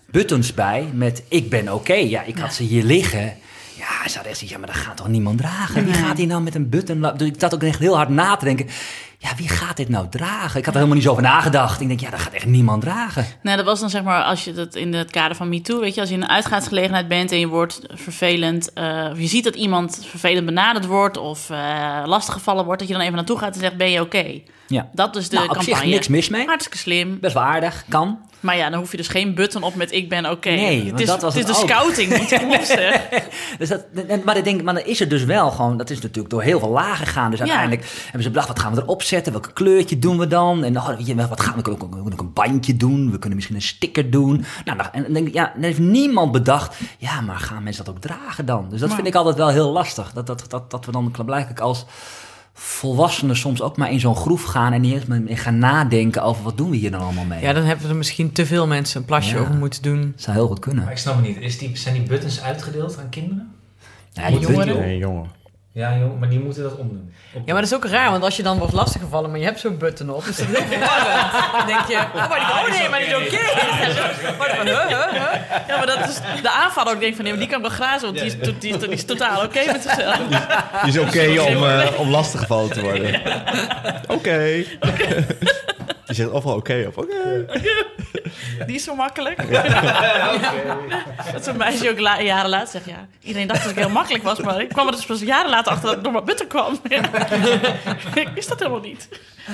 buttons bij met ik ben oké. Okay. Ja, ik had ze hier liggen. Ja, ze hadden echt zoiets, ja, maar dat gaat toch niemand dragen? Wie gaat hier nou met een button? Dus ik zat ook echt heel hard na te denken. Ja, wie gaat dit nou dragen? Ik had er helemaal niet zo over nagedacht. Ik denk, ja, dat gaat echt niemand dragen. Nee, dat was dan zeg maar, als je dat in het kader van MeToo, weet je, als je in een uitgaansgelegenheid bent en je wordt vervelend, uh, of je ziet dat iemand vervelend benaderd wordt of uh, lastiggevallen wordt, dat je dan even naartoe gaat en zegt, ben je oké? Okay? Ja. Dat is de nou, op campagne. Zich niks mis mee. Hartstikke slim. Best wel aardig, kan. Maar ja, dan hoef je dus geen button op met ik ben oké. Okay. Nee, want het is, dat was het het is de ook. scouting niet te dus dat, maar, ik denk, maar dan is er dus wel gewoon, dat is natuurlijk door heel veel lagen gegaan. Dus uiteindelijk ja. hebben ze bedacht, wat gaan we erop zetten? Welke kleurtje doen we dan? En oh, weet je, wat gaan we, we kunnen ook een bandje doen. We kunnen misschien een sticker doen. Nou, en dan denk ik, ja, dan heeft niemand bedacht, ja, maar gaan mensen dat ook dragen dan? Dus dat maar. vind ik altijd wel heel lastig. Dat, dat, dat, dat we dan blijkbaar als volwassenen soms ook maar in zo'n groef gaan en niet eens meer gaan nadenken over wat doen we hier dan allemaal mee. Ja, dan hebben er misschien te veel mensen een plasje ja. over moeten doen. Dat zou heel goed kunnen. Maar ik snap het niet. Is die, zijn die buttons uitgedeeld aan kinderen? Ja, die jongeren. Nee, jongen. Ja, jong, maar die moeten dat omdoen. Op... Ja, maar dat is ook raar, want als je dan wordt lastiggevallen, maar je hebt zo'n button op, is dat heel verwarrend. Dan denk je, oh, maar die, oh nee, maar die is oké. Okay. Ja, maar dat is de aanvaller ook denkt van, nee, maar die kan wel grazen, want die is, die is, die is totaal oké okay met zichzelf. Die is oké okay om, uh, om lastiggevallen te worden. Ja. Oké. Okay. Okay. Die zegt overal oké okay op. Oké. Okay. Die is zo makkelijk. Ja. Ja. Okay. Dat zo'n meisje ook la- jaren later zegt, ja, iedereen dacht dat ik heel makkelijk was, maar ik kwam er dus pas jaren later achter dat ik door mijn butter kwam. Ja. Ik wist dat helemaal niet.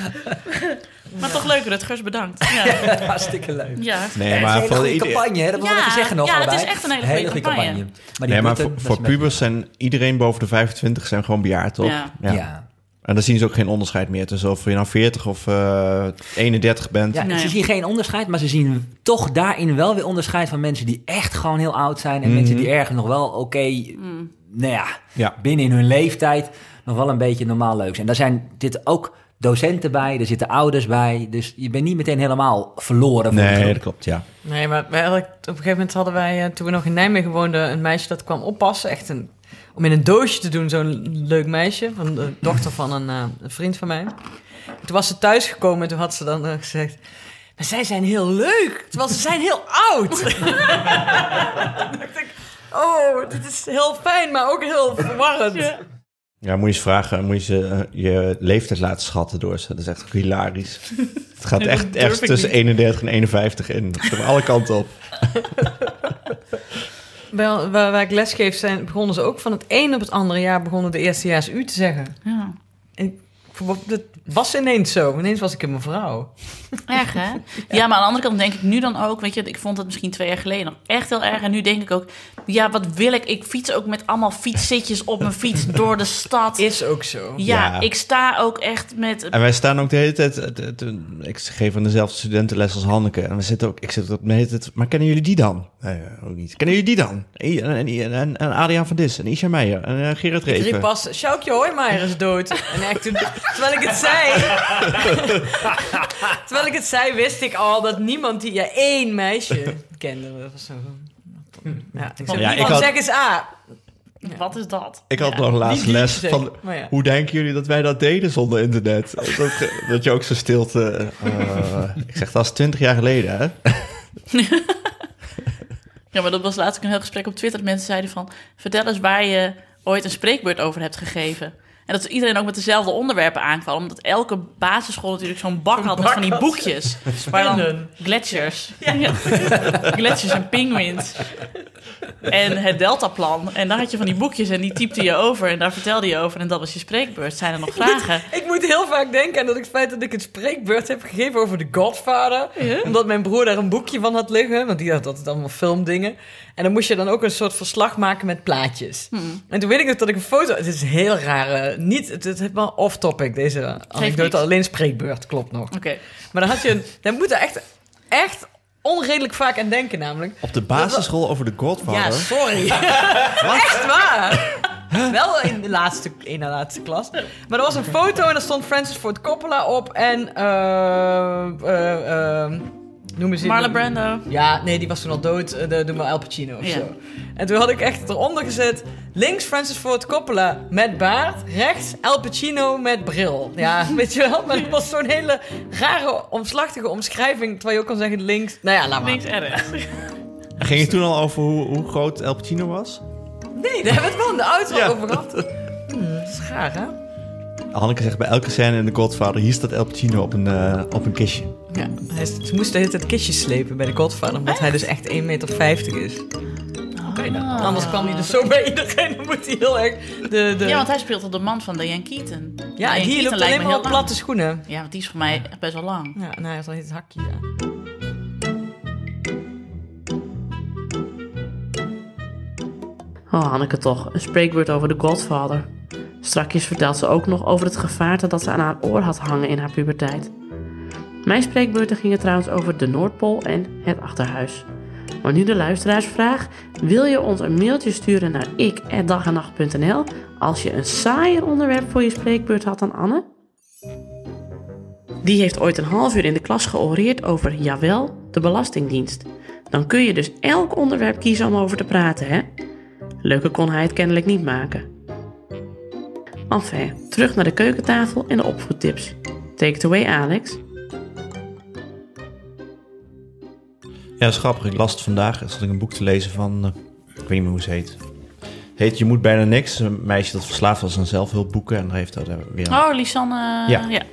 Maar toch leuk, Rutgers, bedankt. Ja. Hartstikke leuk. Ja. Nee, maar ja, voor de campagne, hè? Dat wil ik ja, even zeggen nog ja, allebei. het is echt een hele, hele goede campagne. campagne. Maar, nee, maar voor, voor pubers zijn iedereen boven de vijfentwintig zijn gewoon bejaard, toch? Ja. Ja. ja. En dan zien ze ook geen onderscheid meer tussen of je nou veertig of uh, eenendertig bent. Ja, nee. Ze zien geen onderscheid, maar ze zien toch daarin wel weer onderscheid van mensen die echt gewoon heel oud zijn en mm-hmm. mensen die ergens nog wel oké, okay, mm. nou ja, ja, binnen in hun leeftijd nog wel een beetje normaal leuk zijn. Daar zijn dit ook docenten bij, er zitten ouders bij, dus je bent niet meteen helemaal verloren. Voor nee, dat klopt, ja. Nee, maar wij hadden, op een gegeven moment hadden wij, toen we nog in Nijmegen woonden, een meisje dat kwam oppassen, echt een... om in een doosje te doen, zo'n leuk meisje, van de dochter van een, uh, een vriend van mij. Toen was ze thuisgekomen en toen had ze dan uh, gezegd, maar zij zijn heel leuk, terwijl ze zijn heel oud. Toen dacht ik, oh, dit is heel fijn, maar ook heel verwarrend. Ja, ja moet je eens vragen, moet je ze uh, je leeftijd laten schatten door ze. Dat is echt hilarisch. Het gaat echt, echt tussen eenendertig en eenenvijftig in. Dat gaat alle kanten op. Waar, waar ik lesgeef, zijn, begonnen ze ook van het een op het andere jaar begonnen de eerstejaars u te zeggen. Ja. En dat was ineens zo. Ineens was ik een mevrouw. Erg, hè? Ja. ja, maar aan de andere kant denk ik nu dan ook, weet je, ik vond het misschien twee jaar geleden nog echt heel erg. En nu denk ik ook, ja, wat wil ik? Ik fiets ook met allemaal fietszitjes op mijn fiets door de stad. Is ook zo. Ja, ja. ik sta ook echt met... En wij staan ook de hele tijd... Ik geef aan dezelfde studentenles als Hanneke. En we zitten ook... Ik zit ook de hele tijd... Maar kennen jullie die dan? Nee, ook niet. Kennen jullie die dan? En, en, en, en Adriaan van Dis en Isha Meijer en uh, Gerard Reven. Ik riep pas, Sjoukje Hoijmaier is dood. En echt toen... Terwijl ik het zei... terwijl ik het zei, wist ik al dat niemand die... Ja, één meisje kende. Dat was zo... Ja, ik zei, ja, ik had, zeg eens A. Ja. Wat is dat? Ik had ja, nog laatst les van... Ja. Hoe denken jullie dat wij dat deden zonder internet? Dat, dat je ook zo stilte... Uh, ik zeg, dat is twintig jaar geleden, hè? Ja, maar dat was laatst een heel gesprek op Twitter. Dat mensen zeiden van... Vertel eens waar je ooit een spreekbeurt over hebt gegeven. En dat iedereen ook met dezelfde onderwerpen aankwam. Omdat elke basisschool natuurlijk zo'n bak had met van die boekjes. Waar dan gletsjers. Ja. Ja. Gletsjers en pinguïns. En het deltaplan. En dan had je van die boekjes en die typte je over. En daar vertelde je over. En dat was je spreekbeurt. Zijn er nog vragen? Ik moet, ik moet heel vaak denken aan dat ik het feit dat ik een spreekbeurt heb gegeven over The Godfather. Ja. Omdat mijn broer daar een boekje van had liggen. Want die had altijd allemaal filmdingen. En dan moest je dan ook een soort verslag maken met plaatjes. Hmm. En toen weet ik nog dat ik een foto... Het is heel raar. Uh, niet, het is helemaal off-topic, deze anekdote. Alleen spreekbeurt, klopt nog. Okay. Maar dan had je... Een, dan moet er echt, echt onredelijk vaak aan denken, namelijk. Op de basisschool over The Godfather? Ja, sorry. Echt waar. Huh? Wel in de laatste, in de laatste klas. Maar er was een foto en er stond Francis Ford Coppola op. En... Uh, uh, uh, Noem eens Marlon Brando. Ja, nee, die was toen al dood. Uh, doe maar Al Pacino of ja. zo. En toen had ik echt eronder gezet... Links Francis Ford Coppola met baard. Rechts Al Pacino met bril. Ja, weet je wel? Maar dat was zo'n hele rare, omslachtige omschrijving. Terwijl je ook kan zeggen links... Nou ja, laat maar. Links en rechts. Ging je toen al over hoe, hoe groot El Pacino was? Nee, daar hebben we het wel in de auto Ja. over gehad. Hmm, dat is gaar, hè? Hanneke zegt bij elke scène in The Godfather... hier staat El Pacino op een, uh, op een kistje. Ja, hij is, ze moesten het kistje slepen bij de Godfather... omdat hij dus echt één meter vijftig is. Oké, dan. Anders kwam hij dus zo bij iedereen. Dan moet hij heel erg... De, de... Ja, want hij speelt al de man van Diane Keaton. Ja, Diane en die Keaton loopt lijkt alleen me maar heel op lang. platte schoenen. Ja, want die is voor mij echt best wel lang. Ja, en hij heeft al het hakje aan. Oh, Hanneke toch, een spreekwoord over de Godfather. Strakjes vertelt ze ook nog over het gevaarte dat ze aan haar oor had hangen in haar puberteit. Mijn spreekbeurten gingen trouwens over de Noordpool en het achterhuis. Maar nu de luisteraarsvraag: wil je ons een mailtje sturen naar ik at dag en nacht punt n l als je een saaier onderwerp voor je spreekbeurt had dan Anne? Die heeft ooit een half uur in de klas georeerd over, jawel, de Belastingdienst. Dan kun je dus elk onderwerp kiezen om over te praten, hè? Leuker kon hij het kennelijk niet maken. Enfin, terug naar de keukentafel en de opvoedtips. Take it away, Alex. Ja, dat is grappig. Ik las het vandaag. Er zat ik een boek te lezen van... Uh, ik weet niet meer hoe ze heet. Het heet Je moet bijna niks. Een meisje dat verslaafd was aan zelfhulpboeken. En daar heeft dat weer... Een... Oh, Lisanne. Ja. ja.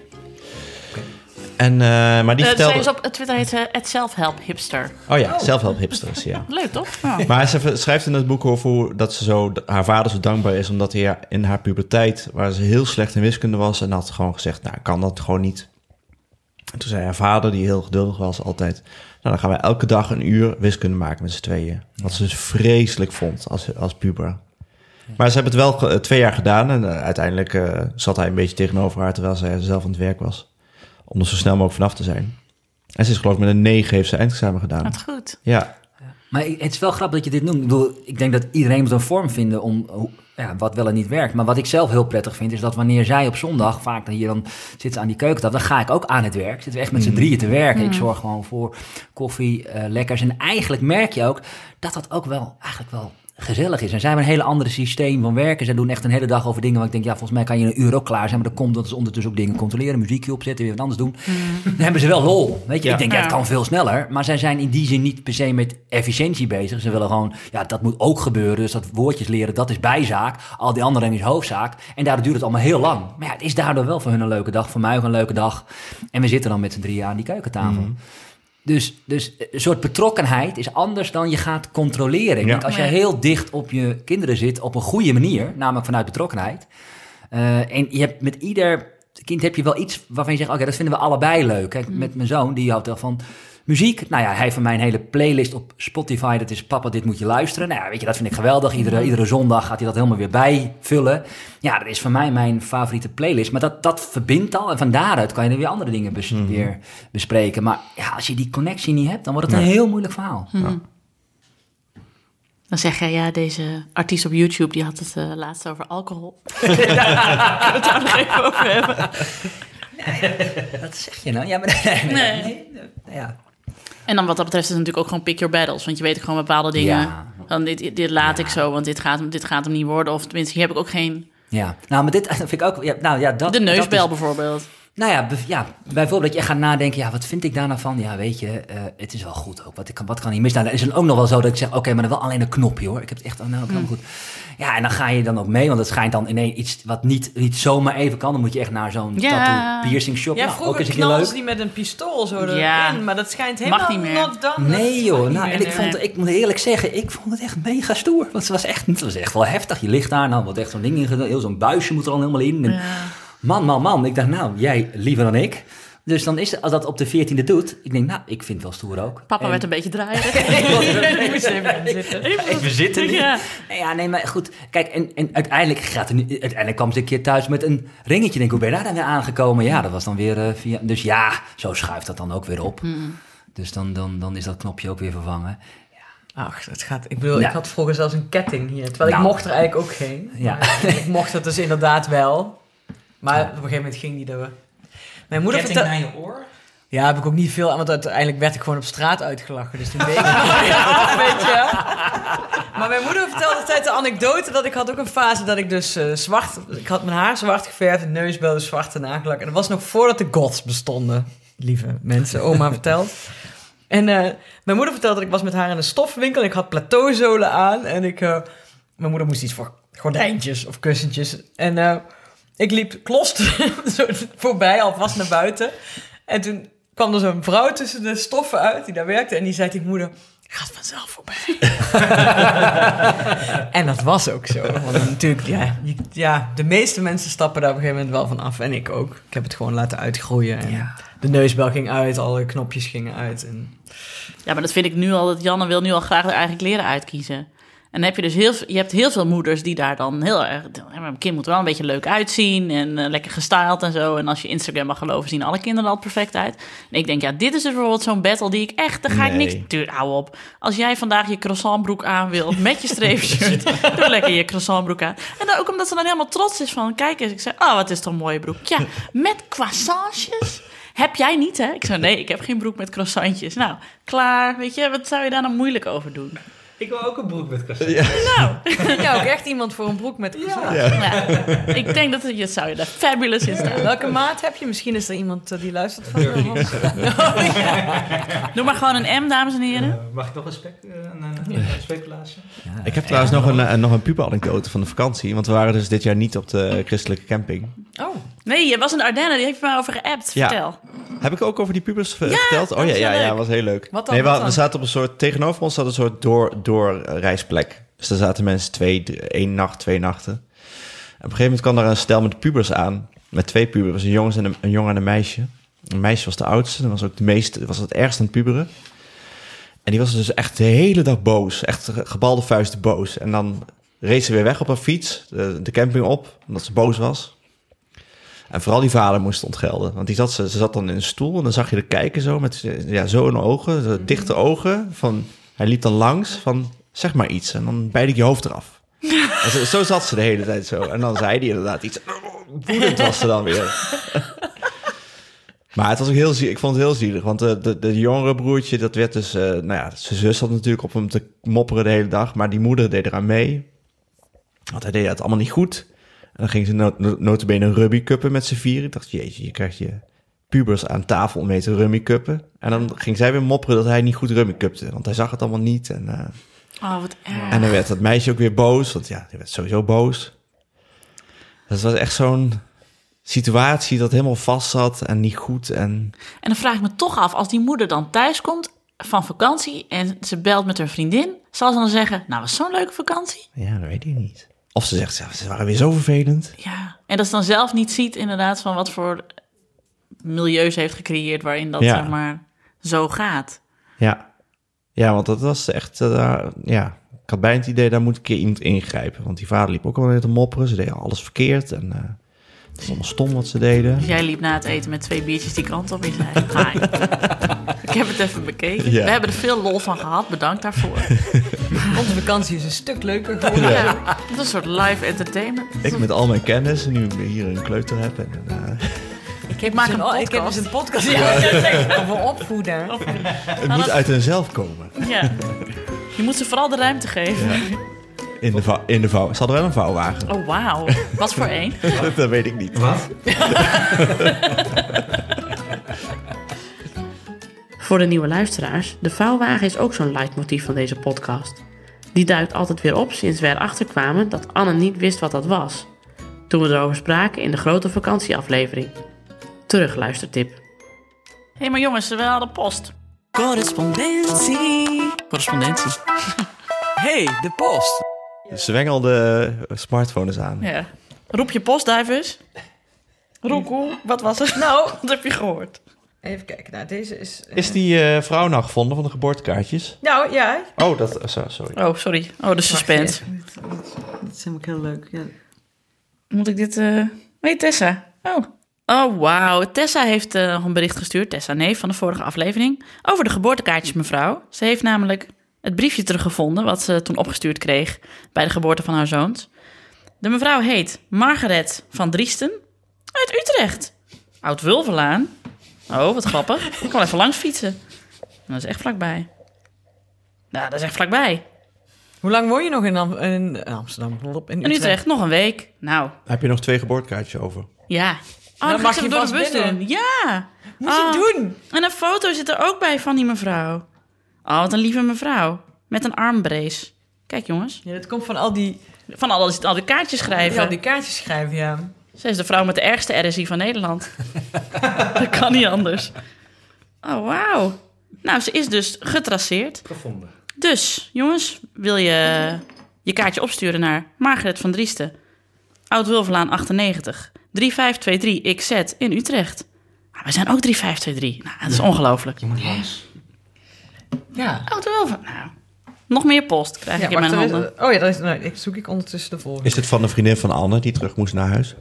En, uh, maar die Uh, vertelde... zij is op Twitter heet ze at selfhelphipster. Oh ja, zelfhelphipsters, ja. Leuk, toch? Ja. Maar ze schrijft in het boek over hoe dat ze zo, haar vader zo dankbaar is... omdat hij in haar puberteit, waar ze heel slecht in wiskunde was... en had gewoon gezegd, nou, ik kan dat gewoon niet. En toen zei haar vader, die heel geduldig was altijd... nou, dan gaan wij elke dag een uur wiskunde maken met z'n tweeën. Wat ze dus vreselijk vond als, als puber. Maar ze hebben het wel twee jaar gedaan... en uh, uiteindelijk uh, zat hij een beetje tegenover haar... terwijl zij zelf aan het werk was... om er zo snel mogelijk vanaf te zijn. En ze is geloof ik met een negen heeft ze eindexamen gedaan. Wat goed. Ja. Maar het is wel grappig dat je dit noemt. Ik bedoel, ik denk dat iedereen moet een vorm vinden om ja, wat wel en niet werkt. Maar wat ik zelf heel prettig vind, is dat wanneer zij op zondag, vaak hier dan zit ze aan die keukentafel, dan ga ik ook aan het werk. Zitten we echt met z'n drieën te werken. Ik zorg gewoon voor koffie, uh, lekkers. En eigenlijk merk je ook dat dat ook wel eigenlijk wel gezellig is. En zij hebben een hele andere systeem van werken. Zij doen echt een hele dag over dingen waar ik denk, ja, volgens mij kan je een uur ook klaar zijn. Maar dat komt dat ze ondertussen ook dingen controleren, muziekje opzetten, weer wat anders doen. Mm. Dan hebben ze wel lol. Weet je, Ja. ik denk, ja, het Ja. kan veel sneller. Maar zij zijn in die zin niet per se met efficiëntie bezig. Ze willen gewoon, ja, dat moet ook gebeuren. Dus dat woordjes leren, dat is bijzaak. Al die andere dingen is hoofdzaak. En daardoor duurt het allemaal heel lang. Maar ja, het is daardoor wel voor hun een leuke dag. Voor mij ook een leuke dag. En we zitten dan met z'n drieën aan die keukentafel. Mm. Dus, dus een soort betrokkenheid is anders dan je gaat controleren. Ik Ja. denk, als je heel dicht op je kinderen zit, op een goede manier, namelijk vanuit betrokkenheid. Uh, en je hebt met ieder kind heb je wel iets waarvan je zegt, oké, okay, dat vinden we allebei leuk. Kijk, met mijn zoon, die houdt wel van muziek. Nou ja, hij heeft van mij een hele playlist op Spotify. Dat is, papa, dit moet je luisteren. Nou ja, weet je, dat vind ik geweldig. Iedere, iedere zondag gaat hij dat helemaal weer bijvullen. Ja, dat is voor mij mijn favoriete playlist. Maar dat, dat verbindt al. En van daaruit kan je er weer andere dingen bes- mm-hmm. weer bespreken. Maar ja, als je die connectie niet hebt, dan wordt het nee. een heel moeilijk verhaal. Mm-hmm. Ja. Dan zeg jij, ja, deze artiest op YouTube, die had het uh, laatst over alcohol. Kunnen we het daar nog even over hebben? Nee, wat zeg je nou? Ja, maar nee. nee, nee. nee, nee ja. En dan wat dat betreft is het natuurlijk ook gewoon pick your battles. Want je weet ook gewoon bepaalde dingen. Ja. Dan dit, dit laat ja. ik zo, want dit gaat, dit gaat hem niet worden. Of tenminste, hier heb ik ook geen... Ja, nou, maar dit vind ik ook... Ja, nou, ja, dat, de neusbel dat is, bijvoorbeeld. bijvoorbeeld. Nou ja, bev- ja, bijvoorbeeld dat je echt gaat nadenken... ja, wat vind ik daar nou van? Ja, weet je, uh, het is wel goed ook. Wat, ik kan, wat kan hier mis? Nou, dan is het ook nog wel zo dat ik zeg... oké, okay, maar dan wel alleen een knopje, hoor. Ik heb het echt... Oh, nou, helemaal goed. Ja, en dan ga je dan ook mee... want het schijnt dan ineens iets wat niet, niet zomaar even kan. Dan moet je echt naar zo'n ja. tattoo piercing shop. Ja, nou, vroeger ook eens een keer knalden leuk. ze die met een pistool zo erin. Ja. Maar dat schijnt helemaal Mag niet meer. not done. Nee joh, nou, meer, en ik, nee. vond, ik moet eerlijk zeggen, ik vond het echt mega stoer. Want het was echt, het was echt wel heftig. Je ligt daar, nou wordt echt zo'n ding in gedaan. Heel zo'n buisje moet er al helemaal in. En Ja. man, man, man. Ik dacht, nou, jij liever dan ik. Dus dan is het, als dat op de veertiende doet, ik denk, nou, ik vind het wel stoer ook. Papa en, werd een beetje draaierig. Ik moest even gaan zitten. Even zitten nu. Ja. Nee, ja, nee, maar goed. Kijk, en, en uiteindelijk, gaat er nu, uiteindelijk kwam ze een keer thuis met een ringetje. Denk, hoe ben je daar dan weer aangekomen? Ja, dat was dan weer uh, via... Dus ja, zo schuift dat dan ook weer op. Hmm. Dus dan, dan, dan is dat knopje ook weer vervangen. Ach, het gaat. Ik bedoel, Ja. ik had vroeger zelfs een ketting hier. Terwijl Nou. ik mocht er eigenlijk ook geen. Ja. Maar ik mocht het dus inderdaad wel. Maar op een gegeven moment ging die er. Mijn moeder Ketting vertelde. naar je oor? Ja, heb ik ook niet veel aan, want uiteindelijk werd ik gewoon op straat uitgelachen. Dus toen deed ik het weer af, weet je. Maar mijn moeder vertelde altijd de anekdote dat ik had ook een fase dat ik dus uh, zwart... Ik had mijn haar zwart geverfd, de neusbel dus zwart en nagelak. En dat was nog voordat de goths bestonden, lieve mensen. Oma vertelt. En uh, mijn moeder vertelde dat ik was met haar in een stoffenwinkel. En ik had plateauzolen aan. En ik, uh, mijn moeder moest iets voor gordijntjes of kussentjes. En uh, ik liep klost zo voorbij, alvast naar buiten. En toen kwam er zo'n vrouw tussen de stoffen uit die daar werkte. En die zei tegen moeder... gaat vanzelf voorbij. En dat was ook zo. Want natuurlijk, ja, je, ja, de meeste mensen stappen daar op een gegeven moment wel van af. En ik ook. Ik heb het gewoon laten uitgroeien. En ja. De neusbel ging uit, alle knopjes gingen uit. En... Ja, maar dat vind ik nu al, dat Janne wil nu al graag haar eigen kleren uitkiezen. En dan heb je dus heel, je hebt heel veel moeders die daar dan heel erg... Mijn kind moet er wel een beetje leuk uitzien en uh, lekker gestyled en zo. En als je Instagram mag geloven, zien alle kinderen er al perfect uit. En ik denk, ja, dit is dus bijvoorbeeld zo'n battle die ik echt... Daar ga nee. ik niks... Tuur, hou op. Als jij vandaag je croissantbroek aan wilt met je streepshirt... doe lekker je croissantbroek aan. En dan ook omdat ze dan helemaal trots is van... Kijk eens, ik zeg, oh, wat is toch een mooie broek. Ja, met croissantjes... Heb jij niet, hè? Ik zei, nee, ik heb geen broek met croissantjes. Nou, klaar, weet je, wat zou je daar nou moeilijk over doen? Ik wil ook een broek met croissantjes. Ja. Nou, ja, ook echt iemand voor een broek met croissantjes. Ja. Ja. Ik denk dat het, zou je daar fabulous in staan. Welke maat heb je? Misschien is er iemand uh, die luistert van de oh, ja. Doe maar gewoon een M, dames en heren. Uh, mag ik nog een, spec, uh, een, een, een speculatie? Ja, ik heb trouwens nog een, een, nog een puber-anekdote van de vakantie. Want we waren dus dit jaar niet op de christelijke camping. Oh. Nee, je was in de Ardennen, die heeft me over geappt. Ja. Vertel. Heb ik ook over die pubers ja, verteld? Oh ja, ja, ja, was heel leuk. Wat dan? Nee, we, wat dan? we zaten op een soort, tegenover ons zat een soort door, doorreisplek. Dus daar zaten mensen twee, drie, één nacht, twee nachten. En op een gegeven moment kwam er een stel met pubers aan. Met twee pubers, een jongen en een, een jongen en een meisje. Een meisje was de oudste, dat was ook de meeste, was het ergst aan het puberen. En die was dus echt de hele dag boos. Echt gebalde vuisten boos. En dan reed ze weer weg op haar fiets, de, de camping op, omdat ze boos was. En vooral die vader moest ontgelden. Want die zat, ze, ze zat dan in een stoel en dan zag je er kijken zo met ja, zo'n ogen, zo dichte ogen. Van, hij liep dan langs van, zeg maar iets. En dan bijt ik je hoofd eraf. En zo, zo zat ze de hele tijd zo. En dan zei hij inderdaad iets. Woedend was ze dan weer. Maar het was ook heel zielig. Ik vond het heel zielig. Want de, de, de jongere broertje, dat werd dus... Uh, nou ja, zijn zus had natuurlijk op hem te mopperen de hele dag. Maar die moeder deed eraan mee. Want hij deed het allemaal niet goed. En dan ging ze not, notabene een rummy cuppen met z'n vieren. Ik dacht, jeetje, je krijgt je pubers aan tafel om mee te rummy cuppen. En dan ging zij weer mopperen dat hij niet goed rummy cupte. Want hij zag het allemaal niet. En, uh, oh, wat erg. En dan werd dat meisje ook weer boos. Want ja, die werd sowieso boos. Dat was echt zo'n situatie dat helemaal vast zat en niet goed. En... en dan vraag ik me toch af, als die moeder dan thuis komt van vakantie en ze belt met haar vriendin, zal ze dan zeggen, nou, was zo'n leuke vakantie? Ja, dat weet ik niet. Of ze zegt, ze waren weer zo vervelend. Ja, en dat ze dan zelf niet ziet inderdaad van wat voor milieu ze heeft gecreëerd waarin dat, ja. zeg maar, zo gaat. Ja, ja, want dat was echt, uh, ja, ik had bijna het idee, daar moet een keer iemand ingrijpen. Want die vader liep ook al weer te mopperen, ze deden alles verkeerd en... Uh, het was allemaal stom wat ze deden. Dus jij liep na het eten met twee biertjes die krant op en zei, hi. Ik heb het even bekeken. Ja. We hebben er veel lol van gehad, bedankt daarvoor. Onze vakantie is een stuk leuker geworden. Ja, ja. Het is een soort live entertainment. Ik met al mijn kennis, nu ik hier een kleuter heb. En, uh... Ik, heb maak een podcast. Ik heb dus een podcast. Ja, ja. Over opvoeden. opvoeden. Het nou, moet dat... uit henzelf komen. Ja. Je moet ze vooral de ruimte geven. Ja. In de, vouw, in de vouw. Ze hadden wel een vouwwagen. Oh, wauw. Wat voor één? Dat weet ik niet. Wat? Voor de nieuwe luisteraars, de vouwwagen is ook zo'n leidmotief van deze podcast. Die duikt altijd weer op sinds we erachter kwamen dat Anne niet wist wat dat was. Toen we erover spraken in de grote vakantieaflevering. Terugluistertip. Hé, hey, maar jongens, we hadden post. Correspondentie. Correspondentie. Hey, de post. Zwengel de smartphone eens aan. Ja. Roep je postduivers. Roekoe, wat was het nou? Wat heb je gehoord? Even kijken, nou deze is... Uh... Is die uh, vrouw nou gevonden van de geboortekaartjes? Nou, ja. Oh, dat, uh, sorry. Oh, sorry. Oh, de suspense. Dit is helemaal heel leuk, ja. Moet ik dit... Uh... Nee, Tessa. Oh. Oh, wauw. Tessa heeft uh, nog een bericht gestuurd, Tessa Neef van de vorige aflevering, over de geboortekaartjes, mevrouw. Ze heeft namelijk het briefje teruggevonden wat ze toen opgestuurd kreeg bij de geboorte van haar zoons. De mevrouw heet Margaret van Driesten uit Utrecht. Oud-Wulverlaan. Oh, wat grappig. Ik kan even langs fietsen. Dat is echt vlakbij. Nou, dat is echt vlakbij. Hoe lang woon je nog in, Am- in Amsterdam? In Utrecht? In Utrecht, nog een week. Nou. Heb je nog twee geboortekaartjes over? Ja. Oh, dan mag mag je je door de vast bus binnen. doen. Ja. Moet je Oh. doen. En een foto zit er ook bij van die mevrouw. Oh, wat een lieve mevrouw. Met een armbrace. Kijk, jongens. Ja, dat komt van al die, Van al die, al die kaartjes schrijven. ja, die kaartjes schrijven, ja. Zij is de vrouw met de ergste R S I van Nederland. Dat kan niet anders. Oh, wauw. Nou, ze is dus getraceerd. Gevonden. Dus, jongens, wil je je kaartje opsturen naar Margaret van Driesten, Oud-Wilverlaan achtennegentig, drie vijf twee drie X Z in Utrecht. Maar we zijn ook drie vijf twee drie. Nou, dat is ongelooflijk. Je moet langs. Ja. Oud-Wilverlaan. Nou, nog meer post krijg ik in wacht, mijn er is- handen. Oh ja, dat is, nou, ik zoek ik ondertussen de volgende. Is het van de vriendin van Anne die terug moest naar huis?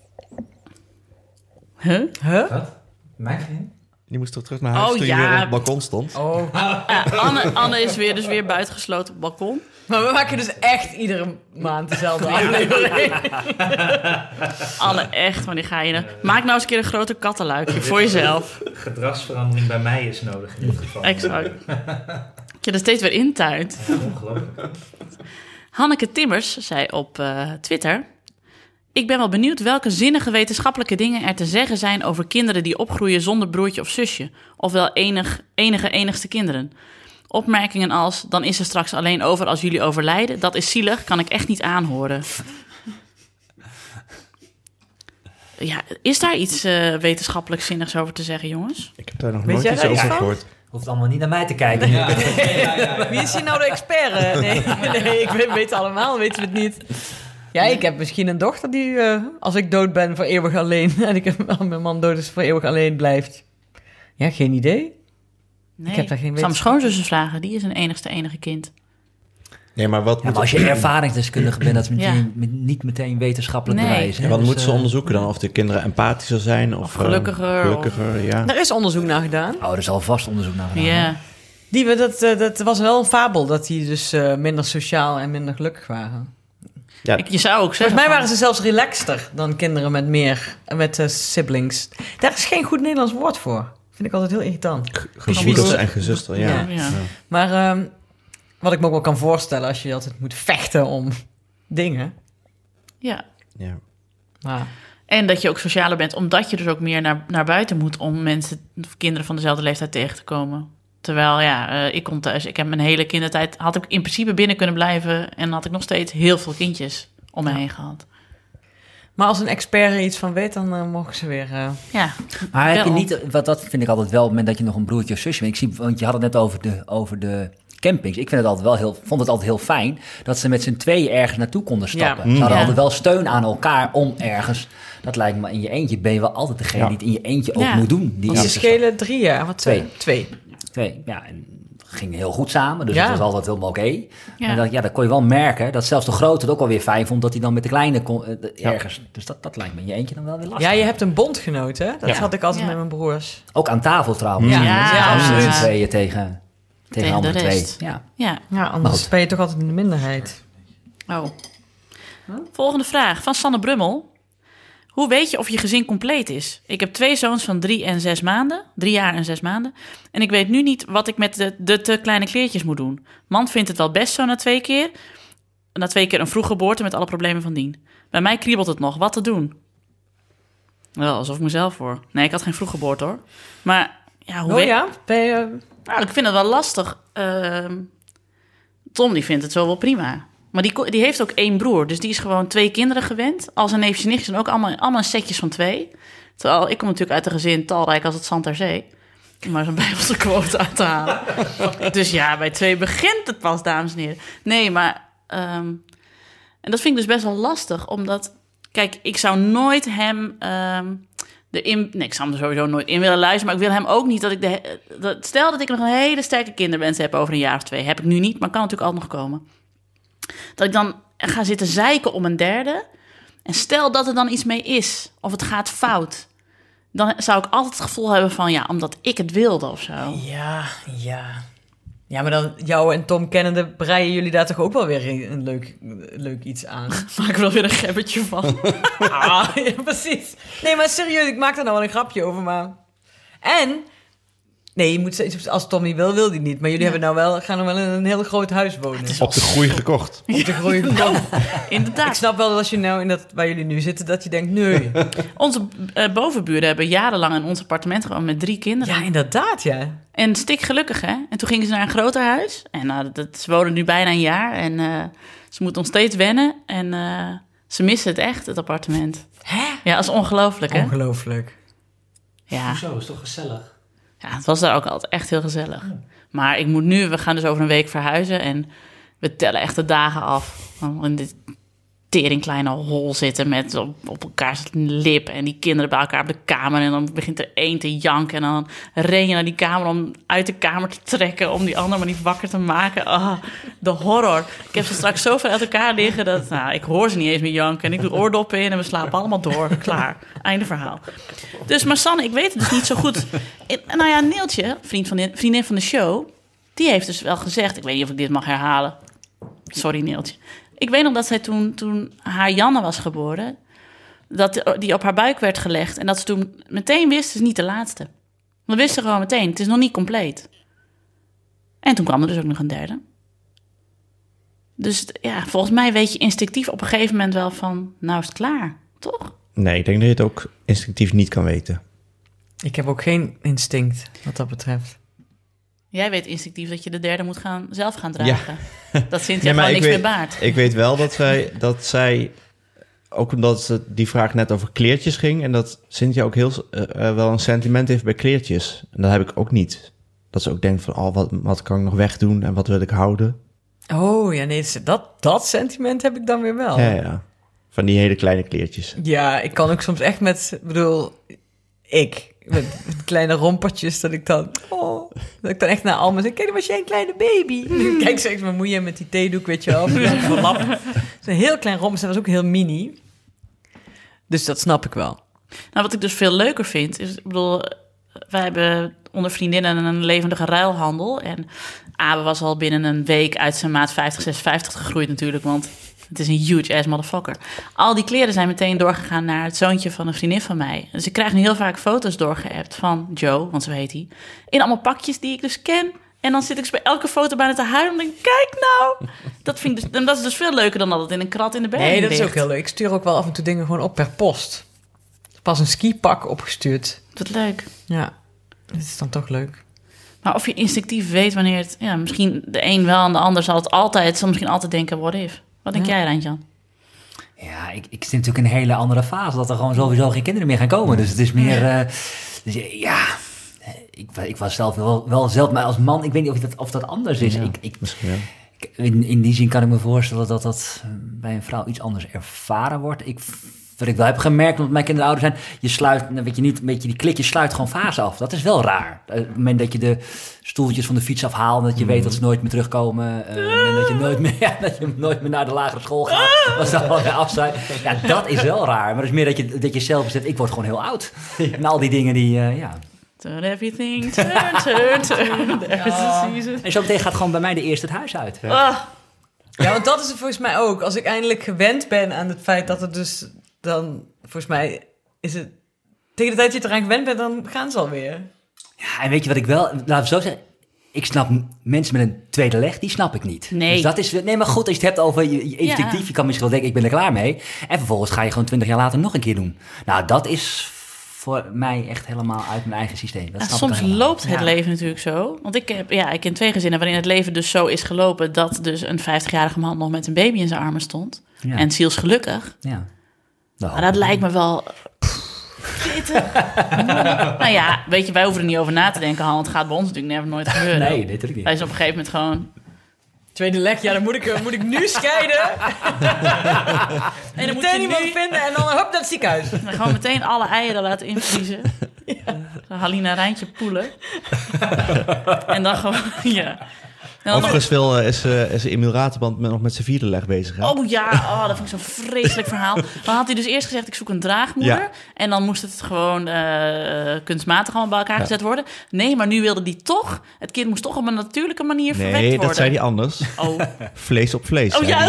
Huh? Huh? Wat? Mijn vriend? Die moest toch terug naar huis Oh, toen ja. je weer op het balkon stond? Oh. Ja, Anne, Anne is weer, dus weer buitengesloten op het balkon. Maar we maken dus echt iedere maand dezelfde aflevering. Anne, echt, wanneer ga je nou? Maak nou eens een keer een groter kattenluikje voor jezelf. Gedragsverandering bij mij is nodig in dit geval. Exact. Je er steeds weer intuint. Ja, ongelooflijk. Hanneke Timmers zei op uh, Twitter: ik ben wel benieuwd welke zinnige wetenschappelijke dingen er te zeggen zijn over kinderen die opgroeien zonder broertje of zusje. Ofwel enig, enige enigste kinderen. Opmerkingen als, dan is ze straks alleen over als jullie overlijden. Dat is zielig, kan ik echt niet aanhoren. Ja, is daar iets uh, wetenschappelijk zinnigs over te zeggen, jongens? Ik heb daar nog Weet nooit jij iets daar over iets van? gehoord. Hoeft allemaal niet naar mij te kijken. Ja, ja, ja, ja. Wie is hier nou de expert? hè? Nee, nee ik weet, weet allemaal, weten we het niet. Ja, ik heb misschien een dochter die, uh, als ik dood ben, voor eeuwig alleen... en ik heb, als mijn man dood is, voor eeuwig alleen blijft. Ja, geen idee. Nee. Ik heb daar geen Ik zal mijn wetenschap- schoonzus eens vragen, die is een enigste enige kind. Nee, maar wat, Ja, moet, maar als je ervaringsdeskundige bent, dat is meteen, Ja. met- niet meteen wetenschappelijk Nee. bewijs. hè. ja, wat Dus, moeten ze eh, onderzoeken dan? Of de kinderen empathischer zijn? Of, Of eh, gelukkiger, gelukkiger, ja. Er is onderzoek naar gedaan. Oh, er zal vast onderzoek naar gedaan. Ja. hè. Die, we- dat, uh, dat was wel een fabel, dat die dus uh, minder sociaal en minder gelukkig waren. Ja, Ik, je zou ook zeggen... Volgens mij van- waren ze zelfs relaxter dan kinderen met meer, met uh, siblings. Daar is geen goed Nederlands woord voor. Vind ik altijd heel irritant. gevoeders en gezuster, ja. Ja. Ja. Maar um, wat ik me ook wel kan voorstellen als je altijd moet vechten om dingen. Ja. Ja. Maar, En dat je ook socialer bent, omdat je dus ook meer naar, naar buiten moet om mensen, of kinderen van dezelfde leeftijd tegen te komen. Terwijl, ja, uh, ik kom thuis, ik heb mijn hele kindertijd, had ik in principe binnen kunnen blijven en had ik nog steeds heel veel kindjes om me heen gehad. maar als een expert er iets van weet, dan uh, mogen ze weer... Uh, Ja. Maar heb je Wel. niet, wat dat vind ik altijd wel, op het moment dat je nog een broertje of zusje bent. Ik zie, want je had het net over de, over de campings. Ik vind het altijd wel heel, vond het altijd heel fijn dat ze met z'n tweeën ergens naartoe konden stappen. Ja. Ze hadden Ja. altijd wel steun aan elkaar om ergens. Dat lijkt me, in je eentje ben je wel altijd degene Ja. die het in je eentje ook Ja. moet doen. Die want ze eerste schelen drie jaar, wat twee? Twee. stap. Twee. Ja, en het ging heel goed samen, dus Ja. het was altijd helemaal oké. Ja. En dat, ja, dat kon je wel merken, dat zelfs de grote het ook alweer fijn vond, dat hij dan met de kleine kon, eh, de- Ja. ergens. Dus dat, dat lijkt me in je eentje dan wel weer lastig. Ja, je hebt een bondgenoot, hè? Dat Ja. had ik altijd Ja. met mijn broers. Ook aan tafel trouwens. Ja, Ja, ja, Met z'n absoluut. tweeën tegen, tegen, de andere twee. rest. Ja. Ja. Ja, anders goed. ben je toch altijd in de minderheid. Oh. Volgende vraag van Sanne Brummel. Hoe weet je of je gezin compleet is? Ik heb twee zoons van drie en zes maanden. Drie jaar en zes maanden. En ik weet nu niet wat ik met de, de te kleine kleertjes moet doen. Man vindt het wel best zo na twee keer. Na twee keer een vroeggeboorte met alle problemen van dien. Bij mij kriebelt het nog. Wat te doen? Wel, alsof ik mezelf voor. Nee, ik had geen vroeggeboorte hoor. Maar ja, hoe Oh weet... ja? Ben je... Nou, ik vind het wel lastig. Ehm, Tom, die vindt het zo wel prima. Maar die, ko- die heeft ook één broer. Dus die is gewoon twee kinderen gewend. Al zijn neefjes en nichtjes zijn ook allemaal, allemaal setjes van twee. Terwijl ik kom natuurlijk uit een gezin talrijk als het zand ter zee. Om maar zo'n bijbelse quote uit te halen. Dus ja, bij twee begint het pas, dames en heren. Nee, maar... ehm, en dat vind ik dus best wel lastig. Omdat, kijk, ik zou nooit hem... ehm, erin, nee, ik zou hem er sowieso nooit in willen luisteren. Maar ik wil hem ook niet dat ik... De, dat, stel dat ik nog een hele sterke kinderwens heb over een jaar of twee. Heb ik nu niet, maar kan natuurlijk altijd nog komen. Dat ik dan ga zitten zeiken om een derde. En stel dat er dan iets mee is. Of het gaat fout. Dan zou ik altijd het gevoel hebben van... ja, omdat ik het wilde of zo. Ja, ja. Ja, maar dan jou en Tom kennende breien jullie daar toch ook wel weer een leuk, leuk iets aan. Maak er wel weer een gebbetje van. Ah, ja, precies. Nee, maar serieus, ik maak daar nou wel een grapje over, maar... En Nee, je moet steeds, als Tommy wil, wil hij niet. Maar jullie Ja. hebben nou wel, gaan nou wel in een heel groot huis wonen. Op de groei gekocht. Op de groei gekomen. Inderdaad. Ik snap wel dat als je nou in dat waar jullie nu zitten, dat je denkt, nee. Onze uh, bovenburen hebben jarenlang in ons appartement gewoond met drie kinderen. Ja, inderdaad, ja. En stik gelukkig, hè? En toen gingen ze naar een groter huis. En uh, dat, ze wonen nu bijna een jaar. En uh, ze moeten nog steeds wennen. En uh, ze missen het echt, het appartement. Hè? Ja, dat is ongelooflijk, hè? Ongelooflijk. Ja. Hoezo, is toch gezellig? Ja, het was daar ook altijd echt heel gezellig. Maar ik moet nu, we gaan dus over een week verhuizen en we tellen echt de dagen af. In dit tering kleine hol zitten met op, op elkaars lip en die kinderen bij elkaar op de kamer. En dan begint er één te janken en dan ren je naar die kamer om uit de kamer te trekken om die ander maar niet wakker te maken. Oh, de horror. Ik heb ze straks zoveel uit elkaar liggen dat nou, ik hoor ze niet eens meer janken. En ik doe oordoppen in en we slapen allemaal door. Klaar. Einde verhaal. Dus, maar Sanne, ik weet het dus niet zo goed. En, nou ja, Neeltje, vriend van de, vriendin van de show, die heeft dus wel gezegd, ik weet niet of ik dit mag herhalen. Sorry, Neeltje. Ik weet nog dat zij toen, toen haar Janne was geboren, dat die op haar buik werd gelegd en dat ze toen meteen wist, het is niet de laatste. Dat wist ze gewoon meteen, het is nog niet compleet. En toen kwam er dus ook nog een derde. Dus ja, volgens mij weet je instinctief op een gegeven moment wel van, nou is het klaar, toch? Nee, ik denk dat je het ook instinctief niet kan weten. Ik heb ook geen instinct wat dat betreft. Jij weet instinctief dat je de derde moet gaan, zelf gaan dragen. Ja. Dat Cynthia Nee, maar gewoon ik niks weet- meer baart. Ik weet wel dat zij, dat zij, ook omdat ze die vraag net over kleertjes ging, en dat Cynthia ook heel uh, uh, wel een sentiment heeft bij kleertjes. En dat heb ik ook niet. Dat ze ook denkt van, oh, wat, wat kan ik nog wegdoen en wat wil ik houden? Oh, ja, nee, dat, dat sentiment heb ik dan weer wel. Ja, ja. Van die hele kleine kleertjes. Ja, ik kan ook soms echt met, ik bedoel, ik, met, met kleine rompertjes, dat ik dan, oh, dat ik dan echt naar Alma zeg, kijk, dan was jij een kleine baby. En dan kijk steeds mijn moeie met die theedoek, weet je wel, van lap. Het is een heel klein romper, dat was ook heel mini. Dus dat snap ik wel. Nou, wat ik dus veel leuker vind, is, ik bedoel, wij hebben onder vriendinnen een levendige ruilhandel. En Abe was al binnen een week uit zijn maat vijftig, zesenvijftig gegroeid natuurlijk, want het is een huge ass motherfucker. Al die kleren zijn meteen doorgegaan naar het zoontje van een vriendin van mij. Dus ik krijg nu heel vaak foto's doorgeappt van Joe, want zo heet hij, in allemaal pakjes die ik dus ken. En dan zit ik bij elke foto bijna te huilen en denk ik, kijk nou. Dat, vind ik dus, en dat is dus veel leuker dan dat het in een krat in de bergen Nee, dat is ligt. ook heel leuk. Ik stuur ook wel af en toe dingen gewoon op per post. Pas een skipak opgestuurd. Wat leuk. Ja, dat is dan toch leuk. Maar of je instinctief weet wanneer het... Ja, misschien de een wel en de ander zal het altijd... zal misschien altijd denken, what if? Wat denk Ja. jij, Rijntjan? Ja, ik, ik zit natuurlijk in een hele andere fase. Dat er gewoon sowieso geen kinderen meer gaan komen. Dus het is meer... eh, dus ja, ik, ik was zelf wel, wel zelf... Maar als man, ik weet niet of dat, of dat anders is. Ja, ik, ik, Misschien wel. ik- in, in die zin kan ik me voorstellen dat dat bij een vrouw iets anders ervaren wordt. Ik, wat ik wel heb gemerkt, omdat mijn kinderen ouder zijn... Je sluit, dan weet je niet, een beetje die klik, je sluit gewoon fase af. Dat is wel raar. Op het moment dat je de stoeltjes van de fiets afhaalt... dat je weet dat ze nooit meer terugkomen... Uh, en dat je nooit meer, ja, dat je nooit meer naar de lagere school gaat... als ze al weer af zijn. Ja, dat is wel raar. Maar het is meer dat je, dat je zelf zegt... ik word gewoon heel oud. En al die dingen die, uh, ja... Turn everything, turn, turn, turn. There is a season. En zo meteen gaat gewoon bij mij de eerste het huis uit. Ah, Ja, want dat is het volgens mij ook. Als ik eindelijk gewend ben aan het feit dat het dus dan... Volgens mij is het... Tegen de tijd dat je eraan gewend bent, dan gaan ze alweer. Ja, en weet je wat ik wel... Laten we zo zeggen... Ik snap m- mensen met een tweede leg, die snap ik niet. Nee. Dus dat is, nee, maar goed, als je het hebt over je, je instinctief... Ja. je kan misschien wel denken, ik ben er klaar mee. En vervolgens ga je gewoon twintig jaar later nog een keer doen. Nou, dat is voor mij echt helemaal uit mijn eigen systeem. Dat ja, snap soms ik helemaal. loopt het Ja. leven natuurlijk zo. Want ik heb, ja, ik ken twee gezinnen waarin het leven dus zo is gelopen... dat dus een vijftigjarige man nog met een baby in zijn armen stond. Ja. En zielsgelukkig. Ja. Nou, Maar dat lijkt me wel... pittig. Nou ja, weet je, wij hoeven er niet over na te denken, Han. Want het gaat bij ons natuurlijk never nooit gebeuren. Nee, nee, natuurlijk niet. Wij zijn op een gegeven moment gewoon... Tweede leg, ja, dan moet ik, moet ik nu scheiden. En dan moet Meteen je iemand nu vinden en dan hup naar het ziekenhuis. dan gewoon meteen alle eieren laten invriezen. Zo Halina Rijntje poelen. En dan gewoon... Ja. En dan nog- Overigens wil, uh, is, uh, is Emiel Raterband met, nog met zijn vierde leg bezig. Hè? Oh ja, oh, dat vind ik zo'n vreselijk verhaal. Dan had hij dus eerst gezegd, ik zoek een draagmoeder. Ja. En dan moest het gewoon uh, kunstmatig allemaal bij elkaar Ja. gezet worden. Nee, maar nu wilde hij toch... Het kind moest toch op een natuurlijke manier verwekt Nee, worden. dat zei hij anders. Oh, Vlees op vlees. oh zei ja.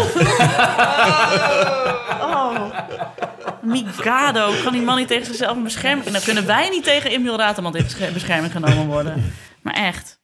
hij. Oh. Migado, kan die man niet tegen zichzelf in bescherming... En dan kunnen wij niet tegen Emiel Raterband in bescherming genomen worden. Maar echt.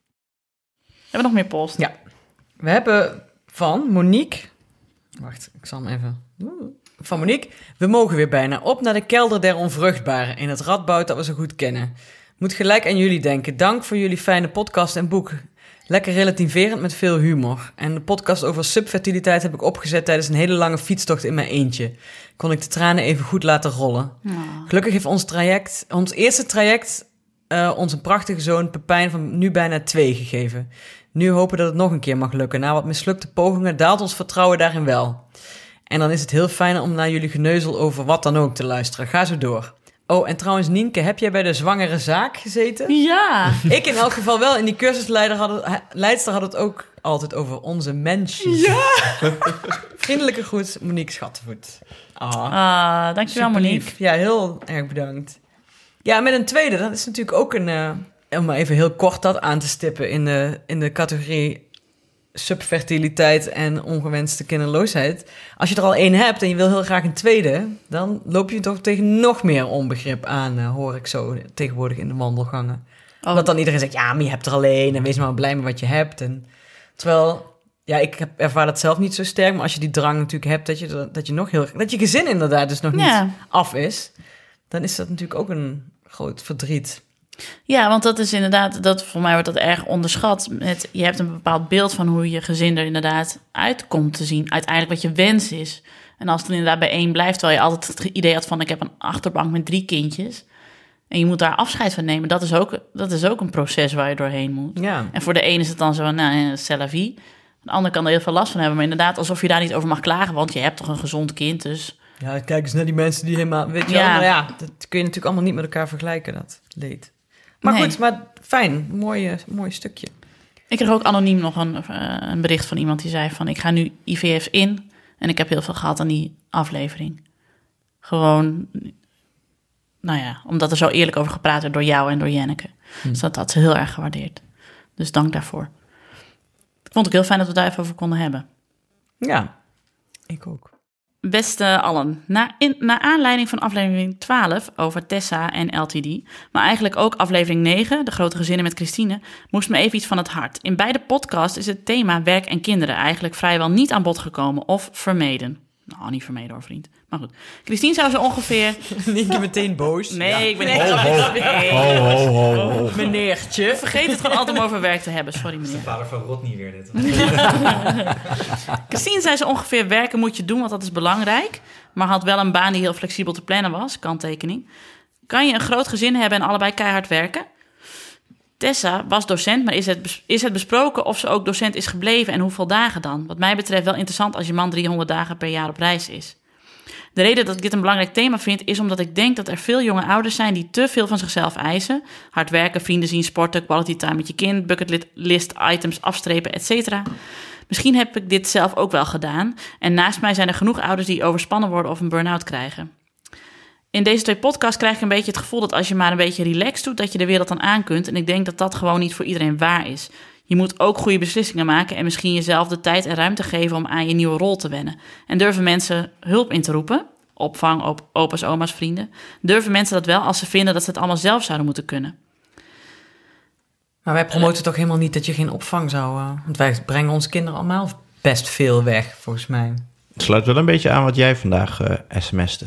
We hebben nog meer post. Ja. We hebben van Monique... Wacht, ik zal hem even... Van Monique. We mogen weer bijna op naar de kelder der onvruchtbaren in het Radboud dat we zo goed kennen. Moet gelijk aan jullie denken. Dank voor jullie fijne podcast en boek. Lekker relativerend met veel humor. En de podcast over subfertiliteit heb ik opgezet tijdens een hele lange fietstocht in mijn eentje. Kon ik de tranen even goed laten rollen. Oh. Gelukkig heeft ons traject, ons eerste traject, uh, ons een prachtige zoon Pepijn van nu bijna twee gegeven. Nu hopen dat het nog een keer mag lukken. Na wat mislukte pogingen daalt ons vertrouwen daarin wel. En dan is het heel fijn om naar jullie geneuzel over wat dan ook te luisteren. Ga zo door. Oh, en trouwens, Nienke, heb jij bij de zwangere zaak gezeten? Ja. Ik in elk geval wel. In die cursusleider had het, leidster had het ook altijd over onze mensjes. Ja. Vriendelijke groet, Monique Schattenvoet. Ah, Ah, dankjewel super Monique. lief. Ja, heel erg bedankt. Ja, met een tweede, dat is natuurlijk ook een... Uh, om maar even heel kort dat aan te stippen in de, in de categorie subfertiliteit en ongewenste kinderloosheid. Als je er al één hebt en je wil heel graag een tweede, dan loop je toch tegen nog meer onbegrip aan, uh, hoor ik zo tegenwoordig in de wandelgangen. Oh. Dat dan iedereen zegt, ja, maar je hebt er alleen en wees maar blij met wat je hebt. En, terwijl, ja, ik heb, ervaar dat zelf niet zo sterk, maar als je die drang natuurlijk hebt, dat je, dat je nog heel, dat je gezin inderdaad dus nog Ja. niet af is, dan is dat natuurlijk ook een groot verdriet. Ja, want dat is inderdaad, dat voor mij wordt dat erg onderschat. Met, je hebt een bepaald beeld van hoe je gezin er inderdaad uitkomt te zien. Uiteindelijk wat je wens is. En als het er inderdaad bij één blijft, terwijl je altijd het idee had van ik heb een achterbank met drie kindjes. En je moet daar afscheid van nemen. Dat is ook, dat is ook een proces waar je doorheen moet. Ja. En voor de een is het dan zo, nou, c'est la vie. De ander kan er heel veel last van hebben. Maar inderdaad, alsof je daar niet over mag klagen, want je hebt toch een gezond kind, dus... Ja, kijk eens naar die mensen die helemaal... Weet je Ja. wel, maar ja, dat kun je natuurlijk allemaal niet met elkaar vergelijken, dat leed. Maar Nee. goed, maar fijn. Mooi, mooi stukje. Ik kreeg ook anoniem nog een, uh, een bericht van iemand die zei van... ik ga nu I V F in en ik heb heel veel gehad aan die aflevering. Gewoon, nou ja, omdat er zo eerlijk over gepraat werd door jou en door Jenneke. Hm. Dus dat had ze heel erg gewaardeerd. Dus dank daarvoor. Ik vond het ook heel fijn dat we daar even over konden hebben. Ja, ik ook. Beste allen, na, in, naar aanleiding van aflevering twaalf over Tessa en L T D... maar eigenlijk ook aflevering negen, de grote gezinnen met Christine... moest me even iets van het hart. In beide podcasts is het thema werk en kinderen eigenlijk vrijwel niet aan bod gekomen of vermeden. Nou, niet vermeden hoor, vriend. Maar goed. Christine zou zo ongeveer... Niet meteen boos. Nee, ik ben niet... Ho, ho. Nee. Ho, ho, ho, ho. Meneertje. Vergeet het gewoon altijd om over werk te hebben. Sorry, meneer. De vader van Rodney weer dit. Christine zei ze ongeveer, werken moet je doen, want dat is belangrijk. Maar had wel een baan die heel flexibel te plannen was, kanttekening. Kan je een groot gezin hebben en allebei keihard werken? Tessa was docent, maar is het, bes- is het besproken of ze ook docent is gebleven en hoeveel dagen dan? Wat mij betreft wel interessant als je man driehonderd dagen per jaar op reis is. De reden dat ik dit een belangrijk thema vind is omdat ik denk dat er veel jonge ouders zijn die te veel van zichzelf eisen. Hard werken, vrienden zien, sporten, quality time met je kind, bucketlist items afstrepen, et cetera. Misschien heb ik dit zelf ook wel gedaan. En naast mij zijn er genoeg ouders die overspannen worden of een burn-out krijgen. In deze twee podcasts krijg ik een beetje het gevoel dat als je maar een beetje relaxed doet, dat je de wereld dan aan kunt. En ik denk dat dat gewoon niet voor iedereen waar is. Je moet ook goede beslissingen maken en misschien jezelf de tijd en ruimte geven om aan je nieuwe rol te wennen. En durven mensen hulp in te roepen? Opvang, op, opa's, oma's, vrienden. Durven mensen dat wel als ze vinden dat ze het allemaal zelf zouden moeten kunnen? Maar wij promoten toch helemaal niet dat je geen opvang zou... Uh, want wij brengen onze kinderen allemaal best veel weg, volgens mij. Het sluit wel een beetje aan wat jij vandaag uh, sms'te.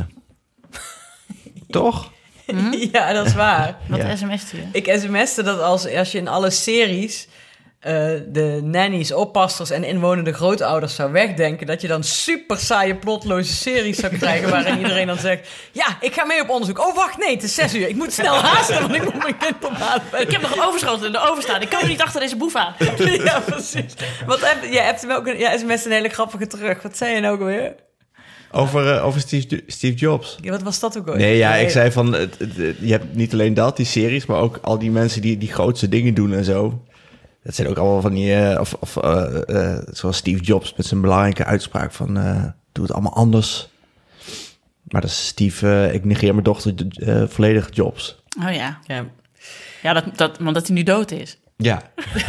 Toch? Hm? Ja, dat is waar. Wat Ja. sms'te je? Ik sms'te dat als, als je in alle series uh, de nannies, oppasters en inwonende grootouders zou wegdenken, dat je dan super saaie, plotloze series zou krijgen waarin iedereen dan zegt, ja, ik ga mee op onderzoek. Oh, wacht, nee, het is zes uur. Ik moet snel haasten, want ik moet mijn kind ophalen. Ik heb nog overschoten in de overstaan. Ik kan er niet achter deze boef aan. Ja, precies. Wat heb, jij hebt hem ook een, ja, sms een hele grappige terug. Wat zei je nou ook alweer? Over, uh, over Steve, Steve Jobs. Ja, wat was dat ook alweer? Nee, ja, ik zei van, het, het, het- je hebt niet alleen dat, die series, maar ook al die mensen die die grootste dingen doen en zo. Dat zijn ook allemaal van die, uh, of, of uh, uh, zoals Steve Jobs met zijn belangrijke uitspraak van, uh, doe het allemaal anders. Maar dat is Steve, uh, ik negeer mijn dochter uh, volledig Jobs. Oh ja. Ja. Ja, dat, dat, want dat hij nu dood is. Ja,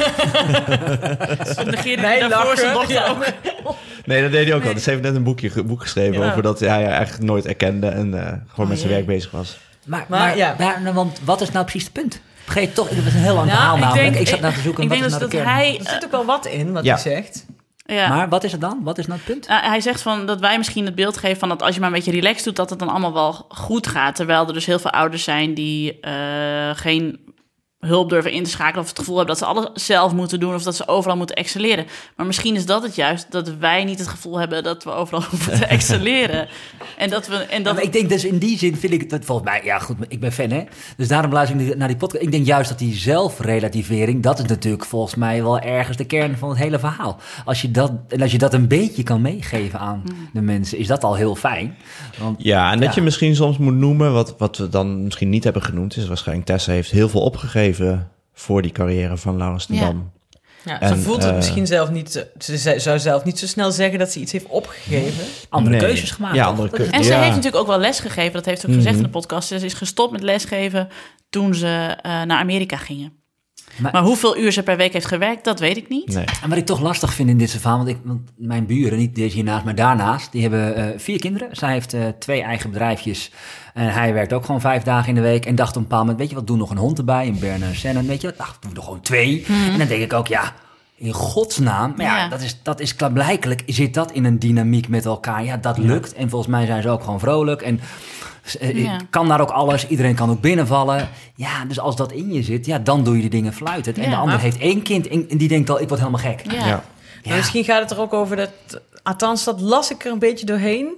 Dat negeerde Wij hij daarvoor lachen. zijn dochter Ja. ook. nee, dat deed hij ook al. Dus hij heeft net een boekje, ge- boek geschreven Ja. over dat hij eigenlijk nooit erkende en uh, gewoon Oh, met zijn jee. werk bezig was. Maar, Maar, maar, ja. maar- want wat is nou precies het punt? Vergeet toch, het was een heel lang Nou, verhaal ik namelijk. denk- ik zat naar te zoeken, ik wat denk is dus nou dat de kern? hij... Er zit ook wel wat in, wat Ja. hij zegt. Ja. Maar wat is het dan? Wat is nou het punt? Uh, hij zegt van dat wij misschien het beeld geven van dat als je maar een beetje relaxed doet, dat het dan allemaal wel goed gaat. Terwijl er dus heel veel ouders zijn die uh, geen hulp durven in te schakelen of het gevoel hebben dat ze alles zelf moeten doen of dat ze overal moeten excelleren. Maar misschien is dat het juist, dat wij niet het gevoel hebben dat we overal moeten excelleren. En dat we... En Ja, dat maar ik denk dus in die zin vind ik dat volgens mij... Ja goed, ik ben fan hè. Dus daarom luister ik naar die podcast. Ik denk juist dat die zelfrelativering... dat is natuurlijk volgens mij wel ergens de kern van het hele verhaal. Als je dat, en als je dat een beetje kan meegeven aan de mensen... is dat al heel fijn. Want, Ja, en dat Ja. je misschien soms moet noemen, wat, wat we dan misschien niet hebben genoemd, is waarschijnlijk Tessa heeft heel veel opgegeven voor die carrière van Laurens ten Ja. Dam. Ja, En, ze voelt het eh, misschien zelf niet... Ze ze zou zelf niet zo snel zeggen dat ze iets heeft opgegeven. andere Nee. keuzes gemaakt. Ja, toch? andere Dat- keuzes. En ze Ja. heeft natuurlijk ook wel lesgegeven. Dat heeft ze ook gezegd Mhm. in de podcast. Ze is gestopt met lesgeven toen ze uh, naar Amerika gingen. Maar- Maar, hoeveel uur ze per week heeft gewerkt, dat weet ik niet. Nee. En wat ik toch lastig vind in dit verhaal, want, ik, want mijn buren, niet deze hiernaast, maar daarnaast, die hebben uh, vier kinderen. Zij heeft uh, twee eigen bedrijfjes en hij werkt ook gewoon vijf dagen in de week en dacht op een bepaald moment, weet je wat, doe nog een hond erbij, een Berner Sennen, weet je wat, ach, doe er gewoon twee. Mhm. En dan denk ik ook, ja, in godsnaam, maar ja, Ja. dat is, dat is klaarblijkelijk, zit dat in een dynamiek met elkaar. Ja, dat lukt en volgens mij zijn ze ook gewoon vrolijk en... Uh, Ja. kan daar ook alles, iedereen kan ook binnenvallen. Ja, dus als dat in je zit, ja, dan doe je die dingen fluitend. En Ja, de ander maar- heeft één kind en en die denkt al, ik word helemaal gek. Ja. Ja. Ja. Maar misschien gaat het er ook over dat... Althans, dat las ik er een beetje doorheen.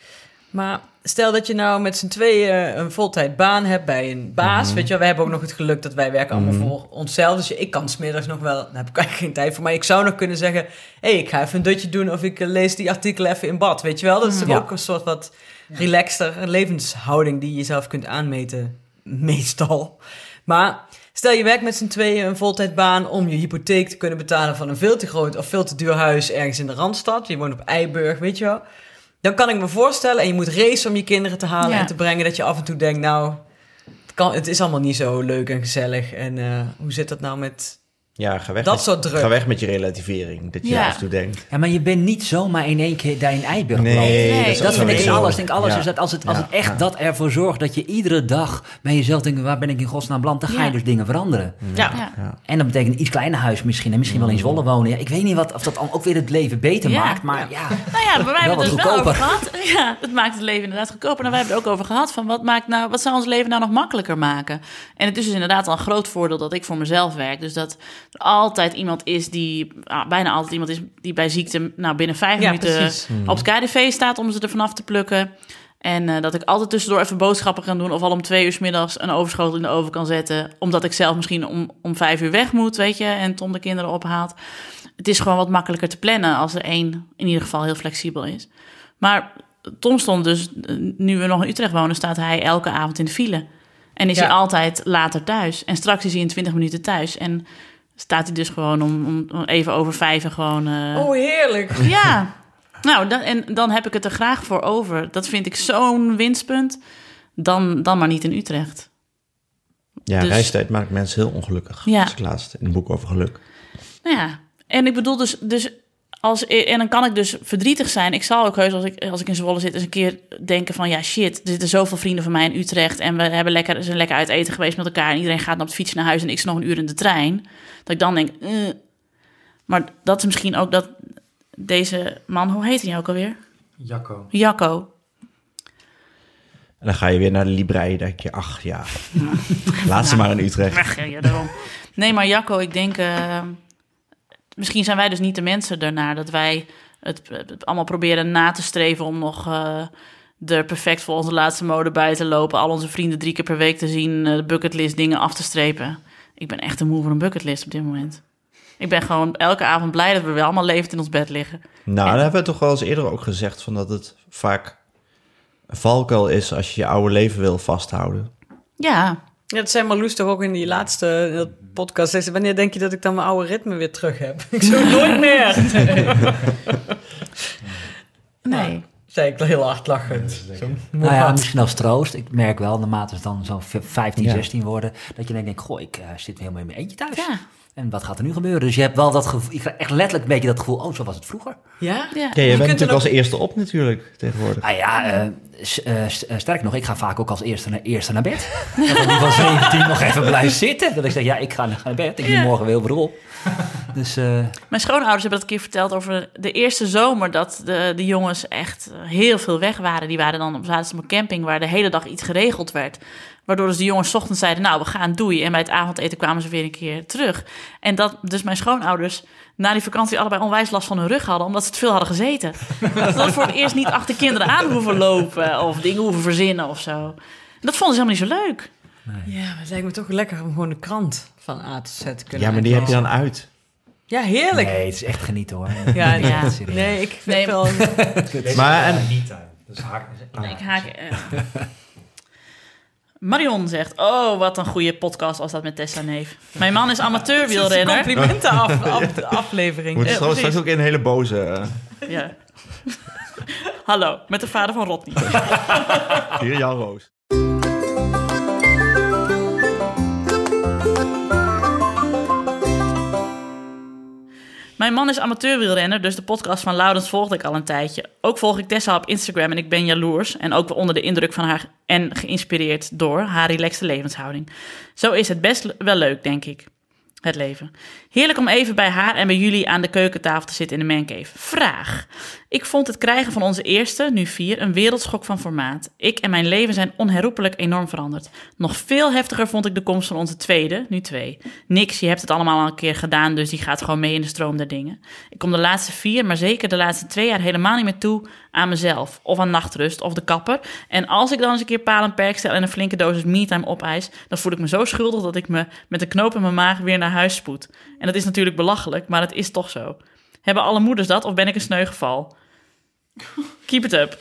Maar stel dat je nou met z'n tweeën een voltijd baan hebt bij een baas. Mhm. Weet je wel, wij hebben ook nog het geluk dat wij werken allemaal Mhm. voor onszelf. Dus ik kan 's middags nog wel... Daar heb ik eigenlijk geen tijd voor. Maar ik zou nog kunnen zeggen... Hé, hey, ik ga even een dutje doen of ik eh, lees die artikelen even in bad. Weet je wel? Dat is toch Ja. ook een soort wat relaxter levenshouding die je jezelf kunt aanmeten. Meestal. Maar... Stel je werkt met z'n tweeën een voltijdbaan om je hypotheek te kunnen betalen van een veel te groot of veel te duur huis ergens in de Randstad. Je woont op Eiburg, weet je wel. Dan kan ik me voorstellen, en je moet racen om je kinderen te halen Ja. en te brengen, dat je af en toe denkt, nou, het, kan, het is allemaal niet zo leuk en gezellig. En uh, hoe zit dat nou met Ja, ga weg, dat met, soort druk? ga weg met je relativering. Dat je Ja. af en toe denkt. Ja, maar je bent niet zomaar in één keer daar in Eiburg Nee, beland. Nee, dat, is Dat ook vind ik in zo. alles. Ik denk alles Ja. is dat als het, als Ja, het echt ja. dat ervoor zorgt dat je iedere dag bij jezelf denkt, waar ben ik in godsnaam beland, dan ga je Ja. dus dingen veranderen. Ja. Ja. Ja. En dat betekent een iets kleiner huis misschien en misschien wel in Zwolle wonen. Ja, ik weet niet wat, of dat dan ook weer het leven beter Ja. maakt, maar ja. Nou ja, maar wij hebben wat het dus wel over goedkoper. gehad. Ja, het maakt het leven inderdaad goedkoper. En wij hebben het ook over gehad van wat, maakt nou, wat zou ons leven nou nog makkelijker maken? En het is dus inderdaad al een groot voordeel dat ik voor mezelf werk. Dus dat er altijd iemand is die, ah, bijna altijd iemand is die bij ziekte nou, binnen vijf Ja, minuten precies. op het K D V staat om ze er vanaf te plukken. En uh, dat ik altijd tussendoor even boodschappen kan doen of al om twee uur 's middags een overschotel in de oven kan zetten. Omdat ik zelf misschien om, om vijf uur weg moet, weet je, en Tom de kinderen ophaalt. Het is gewoon wat makkelijker te plannen als er één in ieder geval heel flexibel is. Maar Tom stond dus, nu we nog in Utrecht wonen, staat hij elke avond in de file. En is Ja. hij altijd later thuis. En straks is hij in twintig minuten thuis. En staat hij dus gewoon om, om even over vijf en gewoon... Uh... Oh, heerlijk. Ja, nou, dan, en dan heb ik het er graag voor over. Dat vind ik zo'n winstpunt. Dan, dan maar niet in Utrecht. Ja, Dus- reistijd maakt mensen heel ongelukkig. Ja. Dat is ik laatst in een boek over geluk. Nou ja, en ik bedoel dus... dus als, en dan kan ik dus verdrietig zijn. Ik zal ook heus, als ik, als ik in Zwolle zit, eens een keer denken van... ja, shit, er zitten zoveel vrienden van mij in Utrecht... en we hebben lekker, zijn lekker uit eten geweest met elkaar... en iedereen gaat op de fiets naar huis en ik zit nog een uur in de trein. Dat ik dan denk... Uh. Maar dat is misschien ook dat deze man... Hoe heet hij ook alweer? Jacco. Jacco. En dan ga je weer naar de Librei. Dan denk je, ach ja, laat ze maar in Utrecht. Weg, ja, daarom. Nee, maar Jacco, ik denk... Uh, misschien zijn wij dus niet de mensen daarnaar... dat wij het, het allemaal proberen na te streven... om nog uh, er perfect voor onze laatste mode bij te lopen... al onze vrienden drie keer per week te zien... Uh, de bucketlist dingen af te strepen. Ik ben echt een moe voor een bucketlist op dit moment. Ik ben gewoon elke avond blij... dat we weer allemaal levend in ons bed liggen. Nou, dan hebben we toch wel eens eerder ook gezegd... Van dat het vaak een valkuil is als je je oude leven wil vasthouden. Ja, Ja, dat zei Marloes toch ook in die laatste uh, podcast. Zei ze, wanneer denk je dat ik dan mijn oude ritme weer terug heb? Ik zo, nooit meer. nee. Zei ik heel hard lachend. Zo, Nou ja, misschien als troost. Ik merk wel, naarmate het dan zo'n vijftien, Ja. zestien worden... dat je dan denkt, goh, ik uh, zit helemaal in mijn eentje thuis. Ja. En wat gaat er nu gebeuren? Dus je hebt wel dat gevoel, je krijgt echt letterlijk een beetje dat gevoel, oh, zo was het vroeger. Ja? Ja. Ja, je Je bent kunt natuurlijk er als ook- eerste op natuurlijk tegenwoordig. Ah ja, uh, s- uh, s- uh, sterker nog, ik ga vaak ook als eerste naar, eerste naar bed. Dat ik die van zeventien nog even blijf zitten. Dat ik zeg, ja, ik ga naar bed. Ik Ja. moet morgen weer weer op. Dus, uh, Mijn schoonouders hebben dat een keer verteld over de eerste zomer... dat de, de jongens echt heel veel weg waren. Die waren dan op zaterdag op een camping waar de hele dag iets geregeld werd. Waardoor dus de jongens 's ochtends zeiden, nou, we gaan doei. En bij het avondeten kwamen ze weer een keer terug. En dat dus mijn schoonouders na die vakantie allebei onwijs last van hun rug hadden... omdat ze te veel hadden gezeten. Dat ze voor het eerst niet achter kinderen aan hoeven lopen... of dingen hoeven verzinnen of zo. Dat vonden ze helemaal niet zo leuk. Ja, maar het lijkt me toch lekker om gewoon de krant van A tot Z te kunnen Ja, maar die heb je uitlezen. dan uit. Ja, heerlijk. nee, het is echt genieten hoor. Ja, Ja. ja. Serieus. Nee, ik vind Nee. wel... Deze Maar- is en- niet time. Dus haak, Nee, ik haak... eh. Marion zegt, oh, wat een goede podcast als dat met Tessa Neef. Mijn man is amateurwielrenner. Complimenten af, af, de aflevering. Moet Ja, straks, precies. straks ook in een hele boze... eh, Ja. Hallo, met de vader van Rodney. hier, Jan Roos. Mijn man is amateurwielrenner, dus de podcast van Laurens volgde ik al een tijdje. Ook volg ik Tessa op Instagram en ik ben jaloers. En ook onder de indruk van haar en geïnspireerd door haar relaxte levenshouding. Zo is het best wel leuk, denk ik. Het leven. Heerlijk om even bij haar en bij jullie aan de keukentafel te zitten in de mancave. Vraag. Ik vond het krijgen van onze eerste, nu vier, een wereldschok van formaat. Ik en mijn leven zijn onherroepelijk enorm veranderd. Nog veel heftiger vond ik de komst van onze tweede, nu twee. Niks, je hebt het allemaal al een keer gedaan, dus die gaat gewoon mee in de stroom der dingen. Ik kom de laatste vier, maar zeker de laatste twee jaar helemaal niet meer toe aan mezelf. Of aan nachtrust, of de kapper. En als ik dan eens een keer paal en perk stel en een flinke dosis me-time opeis, dan voel ik me zo schuldig dat ik me met een knoop in mijn maag weer naar huis spoed. En dat is natuurlijk belachelijk, maar het is toch zo. Hebben alle moeders dat, of ben ik een sneu geval? Keep it up.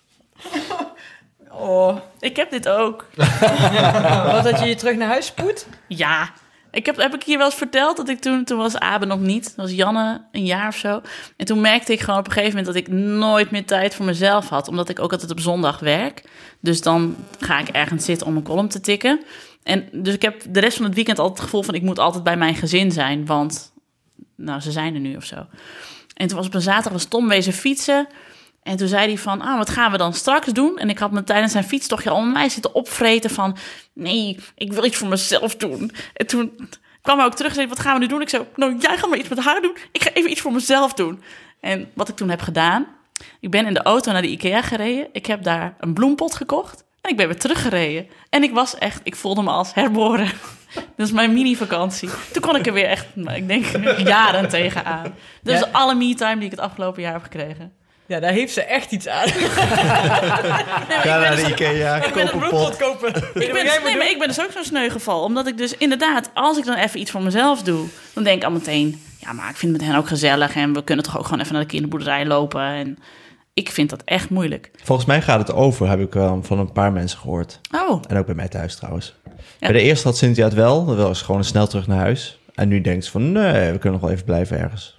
Oh, Ik heb dit ook. wat dat je je terug naar huis spoedt? Ja. Ik heb, heb ik hier wel eens verteld dat ik toen, toen was Abe nog niet. Toen was Janne een jaar of zo. En toen merkte ik gewoon op een gegeven moment dat ik nooit meer tijd voor mezelf had. Omdat ik ook altijd op zondag werk. Dus dan ga ik ergens zitten om een column te tikken. En dus ik heb de rest van het weekend altijd het gevoel van ik moet altijd bij mijn gezin zijn. Want nou, ze zijn er nu of zo. En toen was op een zaterdag was Tom wezen fietsen. En toen zei hij van, ah, wat gaan we dan straks doen? En ik had me tijdens zijn fietstochtje al mij zitten opvreten van... nee, ik wil iets voor mezelf doen. En toen kwam hij ook terug en zei, wat gaan we nu doen? Ik zei, nou, jij gaat maar iets met haar doen. Ik ga even iets voor mezelf doen. En wat ik toen heb gedaan... ik ben in de auto naar de IKEA gereden. Ik heb daar een bloempot gekocht. En ik ben weer teruggereden. En ik was echt, ik voelde me als herboren. Dat is mijn mini-vakantie. Toen kon ik er weer echt, nou, ik denk, jaren tegenaan. Dus Ja. alle me-time die ik het afgelopen jaar heb gekregen. Ja, daar heeft ze echt iets aan. Nee, maar ik Ga ben naar dus- de Ikea, Ik ben koop een een bloempot pot. kopen. Ik ben, nee, maar ik ben dus ook zo'n sneu geval. Omdat ik dus inderdaad, als ik dan even iets voor mezelf doe... dan denk ik al meteen, ja, maar ik vind het met hen ook gezellig... en we kunnen toch ook gewoon even naar de kinderboerderij lopen. En ik vind dat echt moeilijk. Volgens mij gaat het over, heb ik wel van een paar mensen gehoord. Oh, En ook bij mij thuis trouwens. Bij de eerste had Cynthia het wel. Dan wil ze gewoon snel terug naar huis. En nu denkt ze van, nee, we kunnen nog wel even blijven ergens.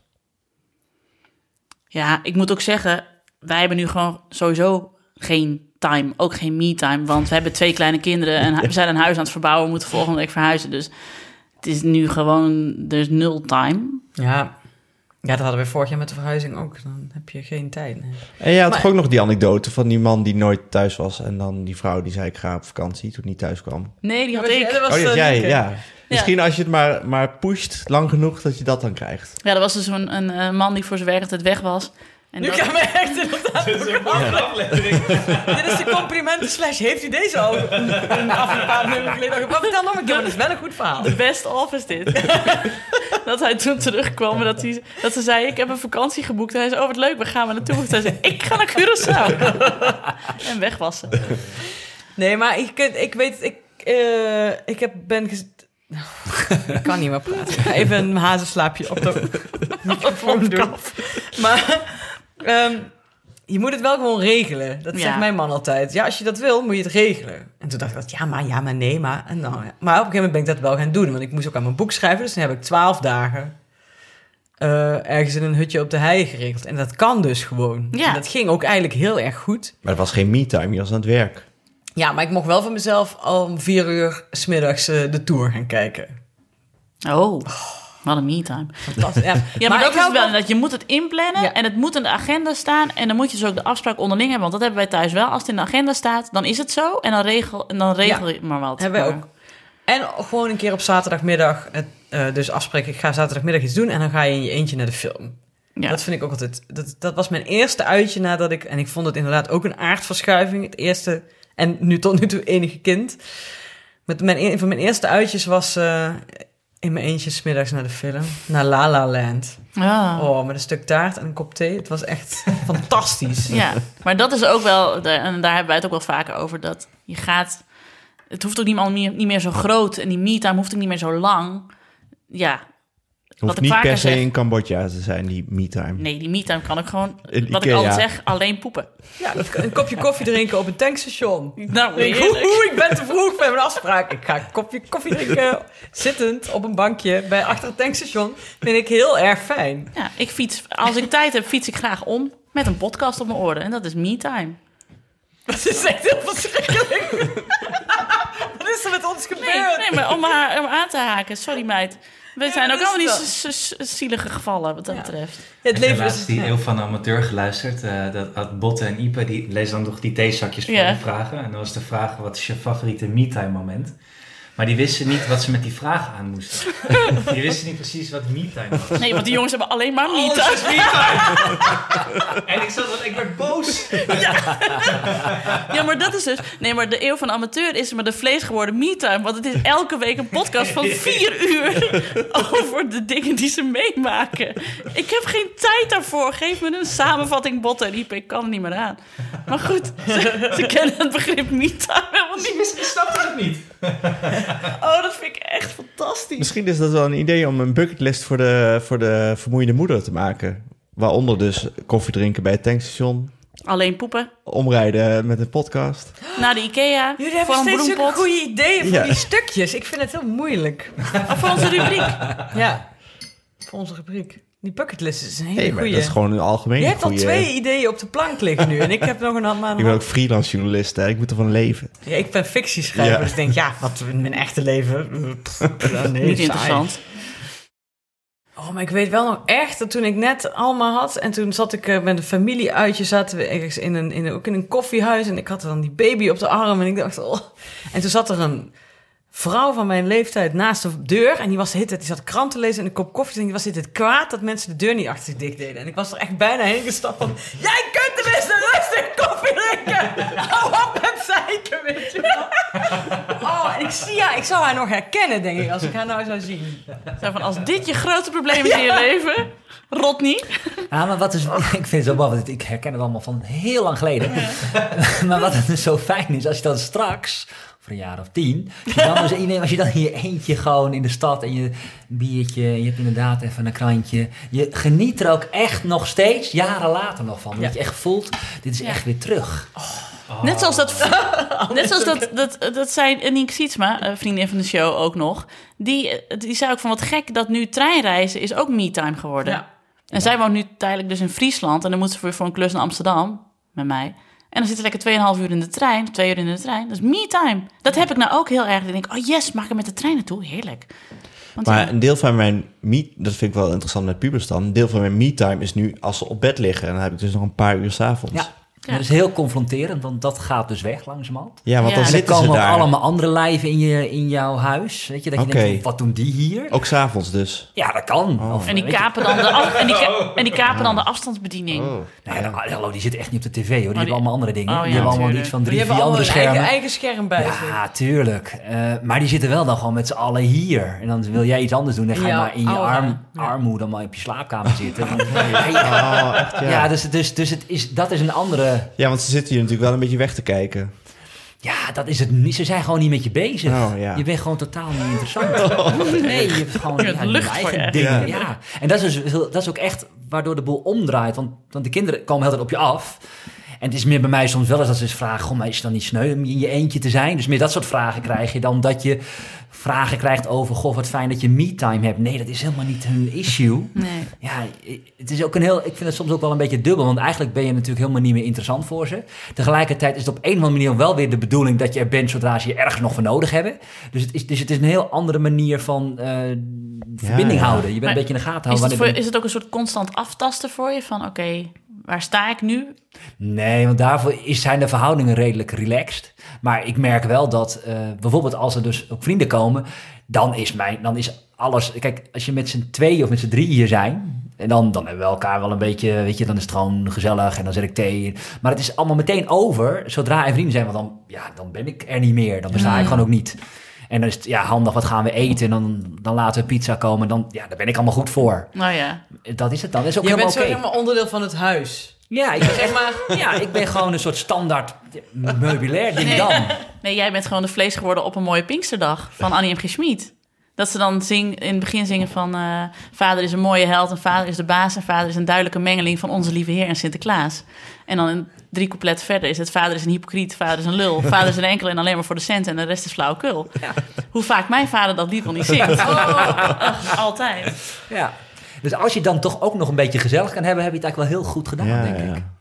ja, ik moet ook zeggen... wij hebben nu gewoon sowieso geen time, ook geen me-time... want we hebben twee kleine kinderen en we zijn een huis aan het verbouwen... we moeten volgende week verhuizen, dus het is nu gewoon... er is nul time. Ja. Ja, dat hadden we vorig jaar met de verhuizing ook. Dan heb je geen tijd. Nee. En je had Maar- toch ook nog die anekdote van die man die nooit thuis was. En dan die vrouw die zei, ik ga op vakantie, toen niet thuis kwam. Nee, die had Dat was- ik. dat was, Oh, die had eh, jij, Lieke. ja. Misschien als je het maar, maar pusht lang genoeg dat je dat dan krijgt. Ja, er was dus een, een, eh, man die voor zijn werk altijd weg was. En Nu dat- gaan we echt inderdaad... Dit is een andere aflevering. Dit is de complimenten slash. Heeft u deze al een, een af een paar minuten geleden al gehad? Vertel nog een keer, want dat is wel een goed verhaal. De best of is dit. Dat hij toen terugkwam en dat, hij, dat ze zei... ik heb een vakantie geboekt. En hij zei, oh wat leuk, waar gaan we naartoe? En hij zei, ik ga naar Curaçao. En weg was ze. Nee, maar ik, ik weet... Ik, eh, ik heb, ben... Ges... Ik kan niet meer praten. Ik ga even een hazenslaapje op de microfoon doen. Maar ehm, je moet het wel gewoon regelen. Dat Ja. zegt mijn man altijd. Ja, als je dat wil, moet je het regelen. En toen dacht ik, ja, maar, ja, maar, nee, maar. En nou, ja. Maar op een gegeven moment ben ik dat wel gaan doen. Want ik moest ook aan mijn boek schrijven. Dus dan heb ik twaalf dagen uh, ergens in een hutje op de hei geregeld. En dat kan dus gewoon. Ja. En dat ging ook eigenlijk heel erg goed. Maar het was geen me-time, je was aan het werk. Ja, maar ik mocht wel van mezelf al om vier uur 's middags uh, de Tour gaan kijken. Oh. Wat een me-time. Fantastisch. Ja, Ja, maar, ik dat is hou wel wel- dat je moet het inplannen Ja. en het moet in de agenda staan. En dan moet je dus ook de afspraak onderling hebben. Want dat hebben wij thuis wel. Als het in de agenda staat, dan is het zo. En dan regel, en dan regel je maar wat. Hebben wij Maar- ook. En gewoon een keer op zaterdagmiddag, het, uh, dus afspreken, ik ga zaterdagmiddag iets doen en dan ga je in je eentje naar de film. Ja. Dat vind ik ook altijd, dat, dat was mijn eerste uitje nadat ik, en ik vond het inderdaad ook een aardverschuiving, het eerste, en nu tot nu toe enige kind. Met mijn, een van mijn eerste uitjes was uh, in mijn eentje 's middags naar de film, naar La La Land. Ja. Oh, met een stuk taart en een kop thee. Het was echt fantastisch. Ja, maar dat is ook wel, de- en daar hebben wij het ook wel vaker over, dat je gaat, het hoeft ook niet meer, niet meer zo groot en die me-time hoeft ook niet meer zo lang. Ja, Het hoeft ik niet vaker per se zeg- in Cambodja te zijn, die me-time. nee, die me-time kan ik gewoon, In wat Ikea. ik altijd zeg, alleen poepen. Ja, een kopje koffie drinken op een tankstation. Nou, Ik, heerlijk. oeh, ik ben te vroeg bij mijn afspraak. Ik ga een kopje koffie drinken zittend op een bankje bij achter het tankstation. Vind ik heel erg fijn. Ja, ik fiets, als ik tijd heb, fiets ik graag om met een podcast op mijn oren. En dat is me-time. Dat is echt heel verschrikkelijk. Wat is er met ons Nee, gebeurd? nee, maar om haar om aan te haken, sorry meid. We zijn maar ook dat allemaal is niet z- z- z- zielige gevallen wat dat Ja. betreft. Ja, het Ik heb leven laatst is... die ja. Eeuw van de Amateur geluisterd. Uh, dat had Botte en Ipe, die lezen dan nog die theezakjes voor Ja. de vragen. En dan was de vraag, wat is je favoriete me-time moment? Maar die wisten niet wat ze met die vragen aan moesten. Die wisten niet precies wat me-time was. Nee, want die jongens hebben alleen maar Alles me-time. is me-time! En ik zat dan, ik werd boos. Ja, maar dat is dus... Nee, maar de eeuw van de amateur is maar de vlees geworden me-time. Want het is elke week een podcast van vier uur over de dingen die ze meemaken. Ik heb geen tijd daarvoor. Geef me een samenvatting botten en Ipe. Ik kan er niet meer aan. Maar goed, ze, ze kennen het begrip me-time helemaal niet. Ik snapte het niet. Oh, dat vind ik echt fantastisch. Misschien is dat wel een idee om een bucketlist voor de, voor de vermoeide moeder te maken. Waaronder dus koffie drinken bij het tankstation, Alleen poepen. omrijden met een podcast. Naar de Ikea. Jullie hebben voor een steeds zulke bloempot. goede ideeën voor Ja. die stukjes. Ik vind het heel moeilijk. Of voor onze rubriek. Ja, voor onze rubriek. Die bucketlist is een hele Nee, maar goeie. dat is gewoon een algemeen Je hebt al goeie... twee ideeën op de plank liggen nu. En ik heb nog een maand. Ik ben ook freelance journalist, hè. Ik moet ervan leven. Ja, ik ben fictieschrijver. Ja. Dus ik denk, ja, wat in mijn echte leven. Pff, ja, nee, Niet saai. interessant. Oh, maar ik weet wel nog echt dat toen ik net Alma had... en toen zat ik uh, met een familieuitje... zaten we ergens in een, in een, ook in een koffiehuis... en ik had dan die baby op de arm en ik dacht... Oh. En toen zat er een vrouw van mijn leeftijd naast de deur... en die was de hele tijd, die zat krant te lezen en een kop koffie... en die was dit kwaad dat mensen de deur niet achter zich dicht deden. En ik was er echt bijna heen gestapt van... jij kunt tenminste rustig koffie drinken! Hou op met zeiken, weet je wel. Oh, en ik, zie, ja, ik zou haar nog herkennen, denk ik... als ik haar nou zou zien. Zo van, als dit je grote probleem is in je leven, rot niet. Ja, maar wat is... Ik vind het zo mooi, want ik herken het allemaal van heel lang geleden. Maar wat het dus zo fijn is, als je dan straks... voor een jaar of tien. Als je dan, dus, in- als je dan hier eentje gewoon in de stad en je een biertje, je hebt inderdaad even een krantje. Je geniet er ook echt nog steeds, jaren later nog van. Ja. Dat je echt voelt, dit is Ja. echt weer terug. Net zoals dat, net zoals dat, dat, dat zei Nienke Sietsma, een vriendin van de show ook nog. Die, die zei ook van wat gek dat nu treinreizen is ook me-time geworden. Ja. En zij woont nu tijdelijk dus in Friesland en dan moet ze weer voor een klus naar Amsterdam met mij. En dan zit ze lekker tweeënhalf uur in de trein, twee uur in de trein. Dat is me-time. Dat heb ik nou ook heel erg. Dan denk ik, oh yes, mag ik er met de trein naartoe? Heerlijk. Want Maar ja, een deel van mijn me, dat vind ik wel interessant met pubers dan. Een deel van mijn me-time is nu als ze op bed liggen. En dan heb ik dus nog een paar uur 's avonds. Ja. Ja. Dat is heel confronterend, want dat gaat dus weg langzamerhand. Ja, want Ja. dan En En er zitten ze komen ook daar. allemaal andere lijven in, je, in jouw huis. Weet je, dat je Oké. denkt, wat doen die hier? Ook 's avonds dus. Ja, dat kan. Oh. Of, en die weet je, kapen dan de, af, en die, ka- en die kapen dan de afstandsbediening. Oh. nou ja, dan- hallo, die zitten echt niet op de tv hoor. Die, die- hebben allemaal andere dingen. Oh, ja, die hebben allemaal tuurlijk. iets van Die drie, hebben vier allemaal andere een eigen, schermen. eigen scherm bij zich. Ja, tuurlijk. Uh, maar die zitten wel dan gewoon met z'n allen hier. En dan wil jij iets anders doen. Dan ga je Ja, maar in je oude. arm, Ja. armoede dan maar op je slaapkamer zitten. Dan- Oh, echt, ja. ja, dus, dus, dus het is, dat is een andere... Ja, want ze zitten hier natuurlijk wel een beetje weg te kijken. Ja, dat is het niet. Ze zijn gewoon niet met je bezig. Oh, ja. Je bent gewoon totaal niet interessant. Nee, je hebt gewoon Je hebt ja, je lucht voor eigen je. dingen. Ja. Ja. En dat is, dus, heel- dat is ook echt waardoor de boel omdraait. Want, want de kinderen komen heel tijd op je af. En het is meer bij mij soms wel eens dat ze eens vragen... Goh, maar is het dan niet sneu om in je eentje te zijn? Dus meer dat soort vragen krijg je dan dat je vragen krijgt over... Goh, wat fijn dat je me-time hebt. Nee, dat is helemaal niet hun issue. Nee. Ja, het is ook een heel... Ik vind het soms ook wel een beetje dubbel. Want eigenlijk ben je natuurlijk helemaal niet meer interessant voor ze. Tegelijkertijd is het op een of andere manier wel weer de bedoeling... dat je er bent zodra ze je ergens nog voor nodig hebben. Dus het is, dus het is een heel andere manier van uh, verbinding ja. houden. Je bent Maar een beetje in de gaten Is houden. het, voor, is het ook een soort constant aftasten voor je? Van oké, okay, waar sta ik nu? Nee, want daarvoor is, zijn de verhoudingen redelijk relaxed. Maar ik merk wel dat uh, bijvoorbeeld als er dus ook vrienden komen... dan is, mijn, dan is alles... Kijk, als je met z'n tweeën of met z'n drieën hier zijn... en dan, dan hebben we elkaar wel een beetje... weet je, dan is het gewoon gezellig en dan zet ik thee in. Maar het is allemaal meteen over zodra er vrienden zijn. Want dan, ja, dan ben ik er niet meer. Dan besta ik gewoon ook niet. En dan is het ja, handig, wat gaan we eten? En dan, dan laten we pizza komen. Dan, ja, daar ben ik allemaal goed voor. Nou ja. Dat is het dan. Dat is ook Je helemaal bent oké. zo helemaal onderdeel van het huis. Ja, ik ben, zeg maar, ja, ik ben gewoon een soort standaard meubilair ding dan. Nee, jij bent gewoon de vlees geworden op een mooie Pinksterdag van Annie M G. Schmid. Dat ze dan zing, in het begin zingen van... Uh, vader is een mooie held en vader is de baas... en vader is een duidelijke mengeling van onze lieve Heer en Sinterklaas. En dan in drie coupletten verder is het... vader is een hypocriet, vader is een lul... vader is een enkel en alleen maar voor de cent... en de rest is flauwekul. Ja. Hoe vaak mijn vader dat lied wel niet zingt. Oh, ach, altijd. Ja. Dus als je dan toch ook nog een beetje gezellig kan hebben... heb je het eigenlijk wel heel goed gedaan, Ja, denk ja. ik.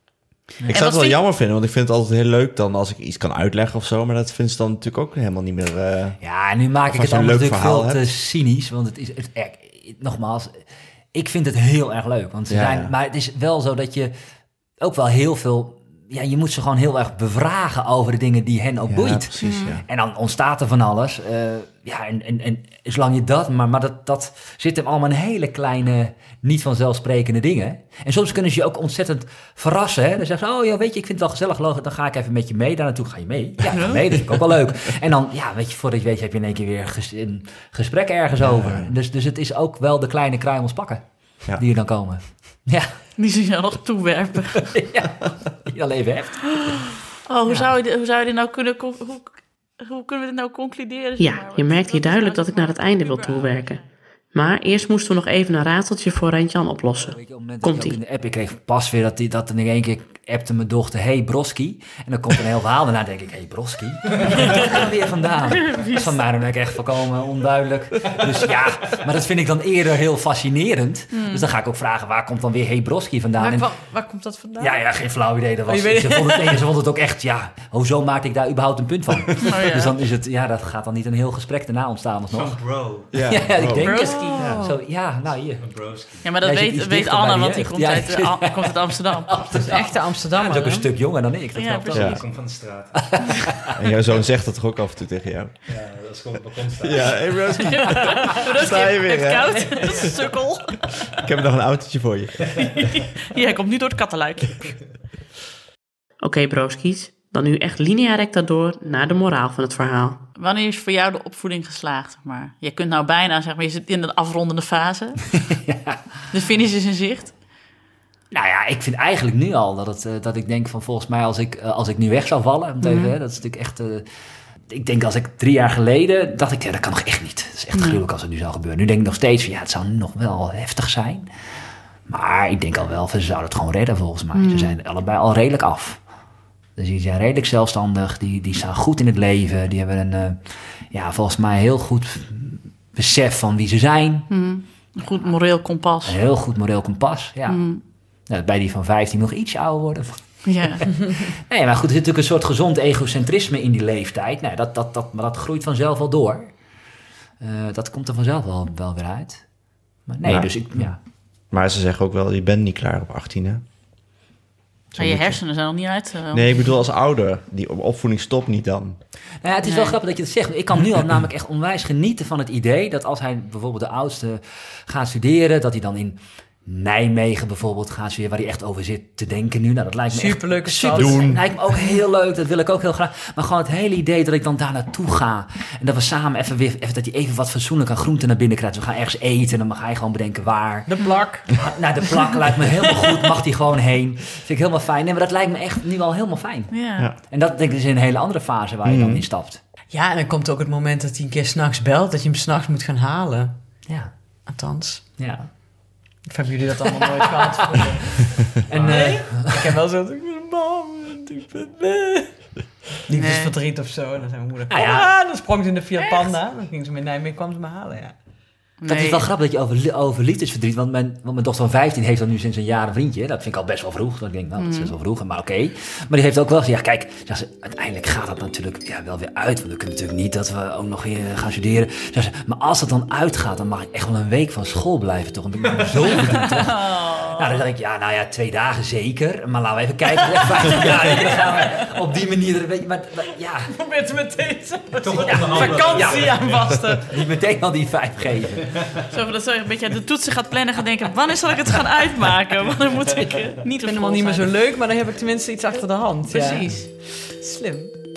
Ik zou het wel jammer vinden, want ik vind het altijd heel leuk dan als ik iets kan uitleggen of zo. Maar dat vinden ze dan natuurlijk ook helemaal niet meer... Uh... Ja, en nu maak ik als het je een allemaal leuk natuurlijk veel verhaal te hebt. cynisch. Want het is, het, het, nogmaals, ik vind het heel erg leuk. Want ze Ja, zijn, ja. maar het is wel zo dat je ook wel heel veel... Ja, je moet ze gewoon heel erg bevragen over de dingen die hen ook Ja, boeit. precies, ja. En dan ontstaat er van alles. Uh, ja, en, en, en zolang je dat... Maar, maar dat, dat zit hem allemaal in hele kleine, niet vanzelfsprekende dingen. En soms kunnen ze je ook ontzettend verrassen. Hè? Dan zeggen ze, oh ja, weet je, ik vind het wel gezellig. Logan, dan ga ik even met je mee. Daar naartoe ga je mee. Ja, ga mee, dat vind ik ook wel leuk. En dan, ja, weet je, voordat je weet, heb je in één keer weer ges- een gesprek ergens over. Dus, dus het is ook wel de kleine kruimels pakken Ja. die er dan komen. Ja, Die ze jou nog toewerpen. ja, die je al even hebt. Oh, hoe, Ja. zou je, dit- hoe zou je dit nou kunnen... con- Hoe, hoe kunnen we dit nou concluderen? zeg Ja, maar? je merkt hier Wat is duidelijk nou dat ik naar het einde wil toewerken. Maar eerst moesten we nog even een rateltje voor Rentjan oplossen. Weet je, op het moment dat Komt-ie. je ook in de app, ik kreeg pas weer dat, die, dat in één keer appte mijn dochter, hey Broski. En dan komt een heel verhaal, daarna denk ik, hey Broski. Waar komt dat weer vandaan? Dus van mij dan ben ik echt volkomen onduidelijk. Dus ja, maar dat vind ik dan eerder heel fascinerend. Dus dan ga ik ook vragen, waar komt dan weer hey Broski vandaan? Waar, En, kwam- waar komt dat vandaan? ja, ja, geen flauw idee. Dat was, Oh, je weet- ze, vond het, nee, ze vond het ook echt, ja, hoezo maakte ik daar überhaupt een punt van? Oh, ja. Dus dan is het, ja, dat gaat dan niet een heel gesprek daarna ontstaan alsnog. Zo'n bro. Ja, ik bro. denk het. Broski. Ja, zo, ja, nou hier. Een broski. Ja, maar dat Jij zit weet, iets weet dichter Anna, bij de want die jeugd. komt, Ja, uit, ja. Al- komt uit Amsterdam. Dat is een echte Ja, Amsterdammer. dat is ook een hè? stuk jonger dan ik. Dat Ja, helpt ook. precies. Ik kom van de straat. En jouw zoon zegt dat toch ook af en toe tegen jou? Ja, dat is gewoon op het balkon staan. Ja, hey Rosie, Dat sta je weer, hè? koud. Dat is een sukkel. Ik heb nog een autootje voor je. Ja, hij komt nu door het kattenluikje. Oké, broskies, dan nu echt linea recta door naar de moraal van het verhaal. Wanneer is voor jou de opvoeding geslaagd? Zeg maar? Je kunt nou bijna, zeg maar, je zit in de afrondende fase. De finish is in zicht. Nou ja, ik vind eigenlijk nu al dat, het, eh, dat ik denk van volgens mij als ik, eh, als ik nu weg zou vallen, mm-hmm. even, hè, dat is natuurlijk echt... eh, ik denk als ik drie jaar geleden dacht ik, ja, dat kan nog echt niet. Dat is echt Nee. gruwelijk als het nu zou gebeuren. Nu denk ik nog steeds van ja, het zou nog wel heftig zijn. Maar ik denk al wel, ze zouden het gewoon redden volgens mij. Ze zijn allebei al redelijk af. Dus die zijn redelijk zelfstandig, die, die staan goed in het leven. Die hebben een, eh, ja, volgens mij heel goed besef van wie ze zijn. Mm. Een goed moreel kompas. Een heel goed moreel kompas, ja. Mm. Nou, bij die van vijftien nog iets ouder worden. Ja. Nee, maar goed, er zit natuurlijk een soort gezond egocentrisme in die leeftijd. Nou, dat, dat, dat, maar dat groeit vanzelf wel door. Uh, dat komt er vanzelf wel, wel weer uit. Maar nee, Ja. dus ik, ja. Maar ze zeggen ook wel, je bent niet klaar op achttien, hè? Maar je hersenen zijn nog niet uit. Uh, Nee, ik bedoel als ouder. Die opvoeding stopt niet dan. Nou ja, het is Nee. wel grappig dat je het zegt. Ik kan nu al namelijk echt onwijs genieten van het idee dat als hij bijvoorbeeld de oudste gaat studeren, dat hij dan in Nijmegen bijvoorbeeld gaat studeren, waar hij echt over zit te denken nu. Nou, dat lijkt me Superleuke echt stad. super. Doen. Lijkt me ook heel leuk. Dat wil ik ook heel graag. Maar gewoon het hele idee dat ik dan daar naartoe ga en dat we samen even weer, even, dat hij even wat fatsoenlijk aan groenten naar binnen krijgt. Dus we gaan ergens eten en dan mag hij gewoon bedenken waar. De plak. Nou, de plak lijkt me helemaal goed. Mag hij gewoon heen. Vind ik helemaal fijn. Nee, maar dat lijkt me echt nu al helemaal fijn. ja. Ja. En dat denk ik is in een hele andere fase waar je dan in stapt. Ja, en dan komt ook het moment dat hij een keer s'nachts belt, dat je hem s'nachts moet gaan halen. Ja, Althans. ja. Of hebben jullie dat allemaal nooit gehad? En, eh, Ik heb wel zo... Ik wil een bal. ik ben... Nee. Liefdesverdriet of zo. En dan zei mijn moeder, kom Ah, ja. maar. Dan sprong ze in de Fiat Panda. Dan ging ze met Nijmegen, kwam ze me halen, ja. Dat is wel grappig dat je over, li- over liefdesverdriet... Want mijn, want mijn dochter van vijftien heeft dan nu sinds een jaar een vriendje. Dat vind ik al best wel vroeg. Dat ik denk, nou, dat is best wel vroeg, maar oké. Okay. Maar die heeft ook wel gezegd, ja, kijk... Zegt ze, uiteindelijk gaat dat natuurlijk ja, wel weer uit. Want we kunnen natuurlijk niet dat we ook nog weer gaan studeren. Zegt ze, maar als het dan uitgaat... dan mag ik echt wel een week van school blijven, toch? Dan ben ik zo verdrietig. Nou, dan zeg ik, ja, nou ja, twee dagen zeker. Maar laten we even kijken. vijftien jaar, dan gaan we op die manier... Weet je, maar, maar ja... Probeer te meteen Toch ja, vakantie Ja. aan vasten. Niet meteen al die vijf geven. Zo dat zo een beetje de toetsen gaat plannen en gaat denken... wanneer zal ik het gaan uitmaken? Want dan moet ik uh, niet Ik vind hem vol al niet meer zo zijn. leuk, maar dan heb ik tenminste iets achter de hand. Ja. Precies. Slim.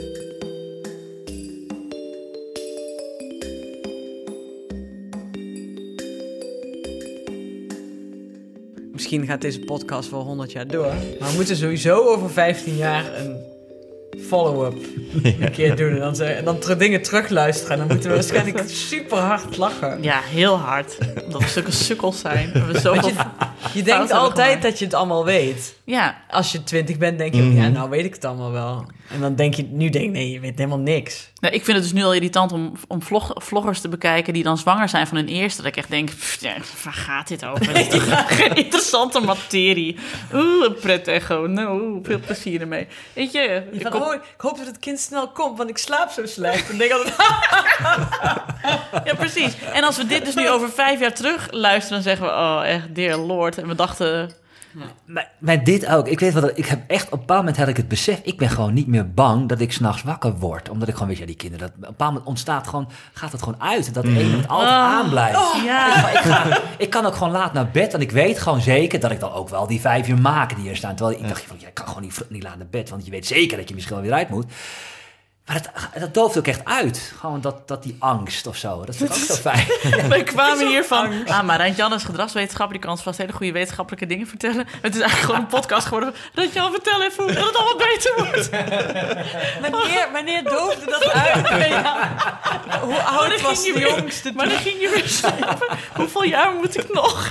Misschien gaat deze podcast wel honderd jaar door. Maar we moeten sowieso over vijftien jaar een follow-up een keer doen. En dan, ze- en dan ter- dingen terugluisteren. En dan moeten we waarschijnlijk super hard lachen. Ja, heel hard. Omdat we stukken sukkels zijn. We hebben zoveel... Je denkt hebben altijd gemaakt. dat je het allemaal weet. Ja, Als je twintig bent, denk je, Mhm. ja, nou weet ik het allemaal wel. En dan denk je, nu denk je, nee, je weet helemaal niks. nou, ik vind het dus nu al irritant om, om vlog, vloggers te bekijken... die dan zwanger zijn van hun eerste. Dat ik echt denk, pff, ja, waar gaat dit over? Dat is toch geen interessante materie. Oeh, een pret-echo. Nou, oeh, veel plezier ermee. Weet je, Je ik van, kom- oh, ik hoop dat het kind snel komt, want ik slaap zo slecht. En denk ik altijd, Ja, precies. En als we dit dus nu over vijf jaar terug luisteren... dan zeggen we, oh, echt, dear lord. En we dachten... Maar, maar dit ook. Ik weet wat. Ik heb echt op een bepaald moment had ik het besef. Ik ben gewoon niet meer bang dat ik 's nachts wakker word. Omdat ik gewoon weet, ja, die kinderen. Dat, op een bepaald moment ontstaat gewoon. Gaat het gewoon uit. Dat ene het altijd Oh. aanblijft. Ja. Ik, ga, ik, ga, ik kan ook gewoon laat naar bed. Want ik weet gewoon zeker dat ik dan ook wel die vijf uur maak die er staan. Terwijl ik dacht, van, ja, ik kan gewoon niet, niet laat naar bed. Want je weet zeker dat je misschien wel weer uit moet. Maar dat, dat dooft ook echt uit. Gewoon dat, dat die angst of zo. Dat vind ik ook zo fijn. Wij kwamen hier van... Ah, maar Rijn-Jan is gedragswetenschapper. Die kan ons vast hele goede wetenschappelijke dingen vertellen. Het is eigenlijk gewoon een podcast geworden. Rijn-Jan, vertel even hoe dat het allemaal beter wordt. wanneer, wanneer doofde dat uit? Ja. Hoe oud was ging je de weer- jongste? Maar dan ging je weer slapen. Hoeveel jaar moet ik nog?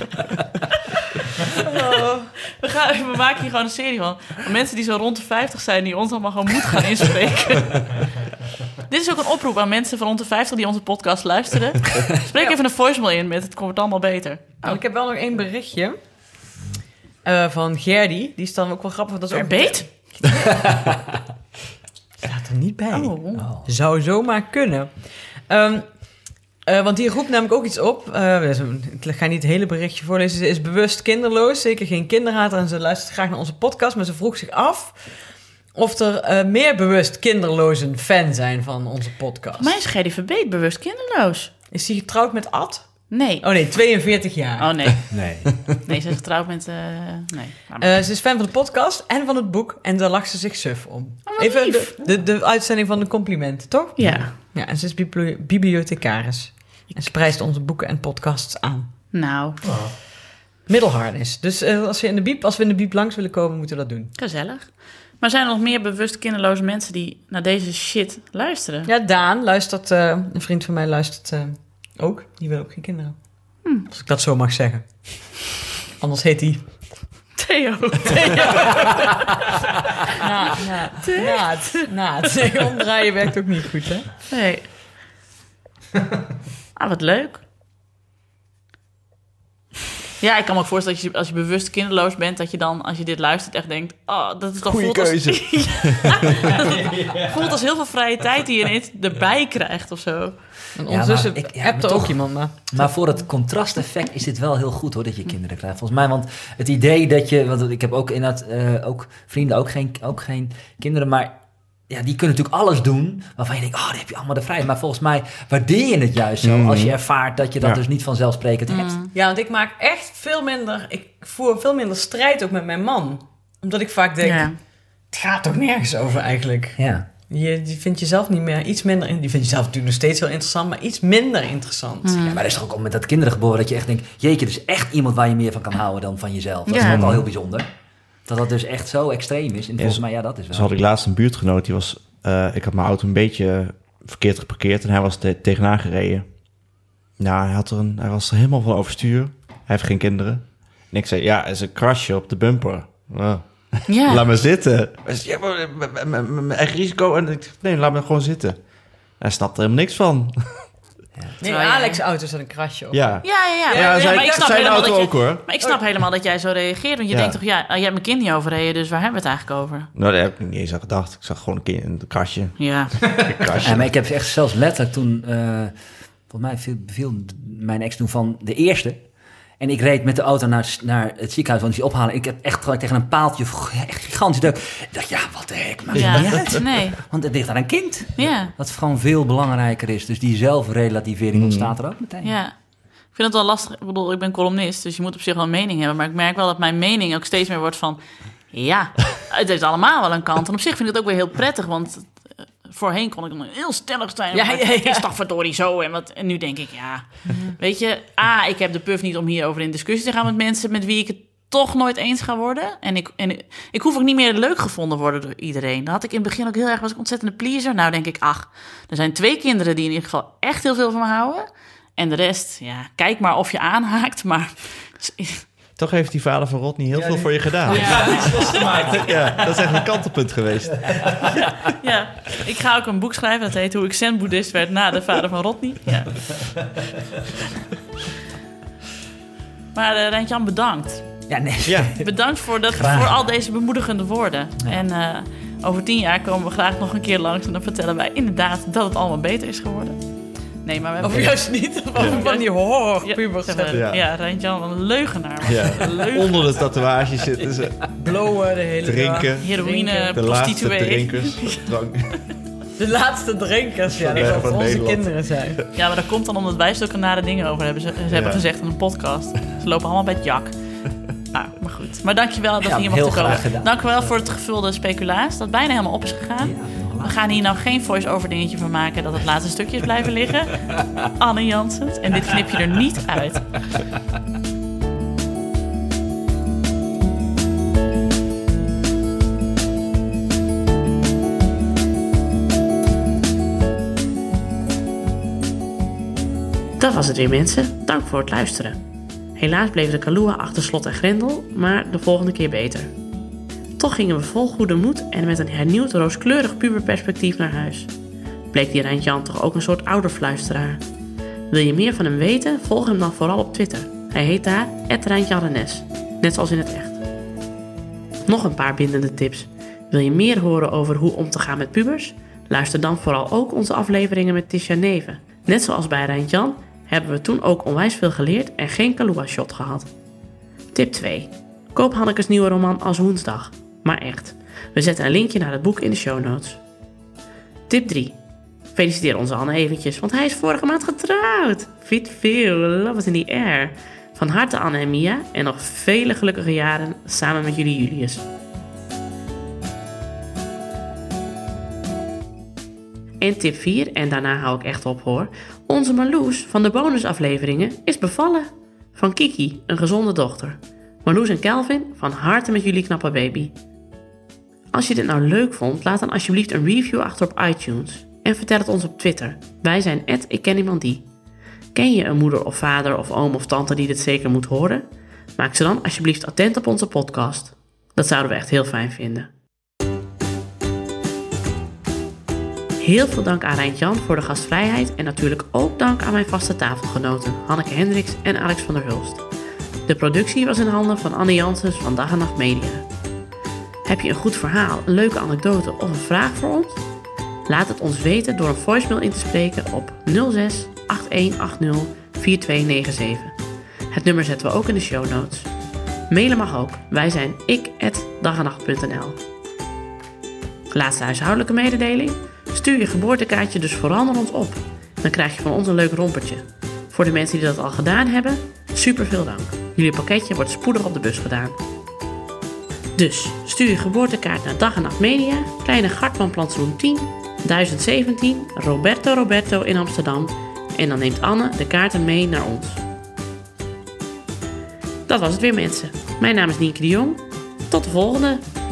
Oh. We, gaan, we maken hier gewoon een serie van. Van mensen die zo rond de vijftig zijn... die ons allemaal gewoon moeten gaan inspreken. Dit is ook een oproep aan mensen van rond de vijftig... die onze podcast luisteren. Spreek even een voicemail in met... het komt allemaal beter. Nou, ik heb wel nog één berichtje. eh, van Gerdy. Die is dan ook wel grappig. Dat is ook Verbeet? Staat er niet bij. Oh. Zou zomaar kunnen. Ehm, eh, want die roept namelijk ook iets op. Eh, dus, ik ga niet het hele berichtje voorlezen. Ze is bewust kinderloos, zeker geen kinderhater. En ze luistert graag naar onze podcast. Maar ze vroeg zich af of er eh, meer bewust kinderlozen fan zijn van onze podcast. Mij is Gerdy Verbeet bewust kinderloos. Is hij getrouwd met Ad? Nee. Oh nee, tweeënveertig jaar. Oh nee. Nee. Nee, ze is getrouwd met... eh, nee. Maar- Eh, ze is fan van de podcast en van het boek. En daar lacht ze zich suf om. Oh, wat Even lief. de, de, de uitzending van de complimenten, toch? ja. Ja, en ze is bibli- bibliothecaris. En ze prijst onze boeken en podcasts aan. Nou, Middelharnis. Dus eh, als, we in de biep, als we in de biep langs willen komen, moeten we dat doen. gezellig. Maar zijn er nog meer bewust kinderloze mensen die naar deze shit luisteren? Ja, Daan luistert, eh, een vriend van mij luistert eh, ook. Die wil ook geen kinderen. Als ik dat zo mag zeggen. Anders heet hij... Theo. Naad. Naad. Naad. Nee, omdraaien werkt ook niet goed, hè? Nee. Ah, wat leuk. Ja, ik kan me ook voorstellen dat je, als je bewust kinderloos bent, dat je dan, als je dit luistert, echt denkt, oh, dat is toch Goeie voelt als, keuze. Ja, voelt als heel veel vrije tijd die je ineens erbij krijgt of zo. En Ja, ondertussen maar ik- ja, hebt maar er ook toch- iemand, maar... Maar voor het contrasteffect is dit wel heel goed hoor, dat je kinderen krijgt. Volgens mij, want het idee dat je... Want ik heb ook inderdaad uh, ook vrienden, ook geen, ook geen kinderen, maar... Ja, die kunnen natuurlijk alles doen waarvan je denkt, oh, dan heb je allemaal de vrijheid. Maar volgens mij waardeer je het juist zo Mm. als je ervaart dat je dat Ja. dus niet vanzelfsprekend hebt. Ja, want ik maak echt veel minder... Ik voer veel minder strijd ook met mijn man. Omdat ik vaak denk, Ja. het gaat toch nergens over eigenlijk. Ja. Je, je vindt jezelf niet meer iets minder... Je vindt jezelf natuurlijk nog steeds heel interessant, maar iets minder interessant. Ja, maar er is toch ook al met dat kinderen geboren dat je echt denkt, jeetje, dus echt iemand waar je meer van kan houden dan van jezelf. Dat Ja. is ook al heel bijzonder. Dat dat dus echt zo extreem is. En volgens mij, ja, dat is wel. Zo had ik laatst een buurtgenoot, die was... Uh, ik had mijn auto een beetje verkeerd geparkeerd en hij was te- tegenaan gereden. Nou, hij, had er een, hij was er helemaal van overstuur. Hij heeft geen kinderen. En ik zei, ja, het is een crashje op de bumper. Oh. Ja. Laat me zitten. Hij zei, ja, maar met- met- met mijn eigen risico. En ik zeg, nee, laat me gewoon zitten. Hij snapt er helemaal niks van. Nee, Terwijl jij- Alex' auto zat een krasje op. Ja, Ja, ja, ja. ja, zijn, maar ik snap zijn helemaal auto dat je, ook hoor. Maar ik snap helemaal dat jij zo reageert. Want je Ja. denkt toch, ja, je hebt mijn kind niet overreden, dus waar hebben we het eigenlijk over? Nou, daar heb ik niet eens aan gedacht. Ik zag gewoon een keer een kastje. Ja. Een kastje. Ja, maar ik heb echt zelfs letterlijk toen... Uh, volgens mij viel, viel mijn ex toen van de eerste. En ik reed met de auto naar, naar het ziekenhuis, want die ophalen. Ik heb echt gelijk tegen een paaltje, echt gigantisch druk. Ik dacht, ja, wat de hek, maakt Ja. niet uit. Nee. Want het ligt aan een kind. Ja. Dat gewoon veel belangrijker is. Dus die zelfrelativering ontstaat er ook meteen. Ja. Ik vind het wel lastig. Ik bedoel, ik ben columnist, dus je moet op zich wel een mening hebben. Maar ik merk wel dat mijn mening ook steeds meer wordt van... Ja, het heeft allemaal wel een kant. En op zich vind ik het ook weer heel prettig, want... uh, Voorheen kon ik dan heel stellig zijn. Ja, Ja, ja, ja. Is toch verdorie zo. En, wat, en nu denk ik, ja... Weet je, A, ik heb de puff niet om hierover in discussie te gaan met mensen... met wie ik het toch nooit eens ga worden. En ik, en ik, ik hoef ook niet meer leuk gevonden worden door iedereen. Dat had ik in het begin ook heel erg... was ik ontzettende pleaser. Nou denk ik, ach, er zijn twee kinderen... die in ieder geval echt heel veel van me houden. En de rest, ja, kijk maar of je aanhaakt. Maar... Toch heeft die vader van Rodney heel Ja, veel die- voor je gedaan. Ja. Ja, dat is echt een kantelpunt geweest. Ja, ik ga ook een boek schrijven. Dat heet Hoe ik zen-boeddhist werd na de vader van Rodney. Ja. Maar uh, Rijn-Jan, bedankt. Ja, nee. Ja, Bedankt voor, dat, Graag. voor al deze bemoedigende woorden. Ja. En uh, over tien jaar komen we graag nog een keer langs... en dan vertellen wij inderdaad dat het allemaal beter is geworden. Nee, maar we hebben... Of juist niet. Of van die horror Ja, pubers. zeg maar, Ja. ja, Rijn-Jan, een leugenaar. ja. Een leugenaar. Onder de tatoeage zitten ze. Blowen de hele dag. Drinken. Heroïne, De laatste prostituee. drinkers. Drank. De laatste drinkers. Ja, Van- dat van zal voor onze Nederland. kinderen zijn. Ja, maar dat komt dan omdat wij zulke nare dingen over hebben, ze, ze hebben Ja. gezegd in een podcast. Ze lopen allemaal bij het jak. Nou, maar goed. Maar dankjewel dat Ja, je hier heel mocht komen. graag gedaan. Dank u wel voor het gevulde speculaas, dat bijna helemaal op is gegaan. Ja, nog We later. gaan hier nou geen voice-over dingetje van maken dat het laatste stukje is blijven liggen. Anne Janssens. En dit knip je er niet uit. Dat was het weer, mensen. Dank voor het luisteren. Helaas bleef de Kahlua achter slot en grendel, maar de volgende keer beter. Toch gingen we vol goede moed en met een hernieuwd rooskleurig puberperspectief naar huis. Bleek die Rijn-Jan toch ook een soort ouderfluisteraar. Wil je meer van hem weten? Volg hem dan vooral op Twitter. Hij heet daar at Rijntjan-Renes, net zoals in het echt. Nog een paar bindende tips. Wil je meer horen over hoe om te gaan met pubers? Luister dan vooral ook onze afleveringen met Tisha Neven. Net zoals bij Rijn-Jan hebben we toen ook onwijs veel geleerd en geen Kahlua-shot gehad. Tip twee. Koop Hannekes nieuwe roman Als Woensdag. Maar echt. We zetten een linkje naar het boek in de show notes. Tip drie. Feliciteer onze Anne eventjes, want hij is vorige maand getrouwd. Fit veel, love is in the air. Van harte Anne en Mia en nog vele gelukkige jaren samen met jullie Julius. En tip vier, en daarna hou ik echt op hoor. Onze Marloes van de bonusafleveringen is bevallen. Van Kiki, een gezonde dochter. Marloes en Kelvin, van harte met jullie knappe baby. Als je dit nou leuk vond, laat dan alsjeblieft een review achter op iTunes. En vertel het ons op Twitter. Wij zijn at ik ken iemand die. Ken je een moeder of vader of oom of tante die dit zeker moet horen? Maak ze dan alsjeblieft attent op onze podcast. Dat zouden we echt heel fijn vinden. Heel veel dank aan Rijn-Jan voor de gastvrijheid en natuurlijk ook dank aan mijn vaste tafelgenoten Hanneke Hendricks en Alex van der Hulst. De productie was in handen van Anne Janssens van Dag en Nacht Media. Heb je een goed verhaal, een leuke anekdote of een vraag voor ons? Laat het ons weten door een voicemail in te spreken op nul zes acht een acht nul vier twee negen zeven. Het nummer zetten we ook in de show notes. Mailen mag ook. Wij zijn ik at dagenacht punt n l. Laatste huishoudelijke mededeling. Stuur je geboortekaartje dus vooral naar ons op. Dan krijg je van ons een leuk rompertje. Voor de mensen die dat al gedaan hebben, super veel dank. Jullie pakketje wordt spoedig op de bus gedaan. Dus stuur je geboortekaart naar Dag en Nacht Media, Kleine Gartmanplantsoen tien, duizend zeventien, Roberto Roberto in Amsterdam. En dan neemt Anne de kaarten mee naar ons. Dat was het weer, mensen. Mijn naam is Nienke de Jong. Tot de volgende!